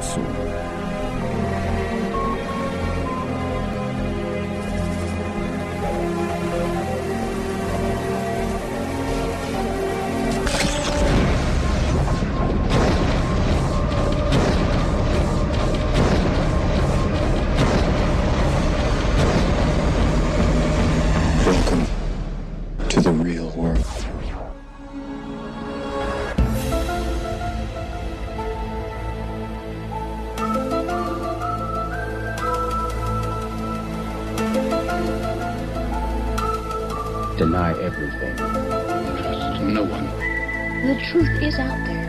chaosu. Welcome to the real world. Deny everything. Trust no one. The truth is out there.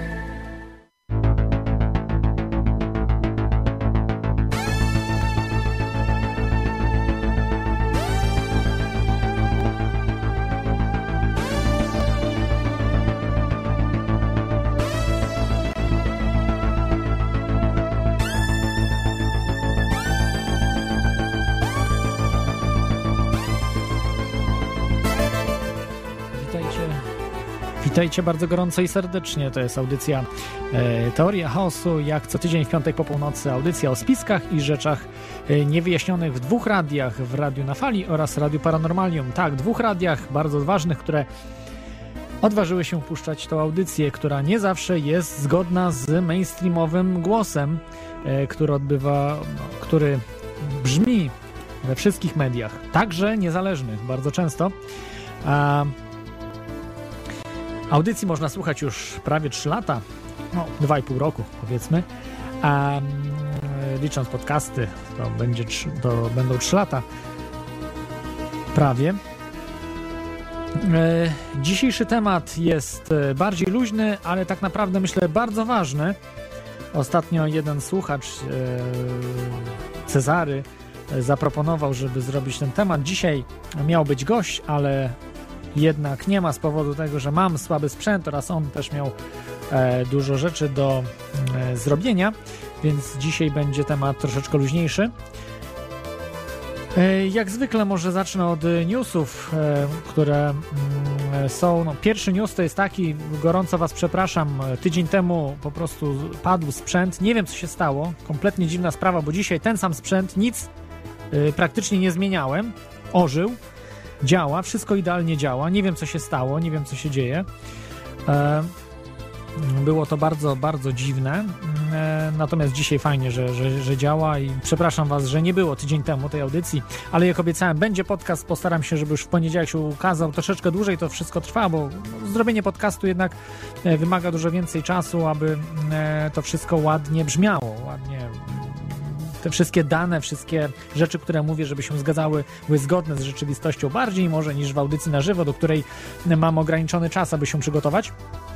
Witajcie bardzo gorąco i serdecznie. To jest audycja Teoria Chaosu, jak co tydzień w piątek po północy. Audycja o spiskach i rzeczach niewyjaśnionych w dwóch radiach, w Radiu na Fali oraz Radiu Paranormalium. Tak, dwóch radiach bardzo ważnych, które odważyły się puszczać tą audycję, która nie zawsze jest zgodna z mainstreamowym głosem, który brzmi we wszystkich mediach, także niezależnych bardzo często. Audycji można słuchać już prawie 3 lata, 2,5 roku powiedzmy, a licząc podcasty to będą 3 lata prawie. Dzisiejszy temat jest bardziej luźny, ale tak naprawdę myślę bardzo ważny. Ostatnio jeden słuchacz Cezary zaproponował, żeby zrobić ten temat. Dzisiaj miał być gość, ale jednak nie ma z powodu tego, że mam słaby sprzęt oraz on też miał dużo rzeczy do zrobienia, więc dzisiaj będzie temat troszeczkę luźniejszy. Jak zwykle może zacznę od newsów, które są. Pierwszy news to jest taki, gorąco Was przepraszam, tydzień temu po prostu padł sprzęt, nie wiem co się stało, kompletnie dziwna sprawa, bo dzisiaj ten sam sprzęt, nic praktycznie nie zmieniałem, ożył. Działa, wszystko idealnie działa. Nie wiem, co się stało, nie wiem, co się dzieje. Było to bardzo, bardzo dziwne. Natomiast dzisiaj fajnie, że działa i przepraszam Was, że nie było tydzień temu tej audycji, ale jak obiecałem, będzie podcast. Postaram się, żeby już w poniedziałek się ukazał. Troszeczkę dłużej to wszystko trwa, bo zrobienie podcastu jednak wymaga dużo więcej czasu, aby to wszystko ładnie brzmiało, ładnie. Te wszystkie dane, wszystkie rzeczy, które mówię, żeby się zgadzały, były zgodne z rzeczywistością bardziej może niż w audycji na żywo, do której mam ograniczony czas, aby się przygotować.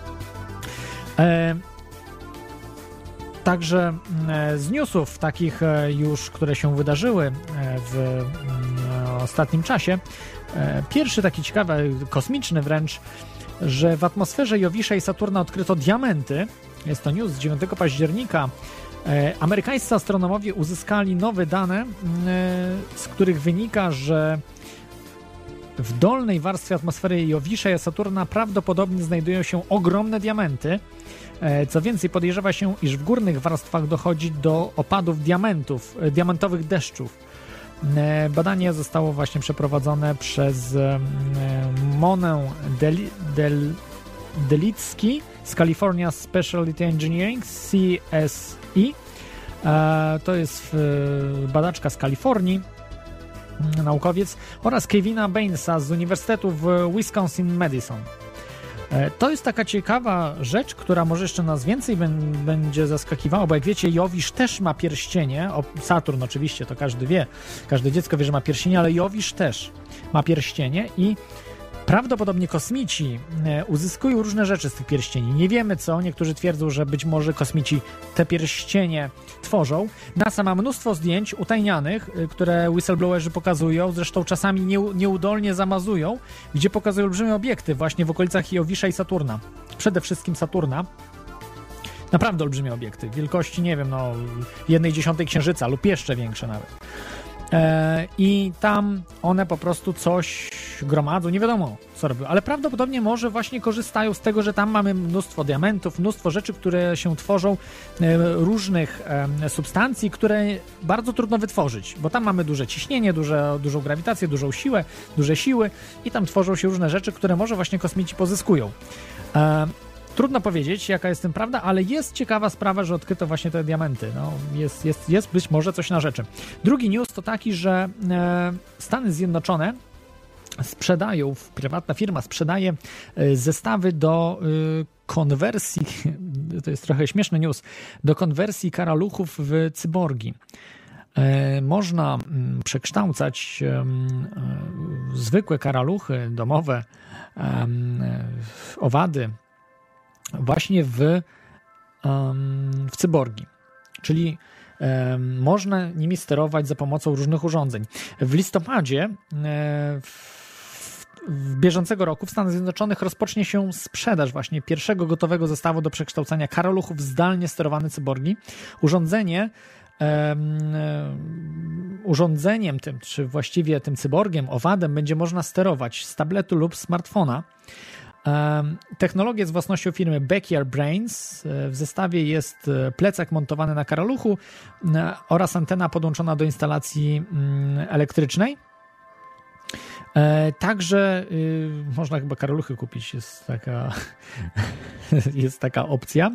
Także z newsów takich już, które się wydarzyły w ostatnim czasie, pierwszy taki ciekawy, kosmiczny wręcz, że w atmosferze Jowisza i Saturna odkryto diamenty. Jest to news z 9 października. Amerykańscy astronomowie uzyskali nowe dane, z których wynika, że w dolnej warstwie atmosfery Jowisza i Saturna prawdopodobnie znajdują się ogromne diamenty. Co więcej, podejrzewa się, iż w górnych warstwach dochodzi do opadów diamentowych deszczów. Badanie zostało właśnie przeprowadzone przez Monę Delicki z California Specialty Engineering, CSE. To jest badaczka z Kalifornii, naukowiec, oraz Kevina Bainesa z Uniwersytetu w Wisconsin-Madison. To jest taka ciekawa rzecz, która może jeszcze nas więcej będzie zaskakiwała, bo jak wiecie, Jowisz też ma pierścienie, Saturn oczywiście, to każdy wie, każde dziecko wie, że ma pierścienie, ale Jowisz też ma pierścienie i prawdopodobnie kosmici uzyskują różne rzeczy z tych pierścieni. Nie wiemy co, niektórzy twierdzą, że być może kosmici te pierścienie tworzą. NASA ma mnóstwo zdjęć utajnianych, które whistleblowerzy pokazują, zresztą czasami nieudolnie zamazują, gdzie pokazują olbrzymie obiekty właśnie w okolicach Jowisza i Saturna. Przede wszystkim Saturna. Naprawdę olbrzymie obiekty, wielkości, nie wiem, 1/10 Księżyca lub jeszcze większe nawet. i tam one po prostu coś gromadzą, nie wiadomo co robią, ale prawdopodobnie może właśnie korzystają z tego, że tam mamy mnóstwo diamentów, mnóstwo rzeczy, które się tworzą, różnych substancji, które bardzo trudno wytworzyć, bo tam mamy duże ciśnienie, dużą grawitację, dużą siłę, duże siły i tam tworzą się różne rzeczy, które może właśnie kosmici pozyskują. Trudno powiedzieć, jaka jest tym prawda, ale jest ciekawa sprawa, że odkryto właśnie te diamenty. No, jest być może coś na rzeczy. Drugi news to taki, że Stany Zjednoczone sprzedają, prywatna firma sprzedaje zestawy do konwersji, to jest trochę śmieszny news, do konwersji karaluchów w cyborgi. Można przekształcać zwykłe karaluchy domowe, owady, właśnie w cyborgi, czyli można nimi sterować za pomocą różnych urządzeń. W listopadzie w bieżącego roku w Stanach Zjednoczonych rozpocznie się sprzedaż właśnie pierwszego gotowego zestawu do przekształcania karaluchów w zdalnie sterowane cyborgi. Urządzeniem tym, czy właściwie tym cyborgiem, owadem będzie można sterować z tabletu lub smartfona. Technologia jest własnością firmy Backyard Brains. W zestawie jest plecak montowany na karaluchu oraz antena podłączona do instalacji elektrycznej. Także można staka karaluchy kupić, jest taka opcja.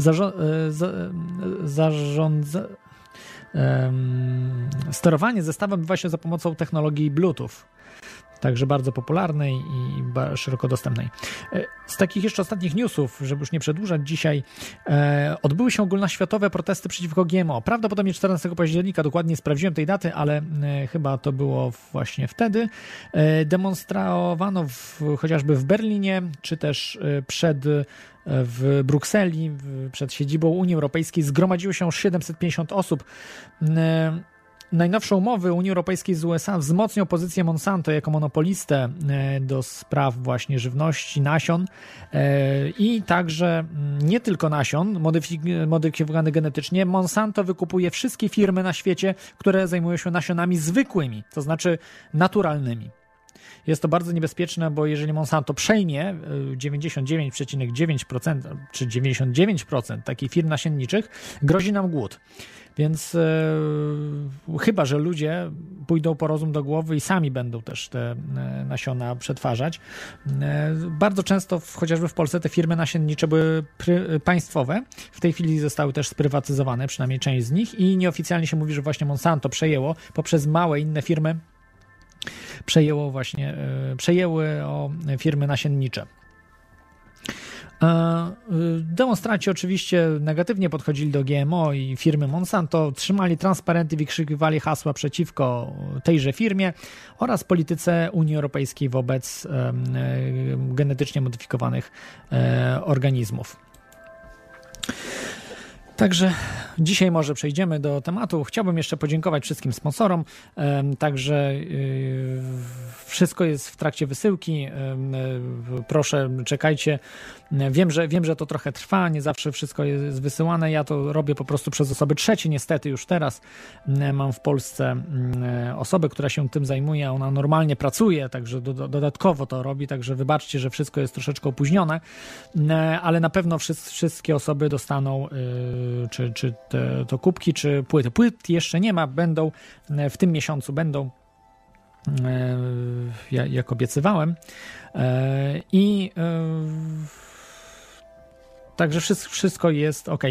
Sterowanie zestawem odbywa się za pomocą technologii Bluetooth. Także bardzo popularnej i szeroko dostępnej. Z takich jeszcze ostatnich newsów, żeby już nie przedłużać dzisiaj, odbyły się ogólnoświatowe protesty przeciwko GMO. Prawdopodobnie 14 października, dokładnie nie sprawdziłem tej daty, ale chyba to było właśnie wtedy. Demonstrowano chociażby w Berlinie, czy też w Brukseli, przed siedzibą Unii Europejskiej. Zgromadziło się 750 osób. Najnowsze umowy Unii Europejskiej z USA wzmocnią pozycję Monsanto jako monopolistę do spraw właśnie żywności, nasion i także nie tylko nasion modyfikowanych genetycznie. Monsanto wykupuje wszystkie firmy na świecie, które zajmują się nasionami zwykłymi, to znaczy naturalnymi. Jest to bardzo niebezpieczne, bo jeżeli Monsanto przejmie 99,9% czy 99% takich firm nasienniczych, grozi nam głód. Więc chyba że ludzie pójdą po rozum do głowy i sami będą też te nasiona przetwarzać. Bardzo często, chociażby w Polsce, te firmy nasiennicze były państwowe. W tej chwili zostały też sprywatyzowane, przynajmniej część z nich, i nieoficjalnie się mówi, że właśnie Monsanto przejęło poprzez małe inne firmy, przejęły firmy nasiennicze. Demonstranci oczywiście negatywnie podchodzili do GMO i firmy Monsanto, trzymali transparenty, wykrzykiwali hasła przeciwko tejże firmie oraz polityce Unii Europejskiej wobec genetycznie modyfikowanych organizmów. Także dzisiaj może przejdziemy do tematu. Chciałbym jeszcze podziękować wszystkim sponsorom. Także wszystko jest w trakcie wysyłki. Proszę, czekajcie. Wiem, że to trochę trwa, nie zawsze wszystko jest wysyłane. Ja to robię po prostu przez osoby trzecie, niestety już teraz. Mam w Polsce osobę, która się tym zajmuje. Ona normalnie pracuje, także dodatkowo to robi, także wybaczcie, że wszystko jest troszeczkę opóźnione, ale na pewno wszystkie osoby dostaną czy to kubki, czy płyty. Płyt jeszcze nie ma, będą w tym miesiącu, jak obiecywałem. I także wszystko jest ok.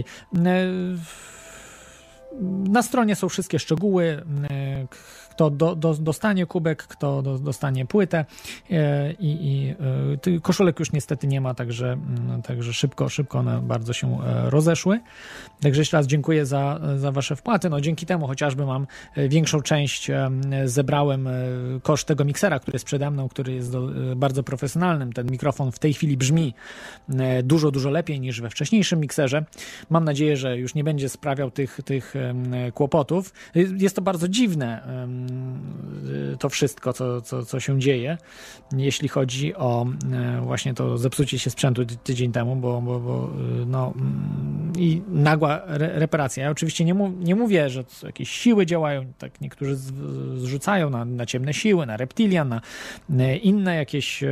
Na stronie są wszystkie szczegóły, kto dostanie kubek, kto dostanie płytę i koszulek już niestety nie ma, także szybko one bardzo się rozeszły. Także jeszcze raz dziękuję za wasze wpłaty. No, dzięki temu chociażby mam większą część, zebrałem koszt tego miksera, który jest przede mną, który jest bardzo profesjonalnym. Ten mikrofon w tej chwili brzmi dużo lepiej niż we wcześniejszym mikserze. Mam nadzieję, że już nie będzie sprawiał tych kłopotów. Jest to bardzo dziwne, to wszystko, co się dzieje, jeśli chodzi o właśnie to zepsucie się sprzętu tydzień temu, bo i nagła reparacja. Ja oczywiście nie mówię, że to jakieś siły działają, tak niektórzy zrzucają na ciemne siły, na reptilian, na inne jakieś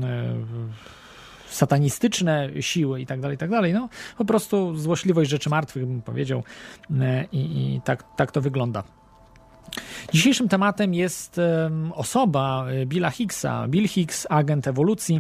satanistyczne siły i tak dalej. No, po prostu złośliwość rzeczy martwych, bym powiedział, i tak to wygląda. Dzisiejszym tematem jest osoba Billa Higgsa. Bill Higgs, agent ewolucji.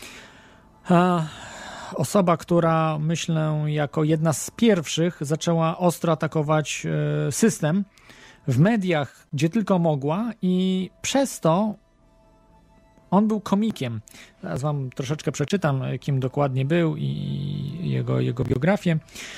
Osoba, która, myślę, jako jedna z pierwszych zaczęła ostro atakować system w mediach, gdzie tylko mogła, i przez to on był komikiem. Teraz wam troszeczkę przeczytam, kim dokładnie był i jego biografię.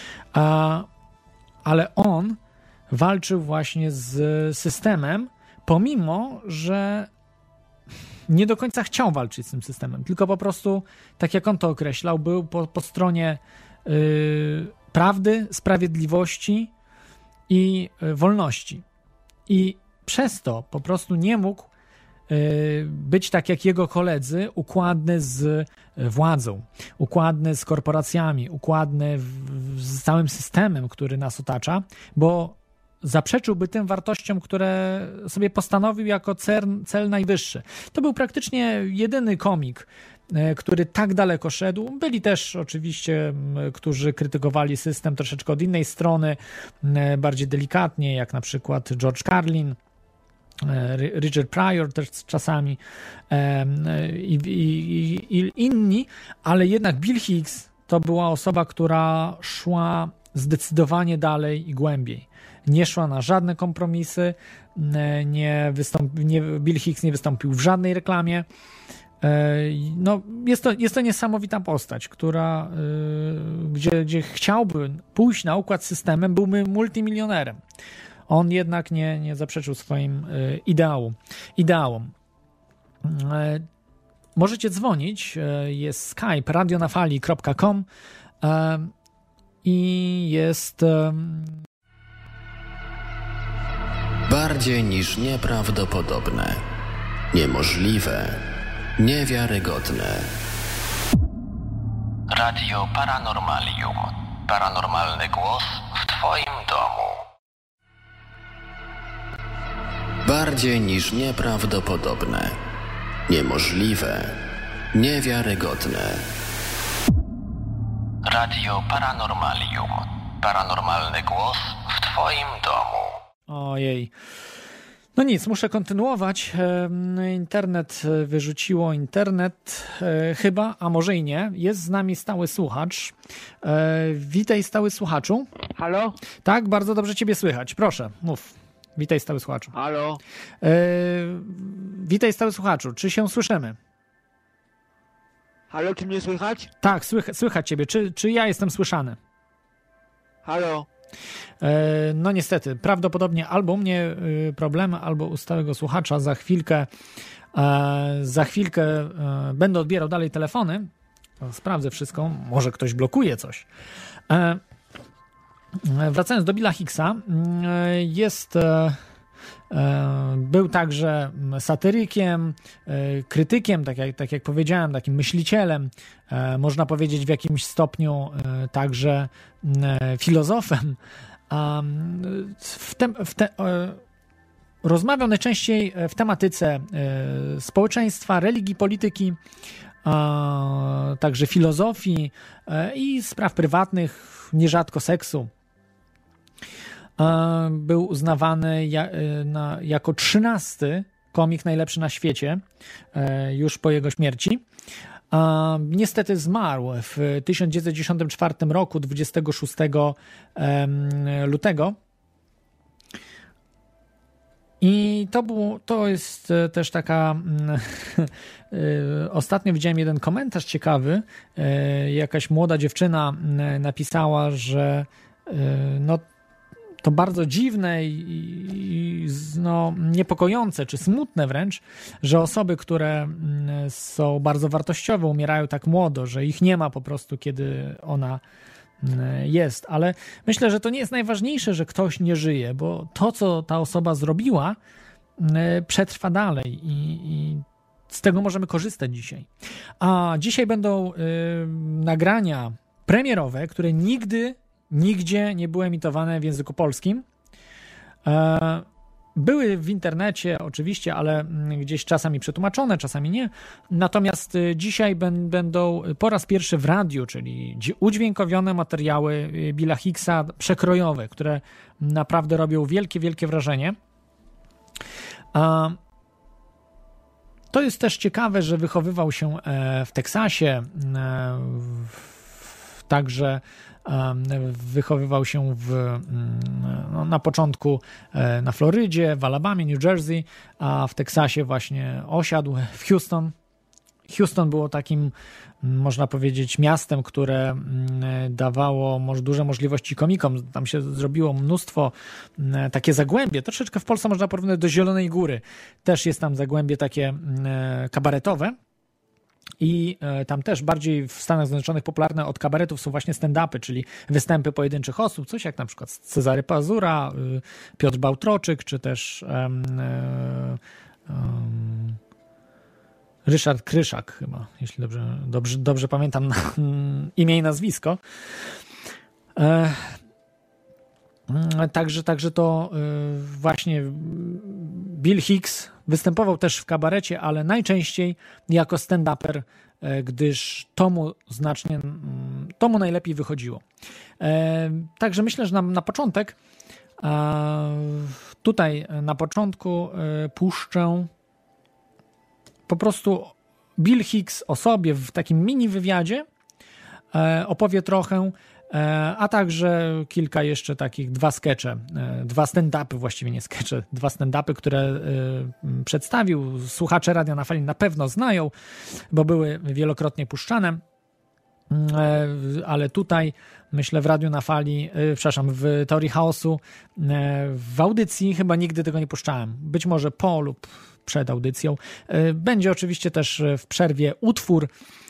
Ale on walczył właśnie z systemem, pomimo że nie do końca chciał walczyć z tym systemem, tylko po prostu, tak jak on to określał, był po stronie prawdy, sprawiedliwości i wolności. I przez to po prostu nie mógł być tak jak jego koledzy, układny z władzą, układny z korporacjami, układny z całym systemem, który nas otacza, bo zaprzeczyłby tym wartościom, które sobie postanowił jako cel najwyższy. To był praktycznie jedyny komik, który tak daleko szedł. Byli też oczywiście, którzy krytykowali system troszeczkę od innej strony, bardziej delikatnie, jak na przykład George Carlin, Richard Pryor też czasami i inni, ale jednak Bill Higgs to była osoba, która szła zdecydowanie dalej i głębiej. Nie szła na żadne kompromisy, Bill Higgs nie wystąpił w żadnej reklamie. No, jest to niesamowita postać, która gdzie chciałby pójść na układ z systemem, byłby multimilionerem. On jednak nie zaprzeczył swoim ideałom. Możecie dzwonić, jest Skype radionafali.com i jest... Bardziej niż nieprawdopodobne, niemożliwe, niewiarygodne. Radio Paranormalium. Paranormalny głos w Twoim domu. Bardziej niż nieprawdopodobne, niemożliwe, niewiarygodne. Radio Paranormalium. Paranormalny głos w Twoim domu. Ojej. No nic, muszę kontynuować. Internet wyrzuciło internet chyba, a może i nie. Jest z nami stały słuchacz. Witaj, stały słuchaczu. Halo? Tak, bardzo dobrze ciebie słychać. Proszę, mów. Witaj, stały słuchaczu. Halo? Witaj, stały słuchaczu. Czy się słyszymy? Halo, czy mnie słychać? Tak, słychać ciebie. Czy ja jestem słyszany? Halo? No niestety, prawdopodobnie albo u mnie problemy, albo u stałego słuchacza. Za chwilkę będę odbierał dalej telefony. Sprawdzę wszystko. Może ktoś blokuje coś. Wracając do Billa Higgsa, był także satyrykiem, krytykiem, tak jak powiedziałem, takim myślicielem, można powiedzieć w jakimś stopniu także filozofem. Rozmawiał najczęściej w tematyce społeczeństwa, religii, polityki, także filozofii i spraw prywatnych, nierzadko seksu. Był uznawany jako 13. komik najlepszy na świecie już po jego śmierci. Niestety zmarł w 1994 roku, 26 lutego. I to jest też taka... Ostatnio widziałem jeden komentarz ciekawy. Jakaś młoda dziewczyna napisała, że to bardzo dziwne i niepokojące, czy smutne wręcz, że osoby, które są bardzo wartościowe, umierają tak młodo, że ich nie ma po prostu, kiedy ona jest, ale myślę, że to nie jest najważniejsze, że ktoś nie żyje, bo to, co ta osoba zrobiła, przetrwa dalej i z tego możemy korzystać dzisiaj. A dzisiaj będą nagrania premierowe, które nigdzie nie były emitowane w języku polskim. Były w internecie oczywiście, ale gdzieś czasami przetłumaczone, czasami nie. Natomiast dzisiaj będą po raz pierwszy w radiu, czyli udźwiękowione materiały Billa Hicksa, przekrojowe, które naprawdę robią wielkie wrażenie. To jest też ciekawe, że wychowywał się w Teksasie, także wychowywał się na początku na Florydzie, w Alabamie, New Jersey, a w Teksasie właśnie osiadł w Houston. Houston było takim, można powiedzieć, miastem, które dawało duże możliwości komikom. Tam się zrobiło mnóstwo, takie zagłębie. Troszeczkę w Polsce można porównać do Zielonej Góry. Też jest tam zagłębie takie kabaretowe. I tam też bardziej w Stanach Zjednoczonych popularne od kabaretów są właśnie stand-upy, czyli występy pojedynczych osób, coś jak na przykład Cezary Pazura, Piotr Bałtroczyk, czy też Ryszard Kryszak chyba, jeśli dobrze pamiętam imię i nazwisko. Także to właśnie Bill Hicks występował też w kabarecie, ale najczęściej jako stand-uper, gdyż to mu najlepiej wychodziło. Także myślę, że na początek tutaj na początku puszczę po prostu Bill Hicks o sobie w takim mini wywiadzie, opowie trochę, a także kilka jeszcze takich, dwa stand-upy, właściwie nie skecze, dwa stand-upy, które przedstawił. Słuchacze Radia na Fali na pewno znają, bo były wielokrotnie puszczane, ale tutaj myślę w Radiu na Fali, w Teorii Chaosu, w audycji chyba nigdy tego nie puszczałem. Być może po lub przed audycją. Będzie oczywiście też w przerwie utwór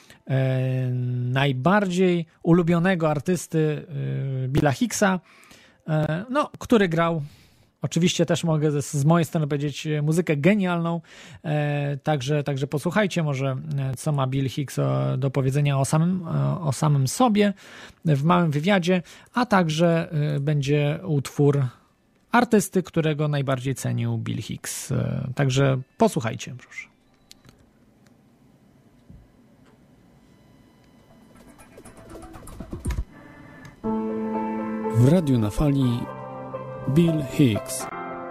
najbardziej ulubionego artysty Billa Hicksa, który grał, oczywiście też mogę z mojej strony powiedzieć, muzykę genialną, także posłuchajcie może, co ma Bill Hicks do powiedzenia o samym sobie w małym wywiadzie, a także będzie utwór artysty, którego najbardziej cenił Bill Hicks. Także posłuchajcie, proszę. W Radiu na Fali Bill Hicks.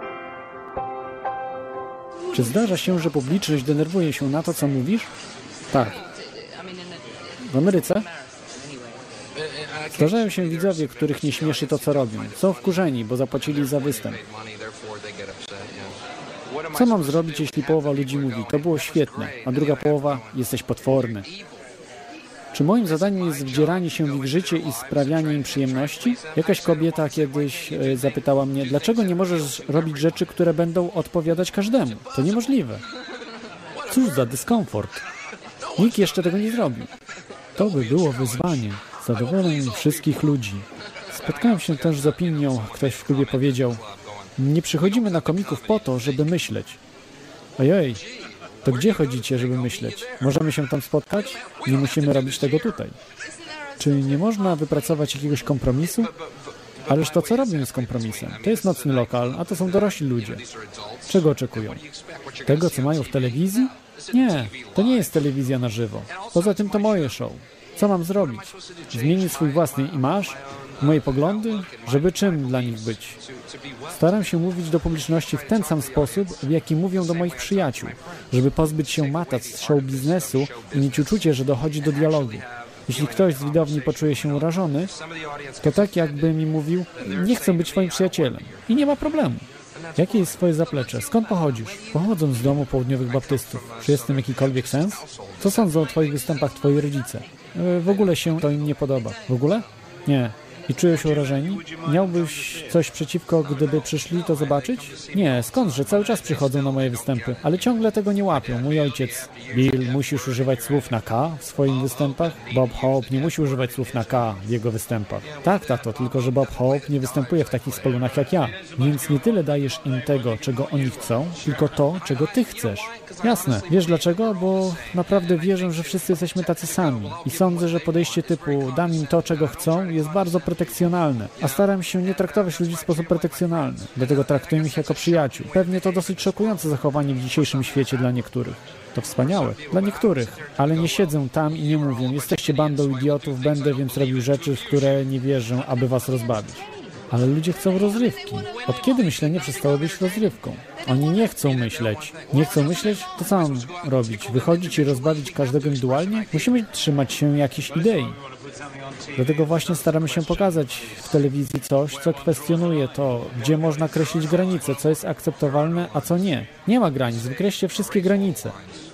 Czy zdarza się, że publiczność denerwuje się na to, co mówisz? Tak. W Ameryce? Zdarzają się widzowie, których nie śmieszy to, co robią. Są wkurzeni, bo zapłacili za występ. Co mam zrobić, jeśli połowa ludzi mówi, to było świetne, a druga połowa, jesteś potworny? Czy moim zadaniem jest wdzieranie się w ich życie i sprawianie im przyjemności? Jakaś kobieta kiedyś zapytała mnie, dlaczego nie możesz robić rzeczy, które będą odpowiadać każdemu? To niemożliwe. Cóż za dyskomfort. Nikt jeszcze tego nie zrobił. To by było wyzwanie. Zadowolenie wszystkich ludzi. Spotkałem się też z opinią, ktoś w klubie powiedział, nie przychodzimy na komików po to, żeby myśleć. Ojej, to gdzie chodzicie, żeby myśleć? Możemy się tam spotkać? Nie musimy robić tego tutaj. Czy nie można wypracować jakiegoś kompromisu? Ależ to co robią z kompromisem? To jest nocny lokal, a to są dorośli ludzie. Czego oczekują? Tego, co mają w telewizji? Nie, to nie jest telewizja na żywo. Poza tym to moje show. Co mam zrobić? Zmienić swój własny imaż? Moje poglądy? Żeby czym dla nich być? Staram się mówić do publiczności w ten sam sposób, w jaki mówią do moich przyjaciół, żeby pozbyć się matac z show biznesu i mieć uczucie, że dochodzi do dialogu. Jeśli ktoś z widowni poczuje się urażony, to tak jakby mi mówił, nie chcę być twoim przyjacielem. I nie ma problemu. Jakie jest twoje zaplecze? Skąd pochodzisz? Pochodzę z domu południowych baptystów. Czy jest w tym jakikolwiek sens? Co sądzą o twoich występach twoi rodzice? W ogóle się to im nie podoba. W ogóle? Nie. I czują się urażeni? Miałbyś coś przeciwko, gdyby przyszli to zobaczyć? Nie, skądże, cały czas przychodzą na moje występy, ale ciągle tego nie łapią. Mój ojciec, Bill, musisz używać słów na K w swoich występach? Bob Hope nie musi używać słów na K w jego występach. Tak, tato, tylko że Bob Hope nie występuje w takich spelunach jak ja. Więc nie tyle dajesz im tego, czego oni chcą, tylko to, czego ty chcesz. Jasne. Wiesz dlaczego? Bo naprawdę wierzę, że wszyscy jesteśmy tacy sami. I sądzę, że podejście typu dam im to, czego chcą, jest bardzo protekcjonalne. A staram się nie traktować ludzi w sposób protekcjonalny. Dlatego traktuję ich jako przyjaciół. Pewnie to dosyć szokujące zachowanie w dzisiejszym świecie dla niektórych. To wspaniałe. Dla niektórych. Ale nie siedzę tam i nie mówię, jesteście bandą idiotów, będę więc robił rzeczy, w które nie wierzę, aby was rozbawić. Ale ludzie chcą rozrywki. Od kiedy myślenie przestało być rozrywką? Oni nie chcą myśleć. Nie chcą myśleć? To co mam robić? Wychodzić i rozbawić każdego indywidualnie? Musimy trzymać się jakiejś idei. Dlatego właśnie staramy się pokazać w telewizji coś, co kwestionuje to, gdzie można kreślić granice, co jest akceptowalne, a co nie. Nie ma granic, wykreślcie wszystkie granice.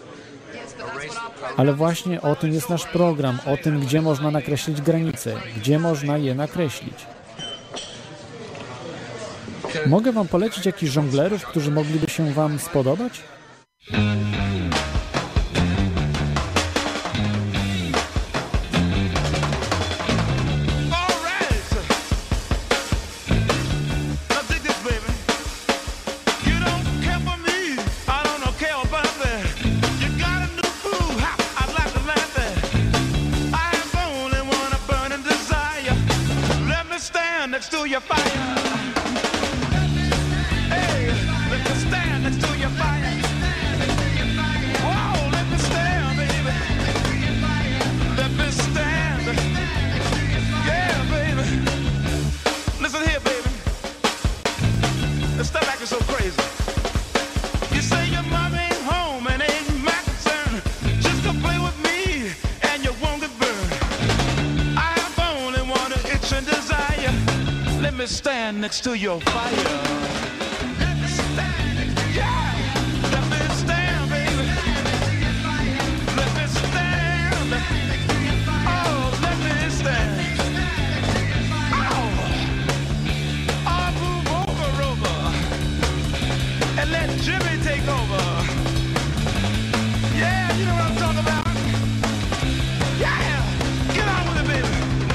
Ale właśnie o tym jest nasz program, o tym, gdzie można nakreślić granice, gdzie można je nakreślić. Mogę wam polecić jakichś żonglerów, którzy mogliby się wam spodobać? Next to your fire. Let me stand, yeah. Let me stand, baby. Let me stand. Oh, let me stand. Oh, move over, and let Jimmy take over. Yeah, you know what I'm talking about. Yeah, get on with it, baby.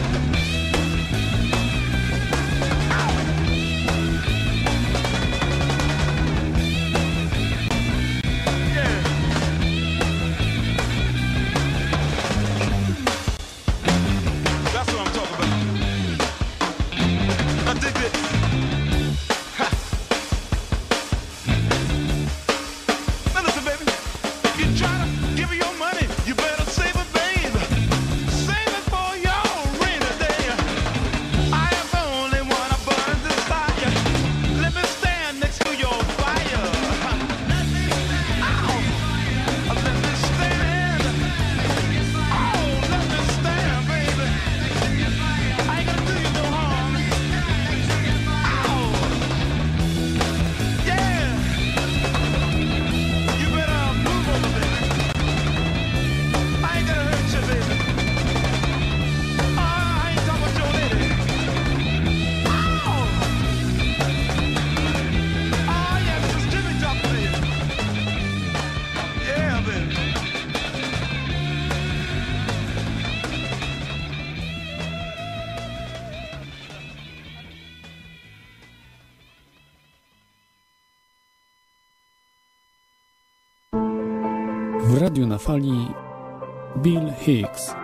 W Radiu na Fali Bill Hicks.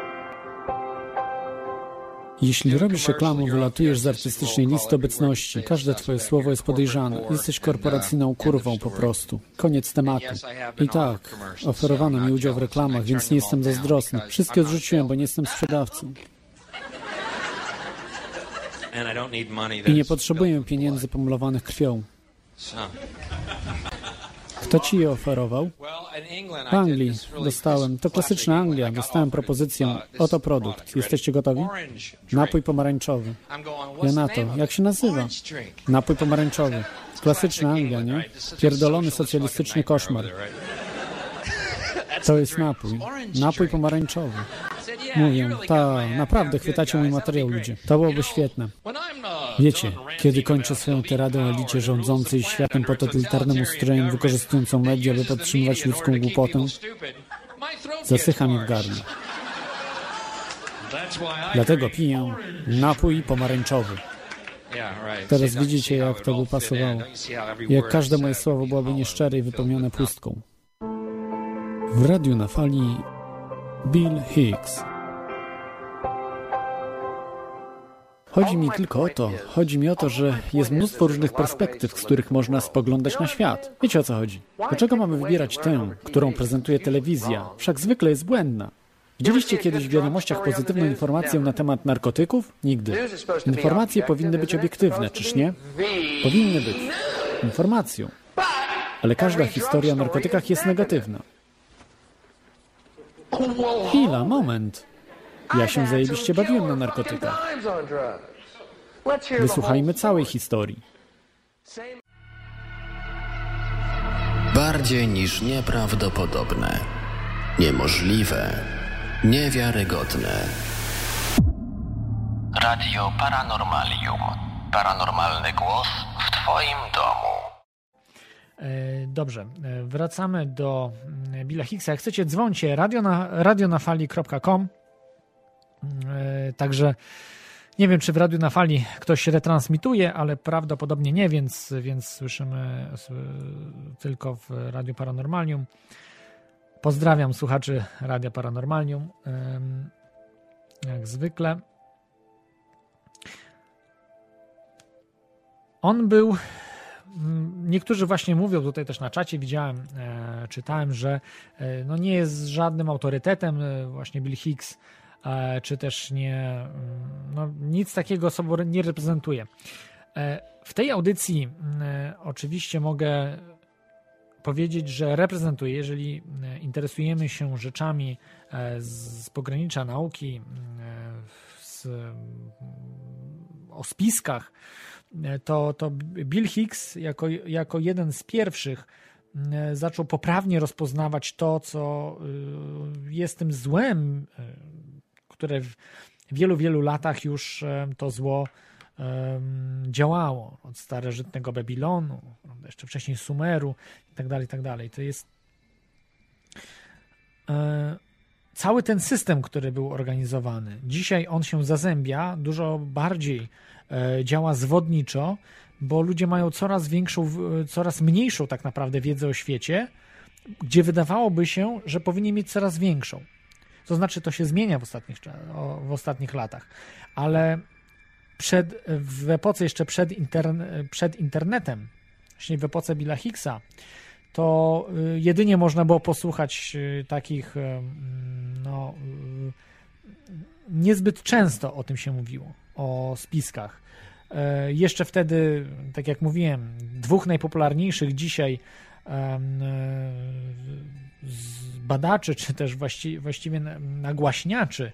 Jeśli robisz reklamę, wylatujesz z artystycznej listy obecności. Każde twoje słowo jest podejrzane. Jesteś korporacyjną kurwą po prostu. Koniec tematu. I tak, oferowano mi udział w reklamach, więc nie jestem zazdrosny. Wszystkie odrzuciłem, bo nie jestem sprzedawcą. I nie potrzebuję pieniędzy pomalowanych krwią. Kto ci je oferował? W Anglii dostałem. To klasyczna Anglia. Dostałem propozycję. Oto produkt. Jesteście gotowi? Napój pomarańczowy. Ja na to. Jak się nazywa? Napój pomarańczowy. Klasyczna Anglia, nie? Pierdolony socjalistyczny koszmar. To jest napój. Napój pomarańczowy. Mówią, naprawdę chwytacie mój materiał, ludzie. To byłoby świetne. Wiecie, kiedy kończę swoją teradę o elicie rządzącej światem po totalitarnym ustrojem, wykorzystującą media, by podtrzymywać ludzką głupotę, zasycha mi w gardle. Dlatego piję napój pomarańczowy. Teraz widzicie, jak to by pasowało. Jak każde moje słowo byłoby nieszczere i wypełnione pustką. W Radiu na Fali Bill Hicks. Chodzi mi tylko o to. Chodzi mi o to, że jest mnóstwo różnych perspektyw, z których można spoglądać na świat. Wiecie, o co chodzi? Dlaczego mamy wybierać tę, którą prezentuje telewizja? Wszak zwykle jest błędna. Widzieliście kiedyś w wiadomościach pozytywną informację na temat narkotyków? Nigdy. Informacje powinny być obiektywne, czyż nie? Powinny być informacją. Ale każda historia o narkotykach jest negatywna. Chwila, moment. Ja się zajebiście bawiłem na narkotykach. Wysłuchajmy całej historii. Bardziej niż nieprawdopodobne, niemożliwe, niewiarygodne. Radio Paranormalium. Paranormalny głos w Twoim domu. Dobrze, wracamy do Billa Hicksa. Jak chcecie, dzwońcie radionafali.com. Także nie wiem, czy w Radiu na Fali ktoś retransmituje, ale prawdopodobnie nie, więc słyszymy tylko w Radiu Paranormalium. Pozdrawiam słuchaczy Radia Paranormalium. Jak zwykle. On był... Niektórzy właśnie mówią tutaj też na czacie, widziałem, czytałem, że no nie jest żadnym autorytetem właśnie Bill Hicks, czy też nie, no nic takiego sobą nie reprezentuje. W tej audycji oczywiście mogę powiedzieć, że reprezentuje, jeżeli interesujemy się rzeczami z pogranicza nauki, o spiskach, to Bill Hicks jako jeden z pierwszych zaczął poprawnie rozpoznawać to, co jest tym złem, które w wielu latach już to zło działało. Od starożytnego Babilonu, jeszcze wcześniej Sumeru itd. To jest cały ten system, który był organizowany. Dzisiaj on się zazębia, dużo bardziej działa zwodniczo, bo ludzie mają coraz mniejszą tak naprawdę wiedzę o świecie, gdzie wydawałoby się, że powinni mieć coraz większą. To znaczy, to się zmienia w ostatnich latach, ale w epoce jeszcze przed internetem, właśnie w epoce Billa Hicksa, to jedynie można było posłuchać takich, no, niezbyt często o tym się mówiło, o spiskach. Jeszcze wtedy, tak jak mówiłem, dwóch najpopularniejszych dzisiaj badaczy, czy też właściwie nagłaśniaczy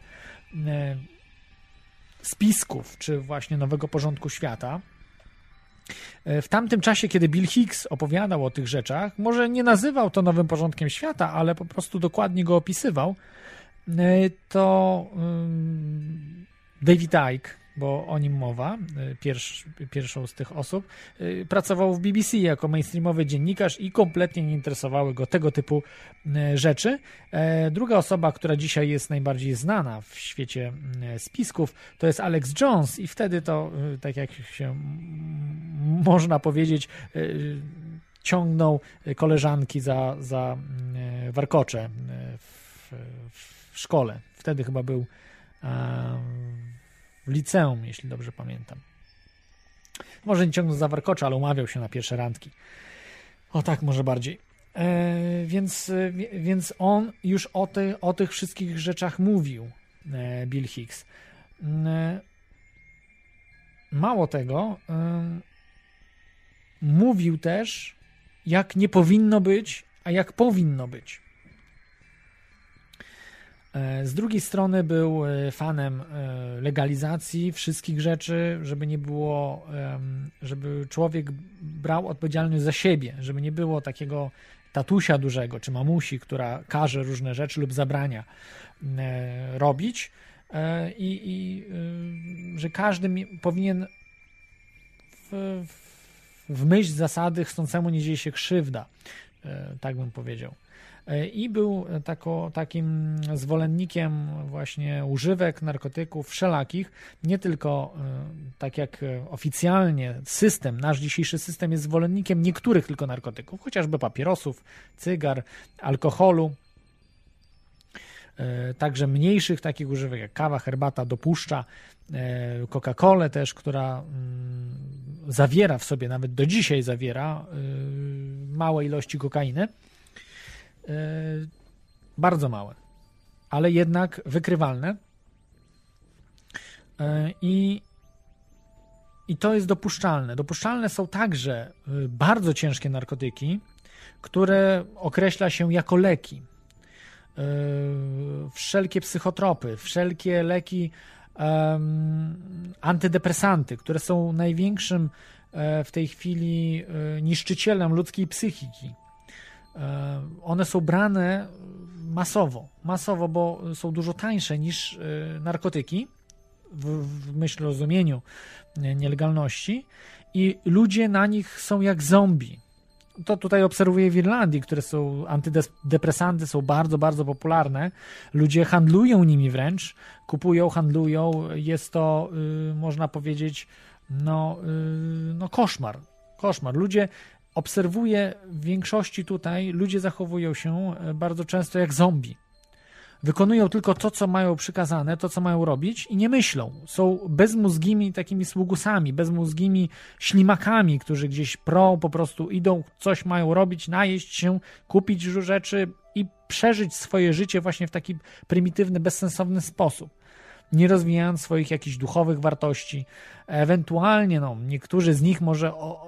spisków, czy właśnie nowego porządku świata. W tamtym czasie, kiedy Bill Hicks opowiadał o tych rzeczach, może nie nazywał to nowym porządkiem świata, ale po prostu dokładnie go opisywał, to David Icke, bo o nim mowa, pierwszą z tych osób, pracował w BBC jako mainstreamowy dziennikarz i kompletnie nie interesowały go tego typu rzeczy. Druga osoba, która dzisiaj jest najbardziej znana w świecie spisków, to jest Alex Jones i wtedy to, tak jak się można powiedzieć, ciągnął koleżanki za warkocze w szkole. Wtedy chyba był w liceum, jeśli dobrze pamiętam. Może nie ciągnął za warkocza, ale umawiał się na pierwsze randki. O tak, może bardziej. Więc on już o tych wszystkich rzeczach mówił, Bill Hicks. Mało tego, mówił też, jak nie powinno być, a jak powinno być. Z drugiej strony był fanem legalizacji wszystkich rzeczy, żeby nie było, żeby człowiek brał odpowiedzialność za siebie, żeby nie było tatusia dużego, czy mamusi, która każe różne rzeczy lub zabrania robić i że każdy powinien w myśl zasady chcącemu nie dzieje się krzywda, tak bym powiedział. I był takim zwolennikiem właśnie używek, narkotyków wszelakich, nie tylko tak jak oficjalnie nasz dzisiejszy system jest zwolennikiem niektórych tylko narkotyków, chociażby papierosów, cygar, alkoholu, także mniejszych takich używek jak kawa, herbata dopuszcza, Coca-Colę też, która zawiera w sobie, nawet do dzisiaj zawiera małe ilości kokainy, bardzo małe, ale jednak wykrywalne i to jest dopuszczalne. Dopuszczalne są także bardzo ciężkie narkotyki, które określa się jako leki. Wszelkie psychotropy, wszelkie leki antydepresanty, które są największym w tej chwili niszczycielem ludzkiej psychiki. One są brane masowo, bo są dużo tańsze niż narkotyki w myśl rozumieniu nielegalności i ludzie na nich są jak zombie. To tutaj obserwuję w Irlandii, które są antydepresanty, są bardzo, bardzo popularne. Ludzie handlują nimi wręcz, kupują, handlują. Jest to, można powiedzieć, koszmar. Ludzie obserwuję w większości tutaj, ludzie zachowują się bardzo często jak zombie. Wykonują tylko to, co mają przykazane, to, co mają robić i nie myślą. Są bezmózgimi takimi sługusami, bezmózgimi ślimakami, którzy gdzieś po prostu idą, coś mają robić, najeść się, kupić rzeczy i przeżyć swoje życie właśnie w taki prymitywny, bezsensowny sposób. Nie rozwijając swoich jakichś duchowych wartości. Ewentualnie, niektórzy z nich może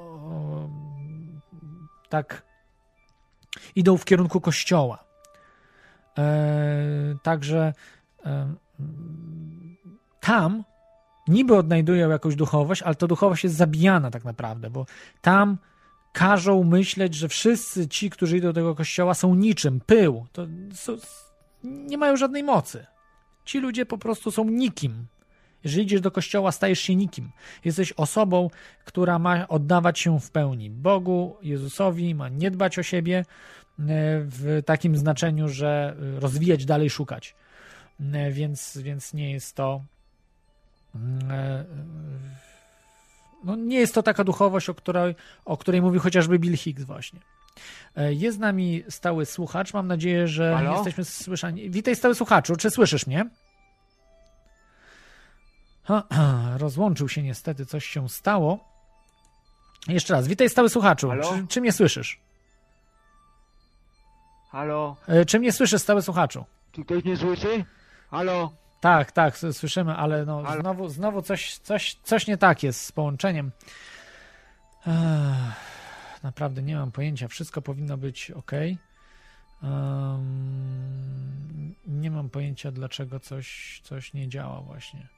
tak idą w kierunku kościoła. Także tam niby odnajdują jakąś duchowość, ale ta duchowość jest zabijana tak naprawdę, bo tam każą myśleć, że wszyscy ci, którzy idą do tego kościoła, są niczym, pył. Nie mają żadnej mocy. Ci ludzie po prostu są nikim. Jeżeli idziesz do kościoła, stajesz się nikim. Jesteś osobą, która ma oddawać się w pełni Bogu, Jezusowi, ma nie dbać o siebie w takim znaczeniu, że rozwijać dalej, szukać. Więc nie jest to nie jest to taka duchowość, o której mówił chociażby Bill Hicks właśnie. Jest z nami stały słuchacz. Mam nadzieję, że jesteśmy słyszani. Witaj, stały słuchaczu. Czy słyszysz mnie? Rozłączył się niestety, coś się stało. Jeszcze raz, witaj, stały słuchaczu. Czy mnie słyszysz? Halo? Czy mnie słyszysz, stały słuchaczu? Czy ktoś mnie słyszy? Halo? Tak, słyszymy, ale znowu coś nie tak jest z połączeniem. Naprawdę nie mam pojęcia. Wszystko powinno być ok. Nie mam pojęcia, dlaczego coś nie działa właśnie.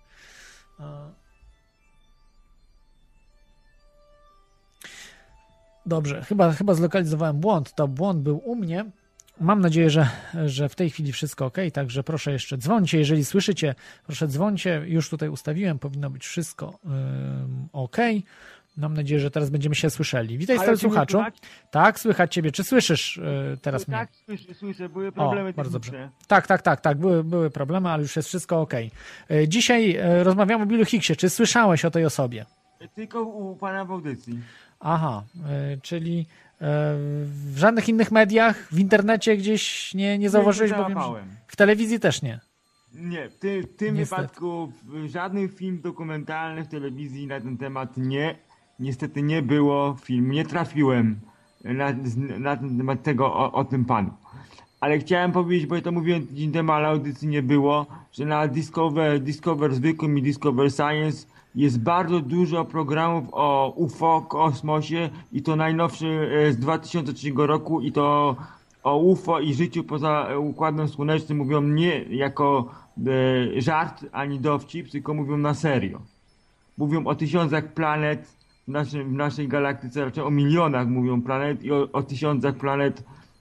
Dobrze, chyba zlokalizowałem błąd. To błąd był u mnie. Mam nadzieję, że w tej chwili wszystko ok, także proszę jeszcze dzwońcie. Jeżeli słyszycie, proszę dzwońcie. Już tutaj ustawiłem, powinno być wszystko ok. Mam nadzieję, że teraz będziemy się słyszeli. Witaj, stały słuchaczu. Tak, słychać ciebie. Czy słyszysz teraz mnie? Tak, słyszę. Były problemy. Bardzo dobrze. Tak. Były problemy, ale już jest wszystko ok. Dzisiaj rozmawiamy o Billu Hicksie. Czy słyszałeś o tej osobie? Tylko u pana w audycji. Aha, czyli w żadnych innych mediach, w internecie gdzieś nie zauważyłeś, bo wiem, w telewizji też nie. Nie, w tym wypadku żadnych film dokumentalnych w telewizji na ten temat niestety nie było filmu, nie trafiłem na ten temat o tym panu. Ale chciałem powiedzieć, bo ja to mówiłem tydzień temu, ale audycji nie było, że na Discover zwykłym i Discover Science jest bardzo dużo programów o UFO, kosmosie i to najnowszy z 2003 roku i to o UFO i życiu poza Układem Słonecznym mówią nie jako żart ani dowcip, tylko mówią na serio. Mówią o tysiącach planet w naszej galaktyce, raczej o milionach mówią planet i o tysiącach planet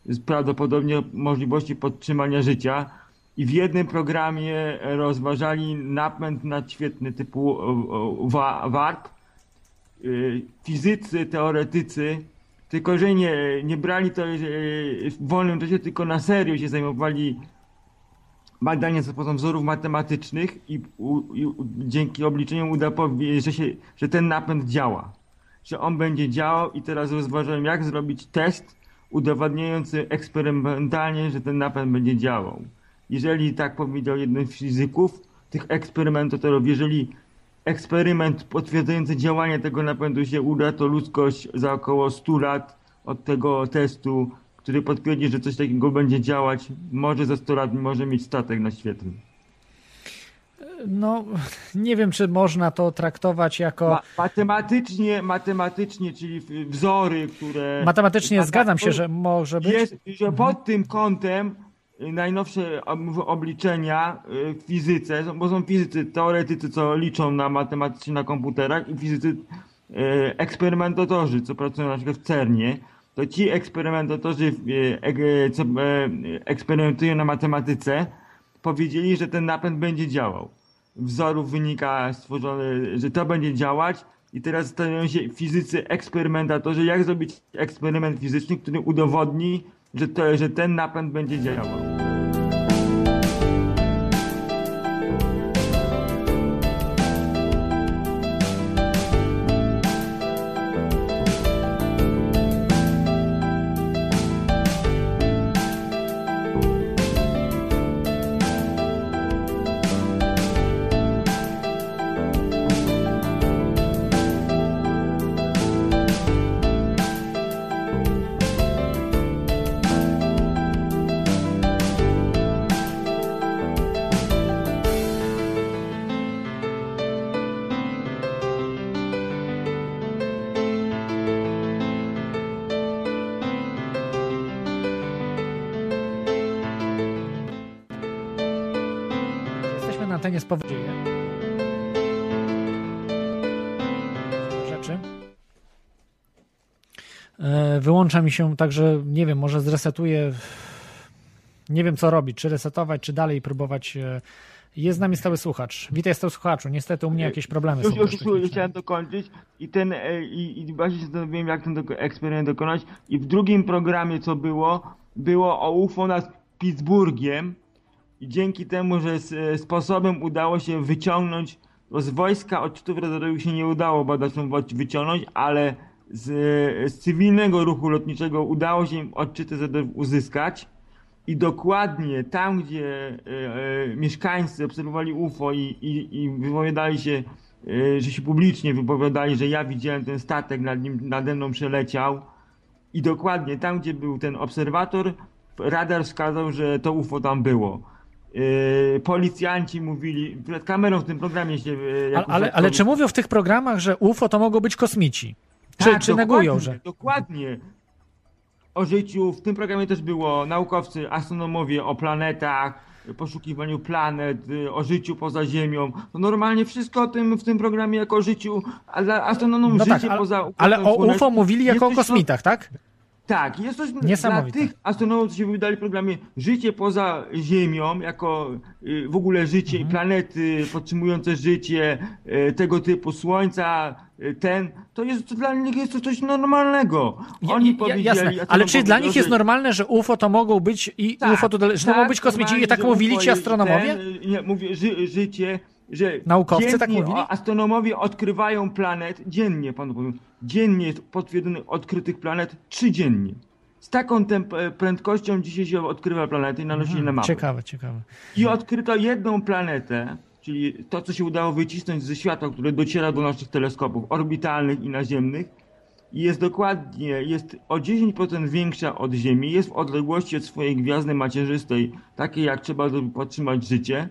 prawdopodobnie możliwości podtrzymania życia. I w jednym programie rozważali napęd nadświetlny typu warp. Fizycy, teoretycy, tylko że nie brali to w wolnym czasie, tylko na serio się zajmowali badaniem za pomocą wzorów matematycznych i dzięki obliczeniom uda powiedzieć, że ten napęd działa. Że on będzie działał i teraz rozważają, jak zrobić test udowadniający eksperymentalnie, że ten napęd będzie działał. Jeżeli, tak powiedział jeden z fizyków, tych eksperymentatorów, jeżeli eksperyment potwierdzający działanie tego napędu się uda, to ludzkość za około 100 lat od tego testu, który potwierdzi, że coś takiego będzie działać, może za 100 lat może mieć statek naświetlny. No, nie wiem, czy można to traktować jako... Matematycznie, czyli wzory, które... Matematycznie zgadzam się, że może być. Że pod tym kątem najnowsze obliczenia w fizyce, bo są fizycy, teoretycy, co liczą matematycznie na komputerach i fizycy eksperymentatorzy, co pracują na przykład w CERN-ie, to ci eksperymentatorzy, co eksperymentują na matematyce, powiedzieli, że ten napęd będzie działał. Wzorów wynika stworzony, że to będzie działać i teraz zastanawiają się fizycy eksperymentatorzy, jak zrobić eksperyment fizyczny, który udowodni, że ten napęd będzie działał. antenie spowoduje rzeczy. Wyłącza mi się, także nie wiem, może zresetuję. Nie wiem, co robić, czy resetować, czy dalej próbować. Jest z nami stały słuchacz. Witaj, stały słuchaczu. Niestety u mnie jakieś problemy są. Już chciałem dokończyć i właśnie się zastanowiłem, jak ten eksperyment dokonać. I w drugim programie, co było o UFO nad Pittsburghem i dzięki temu, że sposobem udało się wyciągnąć, bo z wojska odczytów radarowych się nie udało badaczom wyciągnąć, ale z cywilnego ruchu lotniczego udało się im odczyty radarów uzyskać. I dokładnie tam, gdzie mieszkańcy obserwowali UFO i wypowiadali się, że się publicznie wypowiadali, że ja widziałem ten statek, nade mną przeleciał. I dokładnie tam, gdzie był ten obserwator, radar wskazał, że to UFO tam było. Policjanci mówili, przed kamerą w tym programie się... Ale czy mówią w tych programach, że UFO to mogą być kosmici? Tak, czy negują, że... Dokładnie. O życiu, w tym programie też było naukowcy, astronomowie o planetach, poszukiwaniu planet, o życiu poza Ziemią. To normalnie wszystko o tym w tym programie jako o życiu, a dla astronomów życie tak, poza... Ale o UFO mówili jako o kosmitach, tak? Tak, jest coś dla tych astronomów, co się wydali w programie życie poza Ziemią, jako w ogóle życie i planety podtrzymujące życie tego typu, Słońca, to dla nich jest to coś normalnego. Oni powiedzieli... Jasne, ale czy dla nich jest normalne, że UFO to mogą być i tak, UFO to, że to mogą być kosmici i tak mówili ci astronomowie? Nie, mówię, życie, że naukowcy tak mówili? Astronomowie odkrywają planet dziennie, panu powiem. Dziennie jest potwierdzonych odkrytych planet 3 dziennie. Z taką prędkością dzisiaj się odkrywa planety i nanosi na mapę. Ciekawe. I odkryto jedną planetę, czyli to, co się udało wycisnąć ze światła, które dociera do naszych teleskopów orbitalnych i naziemnych. I jest o 10% większa od Ziemi, jest w odległości od swojej gwiazdy macierzystej, takiej jak trzeba podtrzymać życie.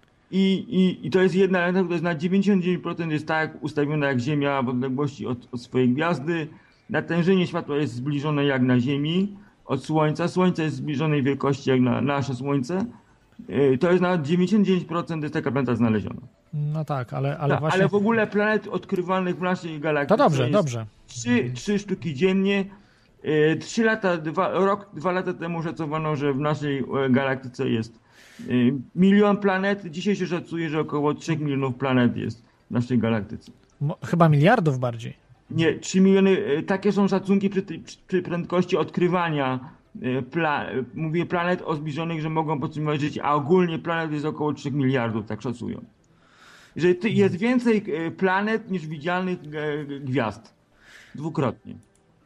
I to jest jedna planeta, która jest na 99% jest tak ustawiona jak Ziemia w odległości od swojej gwiazdy. Natężenie światła jest zbliżone jak na Ziemi od Słońca. Słońce jest zbliżonej wielkości jak na nasze Słońce. To jest na 99% jest taka planeta znaleziona. No tak, ale właśnie... Ale w ogóle planet odkrywanych w naszej galaktyce to dobrze. 3 sztuki dziennie. Rok, 2 lata temu szacowano, że w naszej galaktyce jest 1 milion planet. Dzisiaj się szacuje, że około 3 milionów planet jest w naszej galaktyce. Chyba miliardów bardziej. Nie, 3 miliony, takie są szacunki przy prędkości odkrywania mówię planet o zbliżonych, że mogą podtrzymywać życie, a ogólnie planet jest około 3 miliardów, tak szacują. Że jest więcej planet niż widzialnych gwiazd. Dwukrotnie.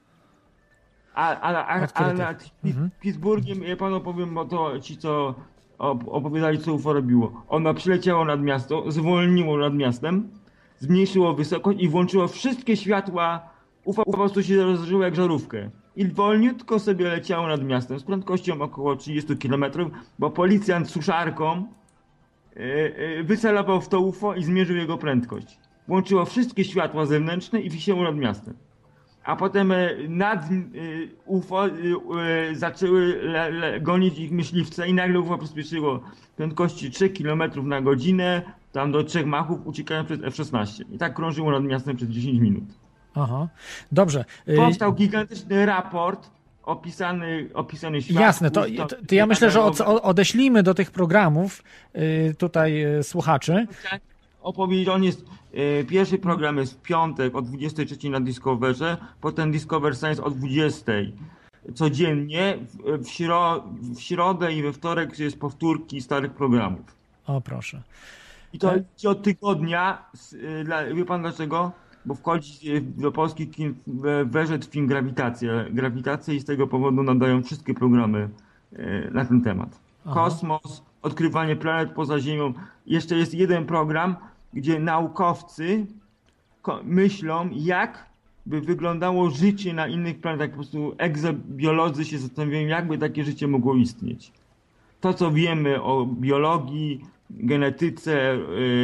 A nad Pittsburghem, ja panu powiem, bo to ci, co opowiadali, co UFO robiło. Ono przyleciało nad miasto, zwolniło nad miastem, zmniejszyło wysokość i włączyło wszystkie światła. UFO po prostu się rozżyło jak żarówkę. I wolniutko sobie leciało nad miastem z prędkością około 30 km, bo policjant suszarką wycelował w to UFO i zmierzył jego prędkość. Włączyło wszystkie światła zewnętrzne i wisiało nad miastem. A potem nad UFO zaczęły gonić ich myśliwce i nagle UFO przyspieszyło prędkości 3 km na godzinę, tam do 3 machów, uciekając przez F-16. I tak krążyło nad miastem przez 10 minut. Aha, dobrze. Powstał gigantyczny raport opisany świat. Jasne, to ja myślę, że odeślimy do tych programów tutaj słuchaczy. Opowiedzieć, pierwszy program jest w piątek o 23 na Discoverze, potem Discover Science o 20 codziennie, w środę i we wtorek jest powtórki starych programów. O proszę. I to od tygodnia, wie pan dlaczego? Bo wchodzi do polskich kin, weszedł film Grawitacja i z tego powodu nadają wszystkie programy na ten temat. Aha. Kosmos, odkrywanie planet poza Ziemią. Jeszcze jest jeden program, gdzie naukowcy myślą, jak by wyglądało życie na innych planetach. Po prostu egzobiolodzy się zastanawiają, jakby takie życie mogło istnieć. To, co wiemy o biologii, genetyce,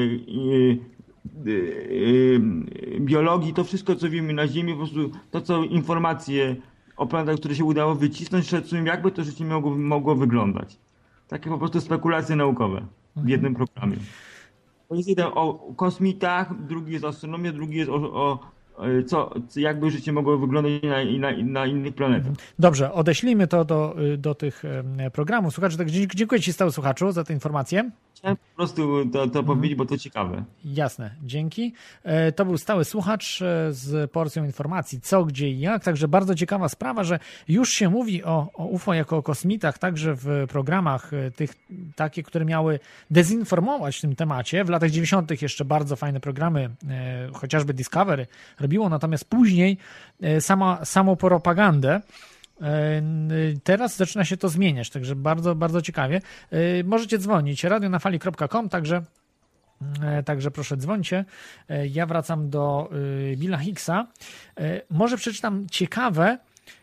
biologii, to wszystko, co wiemy na Ziemi, po prostu to, co informacje o planetach, które się udało wycisnąć, szacują, jakby to życie mogło wyglądać. Takie po prostu spekulacje naukowe w jednym programie. To jest jeden o kosmitach, drugi jest o astronomii, drugi jest jakby życie mogło wyglądać na innych planetach. Dobrze, odeślijmy to do tych programów. Słuchaczu, tak, dziękuję ci, stały słuchaczu, za tę informację. Chciałem po prostu to powiedzieć, bo to ciekawe. Jasne, dzięki. To był stały słuchacz z porcją informacji, co, gdzie i jak. Także bardzo ciekawa sprawa, że już się mówi o UFO jako o kosmitach, także w programach tych, takie, które miały dezinformować w tym temacie. W latach 90. jeszcze bardzo fajne programy, chociażby Discovery robiło, natomiast później samą propagandę. Teraz zaczyna się to zmieniać, także bardzo, bardzo ciekawie. Możecie dzwonić radionafali.com, także proszę dzwońcie. Ja wracam do Billa Hicksa. Może przeczytam ciekawe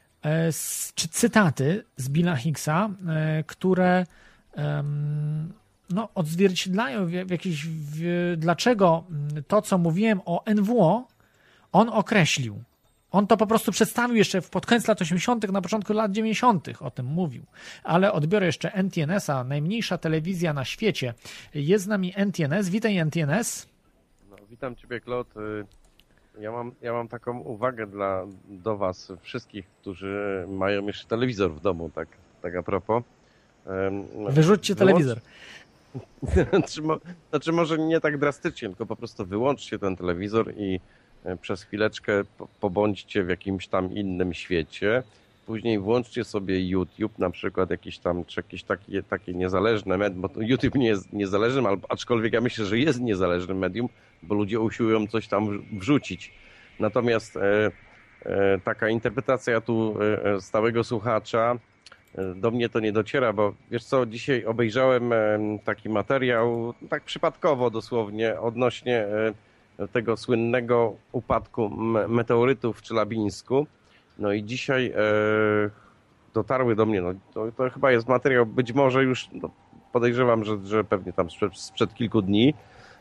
cytaty z Billa Hicksa, które odzwierciedlają dlaczego to, co mówiłem o NWO, on określił. On to po prostu przedstawił jeszcze pod koniec lat 80., na początku lat 90. o tym mówił. Ale odbiorę jeszcze NTNS-a, najmniejsza telewizja na świecie. Jest z nami NTNS. Witaj, NTNS. No, witam Ciebie, Claude. Ja mam taką uwagę do Was wszystkich, którzy mają jeszcze telewizor w domu, tak a propos. Wyrzućcie telewizor. Znaczy może nie tak drastycznie, tylko po prostu wyłączcie ten telewizor i przez chwileczkę pobądźcie w jakimś tam innym świecie. Później włączcie sobie YouTube, na przykład jakieś takie niezależne medium, bo YouTube nie jest niezależnym, aczkolwiek ja myślę, że jest niezależnym medium, bo ludzie usiłują coś tam wrzucić. Natomiast taka interpretacja tu stałego słuchacza do mnie to nie dociera, bo wiesz co, dzisiaj obejrzałem taki materiał, tak przypadkowo dosłownie, odnośnie tego słynnego upadku meteorytów w Czelabińsku. No i dzisiaj dotarły do mnie, to chyba jest materiał, być może już podejrzewam, że pewnie tam sprzed kilku dni.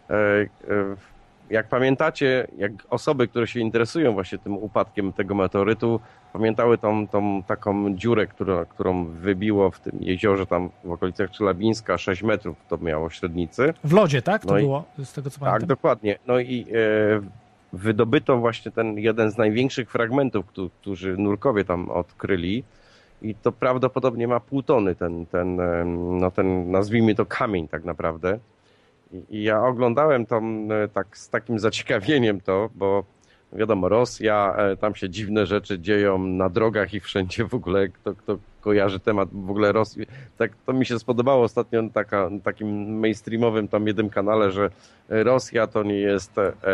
Jak pamiętacie, jak osoby, które się interesują właśnie tym upadkiem tego meteorytu, pamiętały tą taką dziurę, którą wybiło w tym jeziorze tam w okolicach Czelabińska, 6 metrów to miało średnicy. W lodzie, tak? To było, z tego co pamiętam. Tak, dokładnie. No i wydobyto właśnie ten jeden z największych fragmentów, którzy nurkowie tam odkryli. I to prawdopodobnie ma 0,5 tony ten nazwijmy to kamień tak naprawdę. I ja oglądałem tam tak z takim zaciekawieniem to, bo wiadomo, Rosja, tam się dziwne rzeczy dzieją na drogach i wszędzie w ogóle, kto kojarzy temat w ogóle Rosji. Tak, to mi się spodobało ostatnio na takim mainstreamowym tam jednym kanale, że Rosja to nie jest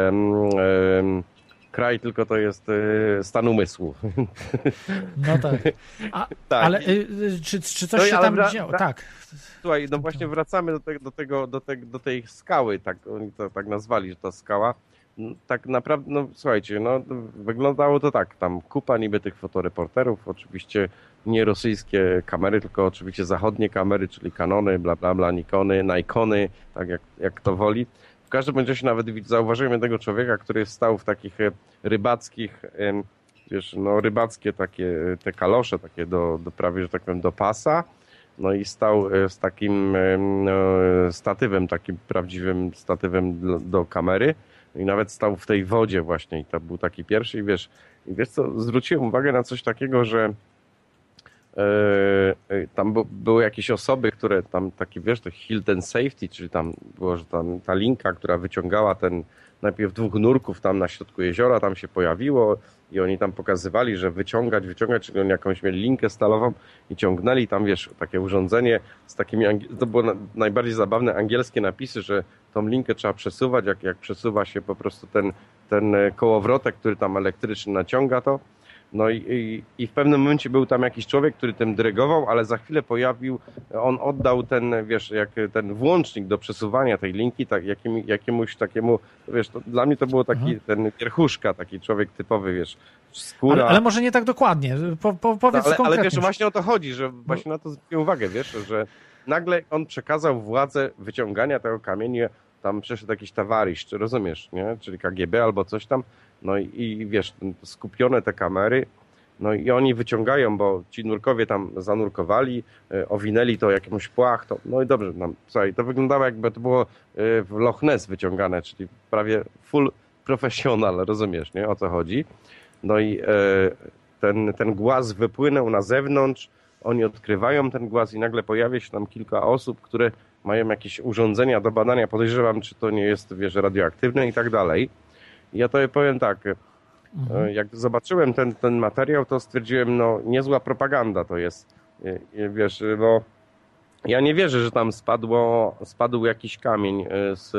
kraj, tylko to jest stan umysłu. No tak. Tak. Ale czy coś się tam działo? Tak. Słuchaj, no właśnie wracamy do tej skały, tak oni to tak nazwali, że ta skała. Tak naprawdę, no słuchajcie, no wyglądało to tak, tam kupa niby tych fotoreporterów, oczywiście nie rosyjskie kamery, tylko oczywiście zachodnie kamery, czyli Canony, bla bla bla, Nikony, tak jak kto woli. W każdym razie nawet zauważyłem jednego człowieka, który stał w takich rybackich, wiesz, no rybackie takie te kalosze, takie do prawie, że tak powiem, do pasa. No i stał z takim statywem, takim prawdziwym statywem do kamery. I nawet stał w tej wodzie właśnie i to był taki pierwszy. I wiesz co, zwróciłem uwagę na coś takiego, że tam były jakieś osoby, które tam taki, wiesz, to Hilton Safety, czyli tam było, że tam ta linka, która wyciągała najpierw 2 nurków tam na środku jeziora, tam się pojawiło i oni tam pokazywali, że wyciągać, czyli oni jakąś mieli linkę stalową i ciągnęli tam, wiesz, takie urządzenie z takimi, to było najbardziej zabawne, angielskie napisy, że tą linkę trzeba przesuwać, jak przesuwa się po prostu ten kołowrotek, który tam elektryczny naciąga to. No i w pewnym momencie był tam jakiś człowiek, który tym dyrygował, ale za chwilę on oddał ten włącznik do przesuwania tej linki jakiemuś takiemu, wiesz, dla mnie to było taki ten wierchuszka, taki człowiek typowy, wiesz, skóra. Ale może nie tak dokładnie, powiedz konkretnie. Ale wiesz, właśnie o to chodzi, że właśnie na to zwróciłem uwagę, wiesz, że nagle on przekazał władzę wyciągania tego kamienia, tam przyszedł jakiś towarzysz, czy rozumiesz, nie? Czyli KGB albo coś tam. No i wiesz, skupione te kamery, no i oni wyciągają, bo ci nurkowie tam zanurkowali, owinęli to jakimś płachtą, no i dobrze, słuchaj, to wyglądało jakby to było w Loch Ness wyciągane, czyli prawie full professional, rozumiesz, nie? O co chodzi. No i ten głaz wypłynął na zewnątrz, oni odkrywają ten głaz i nagle pojawia się tam kilka osób, które mają jakieś urządzenia do badania, podejrzewam, czy to nie jest, wiesz, radioaktywne i tak dalej. Ja tobie powiem tak, jak zobaczyłem ten materiał, to stwierdziłem, no niezła propaganda to jest, wiesz, bo ja nie wierzę, że tam spadł jakiś kamień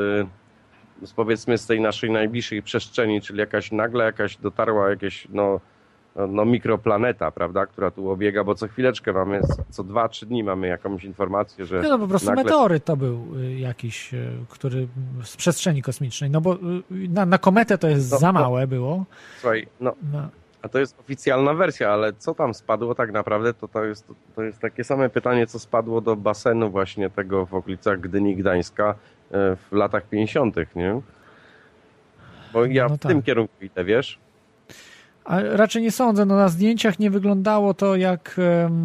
powiedzmy z tej naszej najbliższej przestrzeni, czyli nagle dotarła jakaś mikroplaneta, prawda, która tu obiega, bo co chwileczkę mamy, co 2-3 dni mamy jakąś informację, że... No po prostu meteoryt to był jakiś, który z przestrzeni kosmicznej, no bo na kometę to jest za małe było. Słuchaj, a to jest oficjalna wersja, ale co tam spadło tak naprawdę, to jest takie same pytanie, co spadło do basenu właśnie tego w okolicach Gdyni i Gdańska w latach 50., nie? Bo ja w tym kierunku idę, wiesz? A raczej nie sądzę, na zdjęciach nie wyglądało to jak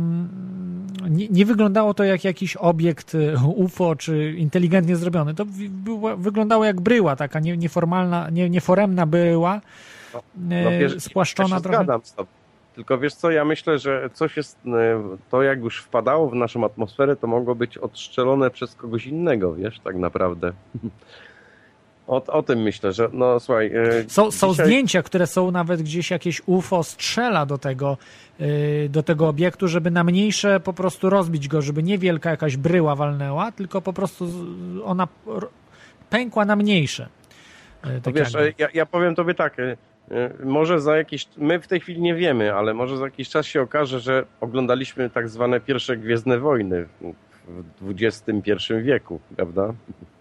nie wyglądało to jak jakiś obiekt UFO czy inteligentnie zrobiony. To wyglądało jak bryła, taka nieformalna, nieforemna bryła, spłaszczona trochę. Zgadzam z tobą. Tylko wiesz co, ja myślę, że coś jest, to jak już wpadało w naszą atmosferę, to mogło być odstrzelone przez kogoś innego, wiesz, tak naprawdę. O tym myślę, że no słuchaj... Są zdjęcia, które są nawet gdzieś jakieś UFO strzela do tego obiektu, żeby na mniejsze po prostu rozbić go, żeby nie wielka jakaś bryła walnęła, tylko po prostu ona pękła na mniejsze. Tak wiesz, ja powiem tobie tak, może za jakiś... My w tej chwili nie wiemy, ale może za jakiś czas się okaże, że oglądaliśmy tak zwane pierwsze Gwiezdne Wojny w XXI wieku, prawda?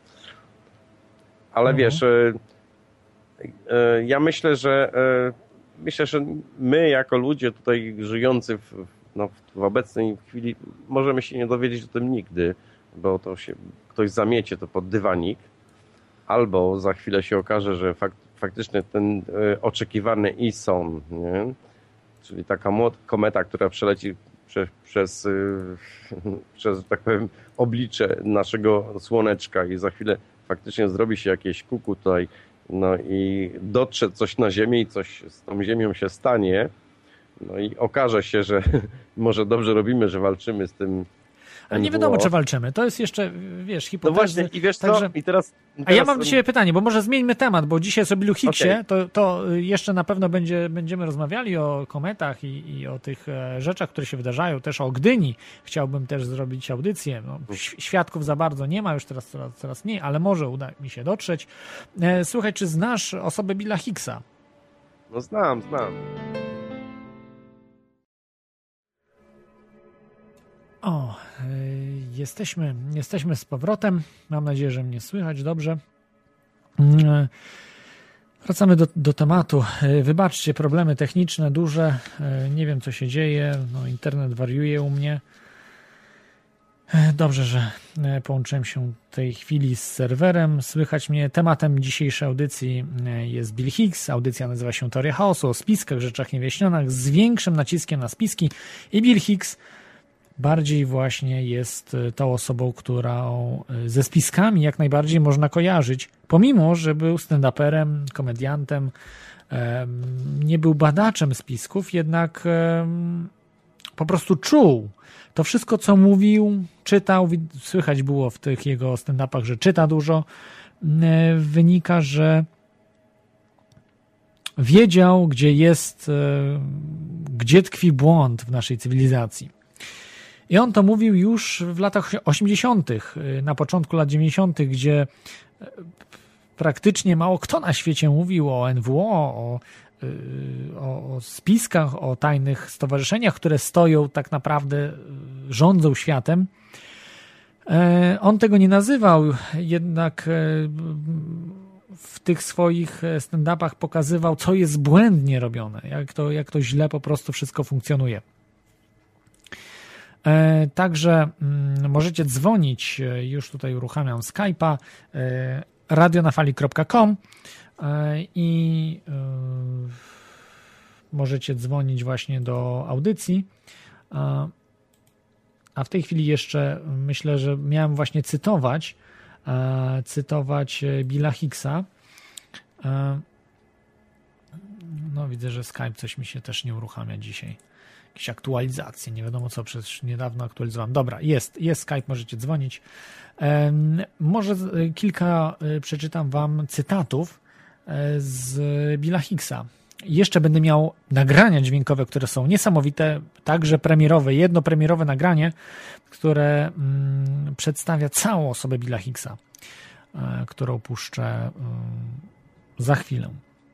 Ale wiesz, ja myślę, że my jako ludzie tutaj żyjący w obecnej chwili możemy się nie dowiedzieć o tym nigdy, bo to się ktoś zamiecie to pod dywanik, albo za chwilę się okaże, że faktycznie ten oczekiwany Ison, nie? Czyli taka kometa, która przeleci przez tak powiem, oblicze naszego Słoneczka i za chwilę faktycznie zrobi się jakieś kuku tutaj no i dotrze coś na Ziemię i coś z tą Ziemią się stanie, no i okaże się, że może dobrze robimy, że walczymy z tym Ale nie wiadomo, czy walczymy. To jest jeszcze, wiesz, hipotezy. No właśnie, i wiesz co? Także... I teraz... A ja mam do Ciebie pytanie, bo może zmieńmy temat, bo dzisiaj sobie Bilu Hicksie, Okay. to jeszcze na pewno będziemy rozmawiali o kometach i o tych rzeczach, które się wydarzają, też o Gdyni. Chciałbym też zrobić audycję. No, świadków za bardzo nie ma, już teraz nie, ale może uda mi się dotrzeć. Słuchaj, czy znasz osobę Billa Hicksa? No znam. O, jesteśmy z powrotem. Mam nadzieję, że mnie słychać dobrze. Wracamy do tematu. Wybaczcie, problemy techniczne duże. Nie wiem, co się dzieje. No, internet wariuje u mnie. Dobrze, że połączyłem się w tej chwili z serwerem. Słychać mnie. Tematem dzisiejszej audycji jest Bill Hicks. Audycja nazywa się Teoria Chaosu, o spiskach, rzeczach niewyjaśnionych, z większym naciskiem na spiski. I Bill Hicks bardziej właśnie jest tą osobą, którą ze spiskami jak najbardziej można kojarzyć, pomimo że był stand-uperem, komediantem, nie był badaczem spisków, jednak po prostu czuł to wszystko, co mówił, czytał, słychać było w tych jego stand-upach, że czyta dużo, wynika, że wiedział, gdzie tkwi błąd w naszej cywilizacji. I on to mówił już w latach 80., na początku lat 90., gdzie praktycznie mało kto na świecie mówił o NWO, o spiskach, o tajnych stowarzyszeniach, które stoją, tak naprawdę rządzą światem. On tego nie nazywał, jednak w tych swoich stand-upach pokazywał, co jest błędnie robione, jak to źle po prostu wszystko funkcjonuje. Także możecie dzwonić, już tutaj uruchamiam Skype'a, radionafali.com i możecie dzwonić właśnie do audycji. A w tej chwili jeszcze myślę, że miałem właśnie cytować Billa Hicksa. No widzę, że Skype coś mi się też nie uruchamia dzisiaj. Jakieś aktualizacje, nie wiadomo co, przecież niedawno aktualizowałem. Dobra, jest Skype, możecie dzwonić. Może kilka przeczytam wam cytatów z Billa Hicksa. Jeszcze będę miał nagrania dźwiękowe, które są niesamowite, także premierowe, jedno premierowe nagranie, które przedstawia całą osobę Billa Hicksa, którą puszczę za chwilę.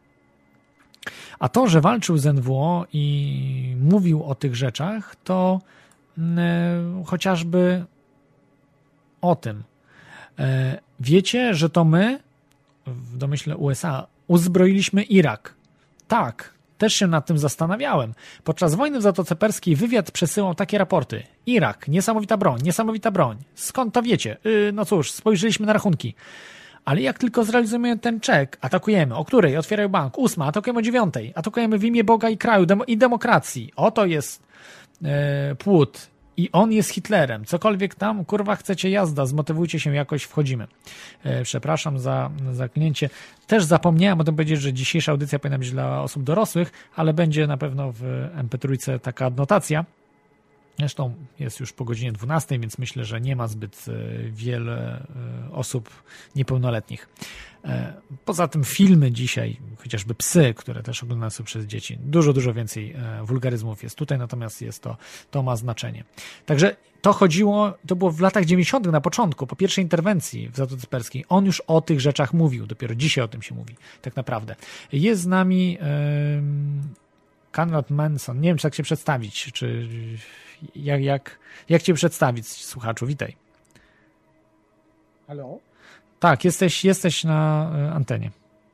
A to, że walczył z NWO i mówił o tych rzeczach, to chociażby o tym. Wiecie, że to my, w domyśle USA, uzbroiliśmy Irak. Tak, też się nad tym zastanawiałem. Podczas wojny w Zatoce Perskiej wywiad przesyłał takie raporty. Irak, niesamowita broń. Skąd to wiecie? No cóż, spojrzeliśmy na rachunki. Ale jak tylko zrealizujemy ten czek, atakujemy. O której? Otwierają bank. 8, atakujemy o 9. Atakujemy w imię Boga i kraju i demokracji. Oto jest płód. I on jest Hitlerem. Cokolwiek tam, kurwa, chcecie jazda, zmotywujcie się jakoś, wchodzimy. Przepraszam za zaklinięcie. Też zapomniałem o tym powiedzieć, że dzisiejsza audycja powinna być dla osób dorosłych, ale będzie na pewno w MP3 taka adnotacja. Zresztą jest już po godzinie 12, więc myślę, że nie ma zbyt wiele osób niepełnoletnich. Poza tym filmy dzisiaj, chociażby Psy, które też oglądają sobie przez dzieci, dużo więcej wulgaryzmów jest tutaj, natomiast to ma znaczenie. Także to było w latach 90. na początku, po pierwszej interwencji w Zatoce Perskiej. On już o tych rzeczach mówił, dopiero dzisiaj o tym się mówi, tak naprawdę. Jest z nami Conrad Manson, nie wiem, czy tak się przedstawić, czy jak cię przedstawić, słuchaczu? Witaj. Halo? Tak, jesteś na antenie.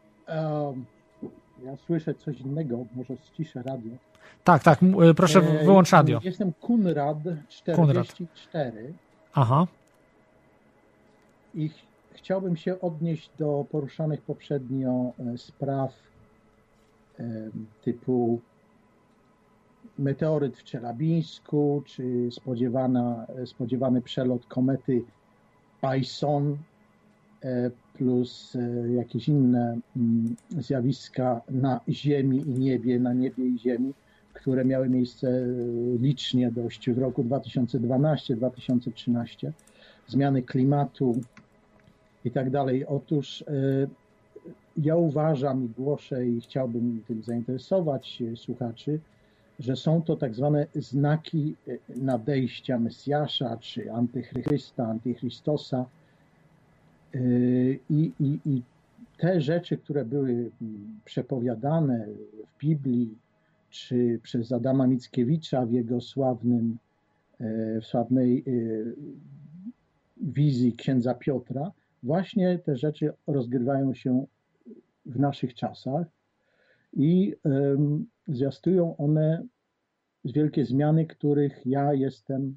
Ja słyszę coś innego, może ściszę radio. Tak, proszę wyłącz radio. Jestem Kunrad 44. Aha. I chciałbym się odnieść do poruszanych poprzednio spraw typu meteoryt w Czelabińsku, czy spodziewany przelot komety Bison plus jakieś inne zjawiska na ziemi i niebie, na niebie i ziemi, które miały miejsce licznie dość w roku 2012-2013, zmiany klimatu i tak dalej. Otóż ja uważam i głoszę i chciałbym tym zainteresować słuchaczy, że są to tak zwane znaki nadejścia Mesjasza, czy antychrysta, antychristosa. I te rzeczy, które były przepowiadane w Biblii, czy przez Adama Mickiewicza w jego sławnej wizji księdza Piotra, właśnie te rzeczy rozgrywają się w naszych czasach i zwiastują one wielkie zmiany, których ja jestem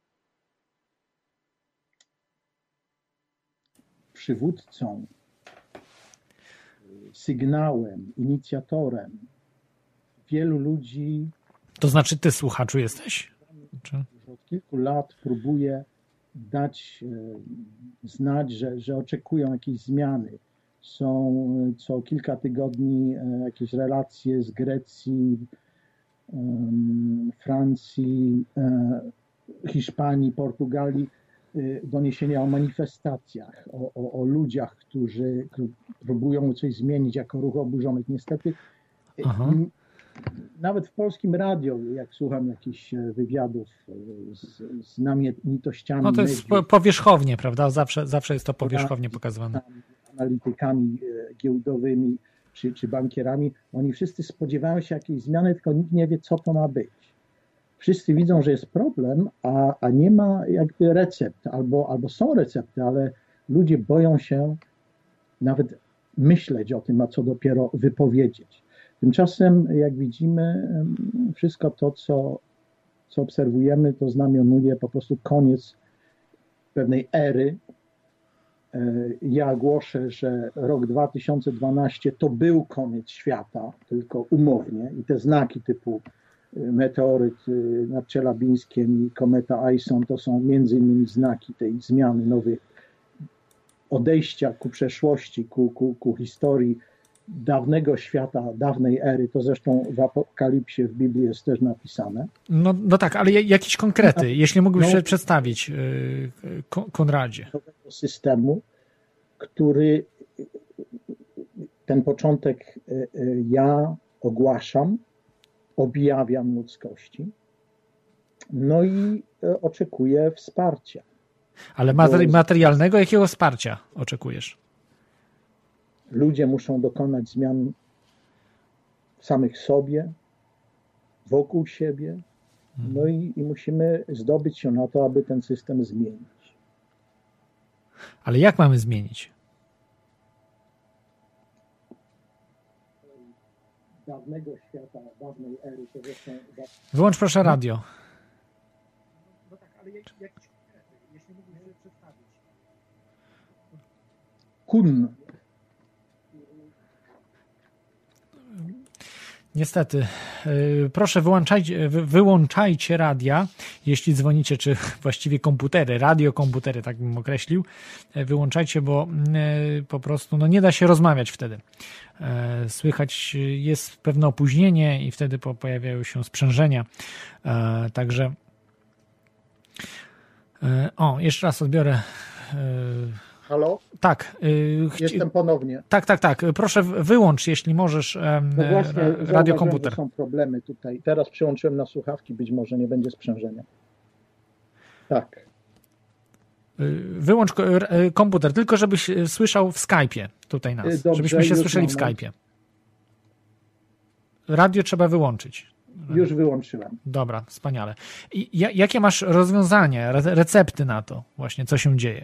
przywódcą, sygnałem, inicjatorem. Wielu ludzi... To znaczy ty, słuchaczu, jesteś? Czy... Od kilku lat próbuję dać znać, że oczekują jakiejś zmiany. Są co kilka tygodni jakieś relacje z Grecji, Francji, Hiszpanii, Portugalii, doniesienia o manifestacjach, o ludziach, którzy próbują coś zmienić jako ruch oburzonych. Niestety nawet w polskim radio, jak słucham jakichś wywiadów z namiętnościami... No to jest powierzchownie, prawda? Zawsze jest to powierzchownie pokazywane. Analitykami giełdowymi czy bankierami. Oni wszyscy spodziewają się jakiejś zmiany, tylko nikt nie wie, co to ma być. Wszyscy widzą, że jest problem, a nie ma jakby recept, albo są recepty, ale ludzie boją się nawet myśleć o tym, a co dopiero wypowiedzieć. Tymczasem, jak widzimy, wszystko to, co obserwujemy, to znamionuje po prostu koniec pewnej ery. Ja głoszę, że rok 2012 to był koniec świata, tylko umownie, i te znaki typu meteoryt nad Czelabińskiem i kometa Ison to są między innymi znaki tej zmiany, nowych odejścia ku przeszłości, ku historii dawnego świata, dawnej ery. To zresztą w Apokalipsie w Biblii jest też napisane. No tak, ale jakieś konkrety, jeśli mógłbyś się przedstawić, Konradzie. Systemu, który ten początek ja ogłaszam, objawiam ludzkości, no i oczekuję wsparcia. Ale materialnego jakiego wsparcia oczekujesz? Ludzie muszą dokonać zmian w samych sobie, wokół siebie, no i musimy zdobyć się na to, aby ten system zmienić. Ale jak mamy zmienić? Dawnego świata, dawnej ery. To zresztą... Wyłącz proszę radio. No tak, ale jakieś konkrety, jeśli mógłbyś przedstawić. Kun. Niestety. Proszę wyłączajcie radia, jeśli dzwonicie, czy właściwie komputery, radiokomputery, tak bym określił. Wyłączajcie, bo po prostu nie da się rozmawiać wtedy. Słychać jest pewne opóźnienie i wtedy pojawiają się sprzężenia. Także jeszcze raz odbiorę. Halo? Tak. Jestem ponownie. Tak. Proszę wyłącz, jeśli możesz, no właśnie, radiokomputer. Są problemy tutaj. Teraz przyłączyłem na słuchawki, być może nie będzie sprzężenia. Tak. Wyłącz komputer, tylko żebyś słyszał w Skype'ie tutaj nas. Dobrze, żebyśmy się słyszeli w Skype'ie. Radio trzeba wyłączyć. Już wyłączyłem. Dobra, wspaniale. I jakie masz rozwiązania, recepty na to właśnie, co się dzieje?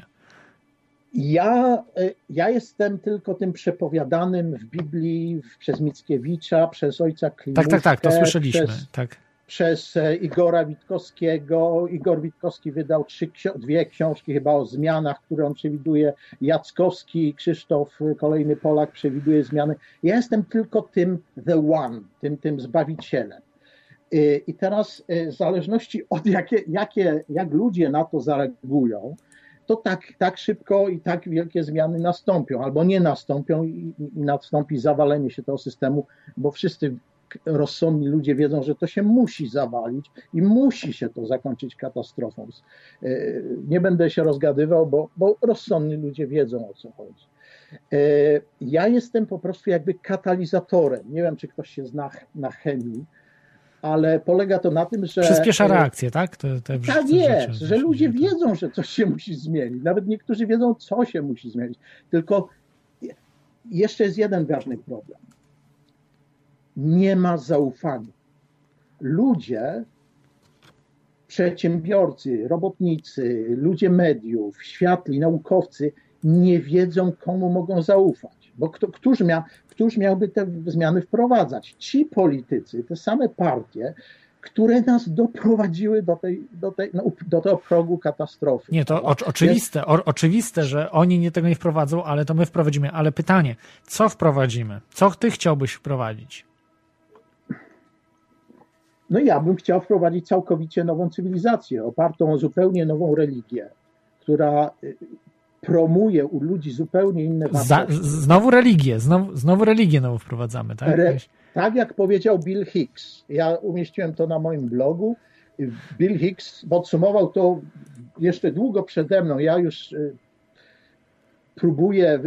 Ja jestem tylko tym przepowiadanym w Biblii przez Mickiewicza, przez ojca Klimówkę. Tak, to słyszeliśmy. Przez Igora Witkowskiego. Igor Witkowski wydał dwie książki chyba o zmianach, które on przewiduje. Jackowski, Krzysztof, kolejny Polak, przewiduje zmiany. Ja jestem tylko tym the one, tym zbawicielem. I teraz w zależności od jak ludzie na to zareagują, to tak szybko i tak wielkie zmiany nastąpią, albo nie nastąpią i nastąpi zawalenie się tego systemu, bo wszyscy rozsądni ludzie wiedzą, że to się musi zawalić i musi się to zakończyć katastrofą. Nie będę się rozgadywał, bo rozsądni ludzie wiedzą, o co chodzi. Ja jestem po prostu jakby katalizatorem. Nie wiem, czy ktoś się zna na chemii, ale polega to na tym, że... Przyspiesza reakcję, tak? Tak jest, że ludzie wiedzą, że coś się musi zmienić. Nawet niektórzy wiedzą, co się musi zmienić. Tylko jeszcze jest jeden ważny problem. Nie ma zaufania. Ludzie, przedsiębiorcy, robotnicy, ludzie mediów, światli, naukowcy nie wiedzą, komu mogą zaufać. Bo któż miałby te zmiany wprowadzać? Ci politycy, te same partie, które nas doprowadziły do tego progu katastrofy. Nie, to oczywiste, że oni tego nie wprowadzą, ale to my wprowadzimy. Ale pytanie, co wprowadzimy? Co ty chciałbyś wprowadzić? No ja bym chciał wprowadzić całkowicie nową cywilizację, opartą o zupełnie nową religię, która promuje u ludzi zupełnie inne wartości. Znowu religię nową wprowadzamy, tak? Tak jak powiedział Bill Hicks. Ja umieściłem to na moim blogu. Bill Hicks podsumował to jeszcze długo przede mną. Ja już próbuję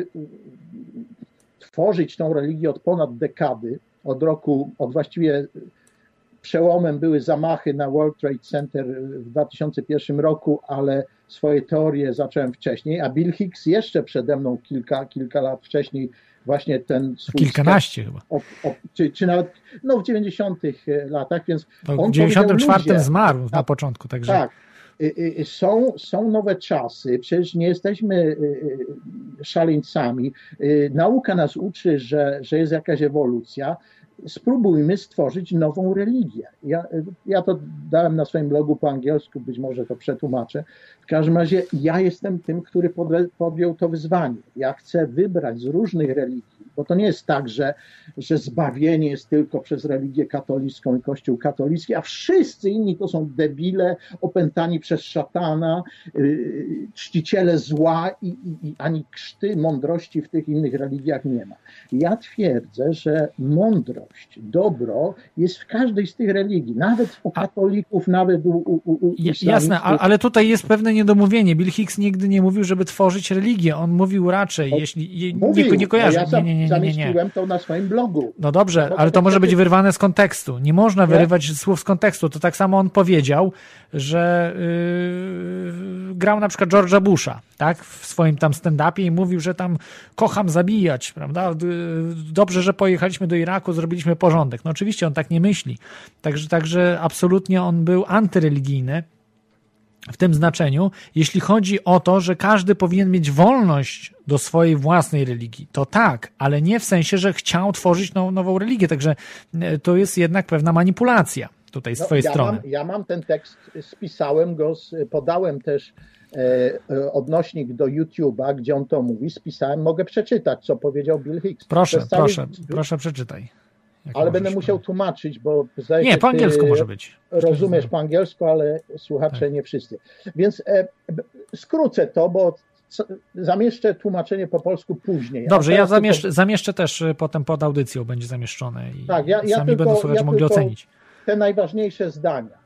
tworzyć tą religię od ponad dekady. Od właściwie przełomem były zamachy na World Trade Center w 2001 roku, ale swoje teorie zacząłem wcześniej, a Bill Hicks jeszcze przede mną kilka lat wcześniej właśnie ten swój... Kilkanaście chyba. Czy nawet w 90 latach, więc w 94 zmarł na początku, także... Tak. Są nowe czasy, przecież nie jesteśmy szaleńcami. Nauka nas uczy, że jest jakaś ewolucja. Spróbujmy stworzyć nową religię. Ja to dałem na swoim blogu po angielsku, być może to przetłumaczę. W każdym razie ja jestem tym, który podjął to wyzwanie. Ja chcę wybrać z różnych religii, bo to nie jest tak, że zbawienie jest tylko przez religię katolicką i Kościół katolicki, a wszyscy inni to są debile, opętani przez szatana, czciciele zła i ani krzty mądrości w tych innych religiach nie ma. Ja twierdzę, że mądrość, dobro jest w każdej z tych religii, nawet u katolików, nawet u Jasne, ale tutaj jest pewne niedomówienie. Bill Hicks nigdy nie mówił, żeby tworzyć religię. On mówił raczej, jeśli nie kojarzę. Ja zamieściłem to na swoim blogu. No dobrze, ale to może być wyrwane z kontekstu. Nie można wyrywać słów z kontekstu. To tak samo on powiedział, że grał na przykład George'a Busha, tak, w swoim tam stand-upie i mówił, że tam kocham zabijać, prawda? Dobrze, że pojechaliśmy do Iraku, zrobiliśmy porządek. No oczywiście on tak nie myśli. Także absolutnie on był antyreligijny w tym znaczeniu, jeśli chodzi o to, że każdy powinien mieć wolność do swojej własnej religii. To tak, ale nie w sensie, że chciał tworzyć nową religię. Także to jest jednak pewna manipulacja tutaj z twojej strony. Ja mam ten tekst, spisałem go, podałem też odnośnik do YouTube'a, gdzie on to mówi, spisałem, mogę przeczytać, co powiedział Bill Hicks. Proszę przeczytaj. Ale będę musiał tłumaczyć, bo nie, po angielsku może być. Rozumiesz po angielsku, ale słuchacze nie wszyscy. Więc skrócę to, bo zamieszczę tłumaczenie po polsku później. Dobrze, ja zamieszczę też potem pod audycją, będzie zamieszczone i tak, sami będą słuchacze mogli ocenić. Te najważniejsze zdania.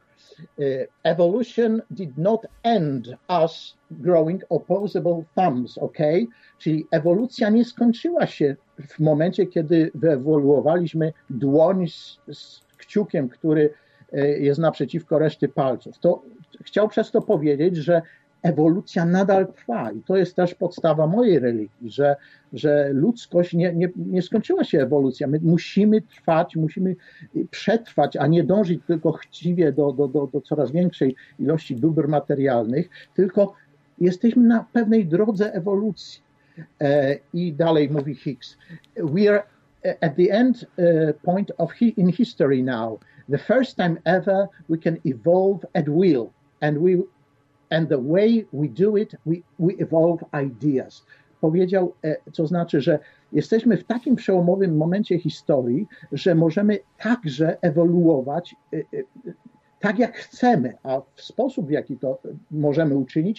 Evolution did not end us growing opposable thumbs, okay? Czyli ewolucja nie skończyła się w momencie, kiedy wyewoluowaliśmy dłoń z kciukiem, który jest naprzeciwko reszty palców. To chciał przez to powiedzieć, że ewolucja nadal trwa i to jest też podstawa mojej religii, że ludzkość nie skończyła się ewolucja. My musimy trwać, musimy przetrwać, a nie dążyć tylko chciwie do coraz większej ilości dóbr materialnych, tylko jesteśmy na pewnej drodze ewolucji. I dalej mówi Hicks. We are at the end point in history now. The first time ever we can evolve at will and the way we do it, we evolve ideas. Powiedział, co znaczy, że jesteśmy w takim przełomowym momencie historii, że możemy także ewoluować tak jak chcemy, a w sposób, w jaki to możemy uczynić,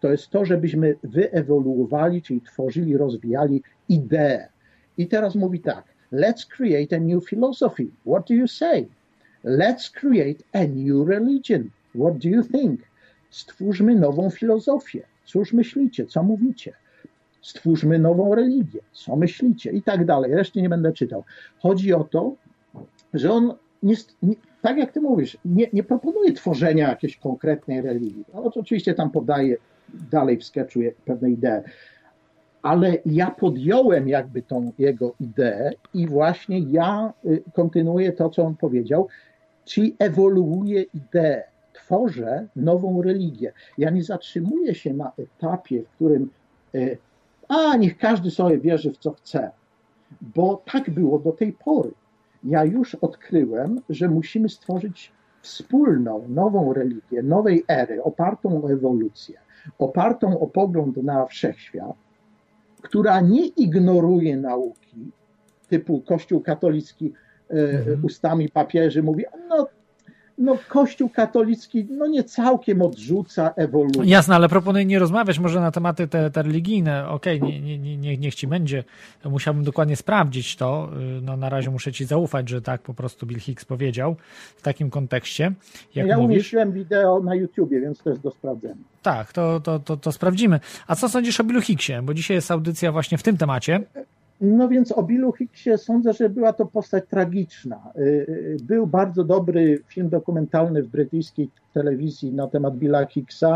to jest to, żebyśmy wyewoluowali, czyli tworzyli, rozwijali ideę. I teraz mówi tak, let's create a new philosophy. What do you say? Let's create a new religion. What do you think? Stwórzmy nową filozofię. Cóż myślicie? Co mówicie? Stwórzmy nową religię. Co myślicie? I tak dalej. Reszty nie będę czytał. Chodzi o to, że on, tak jak ty mówisz, nie proponuje tworzenia jakiejś konkretnej religii. No, oczywiście tam podaje dalej w sketchu pewne idee. Ale ja podjąłem jakby tą jego ideę i właśnie ja kontynuuję to, co on powiedział, czyli ewoluuję ideę, tworzę nową religię. Ja nie zatrzymuję się na etapie, w którym niech każdy sobie wierzy w co chce, bo tak było do tej pory. Ja już odkryłem, że musimy stworzyć wspólną, nową religię, nowej ery, opartą o ewolucję, opartą o pogląd na wszechświat, która nie ignoruje nauki, typu Kościół katolicki ustami papieży mówi, no Kościół katolicki nie całkiem odrzuca ewolucję. Jasne, ale proponuję nie rozmawiać może na tematy te religijne. Okej, niech ci będzie. Musiałbym dokładnie sprawdzić to. No na razie muszę ci zaufać, że tak po prostu Bill Hicks powiedział w takim kontekście. Jak ja mówisz. umieściłem wideo na YouTubie, więc to jest do sprawdzenia. Tak, to sprawdzimy. A co sądzisz o Billu Hicksie? Bo dzisiaj jest audycja właśnie w tym temacie. No więc o Billu Hicksie sądzę, że była to postać tragiczna. Był bardzo dobry film dokumentalny w brytyjskiej telewizji na temat Billa Hicksa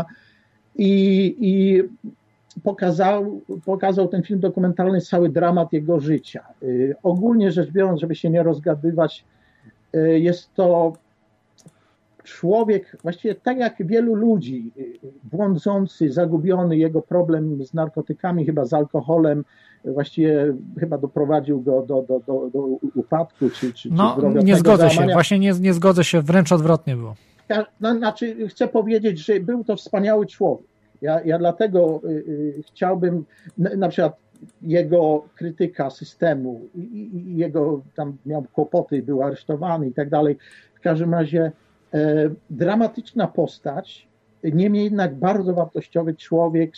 i pokazał ten film dokumentalny cały dramat jego życia. Ogólnie rzecz biorąc, żeby się nie rozgadywać, jest to człowiek, właściwie tak jak wielu ludzi, błądzący, zagubiony, jego problem z narkotykami, chyba z alkoholem, właściwie chyba doprowadził go do upadku, czy nie zgodzę się, właśnie nie zgodzę się, wręcz odwrotnie było. Znaczy, chcę powiedzieć, że był to wspaniały człowiek. Ja dlatego chciałbym, na przykład jego krytyka systemu i jego tam miał kłopoty, był aresztowany i tak dalej. W każdym razie dramatyczna postać, niemniej jednak bardzo wartościowy człowiek,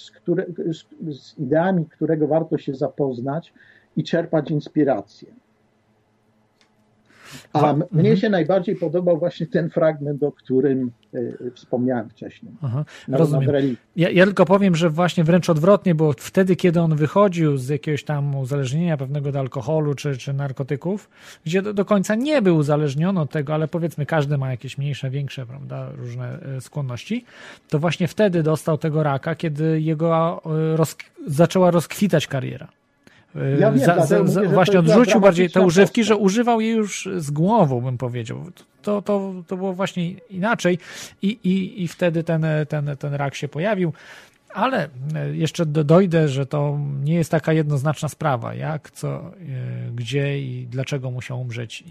z ideami którego warto się zapoznać i czerpać inspirację. A mnie się najbardziej podobał właśnie ten fragment, o którym wspomniałem wcześniej. Rozumiem. Ja tylko powiem, że właśnie wręcz odwrotnie, bo wtedy, kiedy on wychodził z jakiegoś tam uzależnienia pewnego do alkoholu czy narkotyków, gdzie do końca nie był uzależniony od tego, ale powiedzmy każdy ma jakieś mniejsze, większe, prawda, różne skłonności, to właśnie wtedy dostał tego raka, kiedy jego zaczęła rozkwitać kariera. Ja wiem, właśnie odrzucił bardziej te używki, że używał je już z głową, bym powiedział. To było właśnie inaczej i wtedy ten rak się pojawił. Ale jeszcze dojdę, że to nie jest taka jednoznaczna sprawa, jak, co, gdzie i dlaczego musiał umrzeć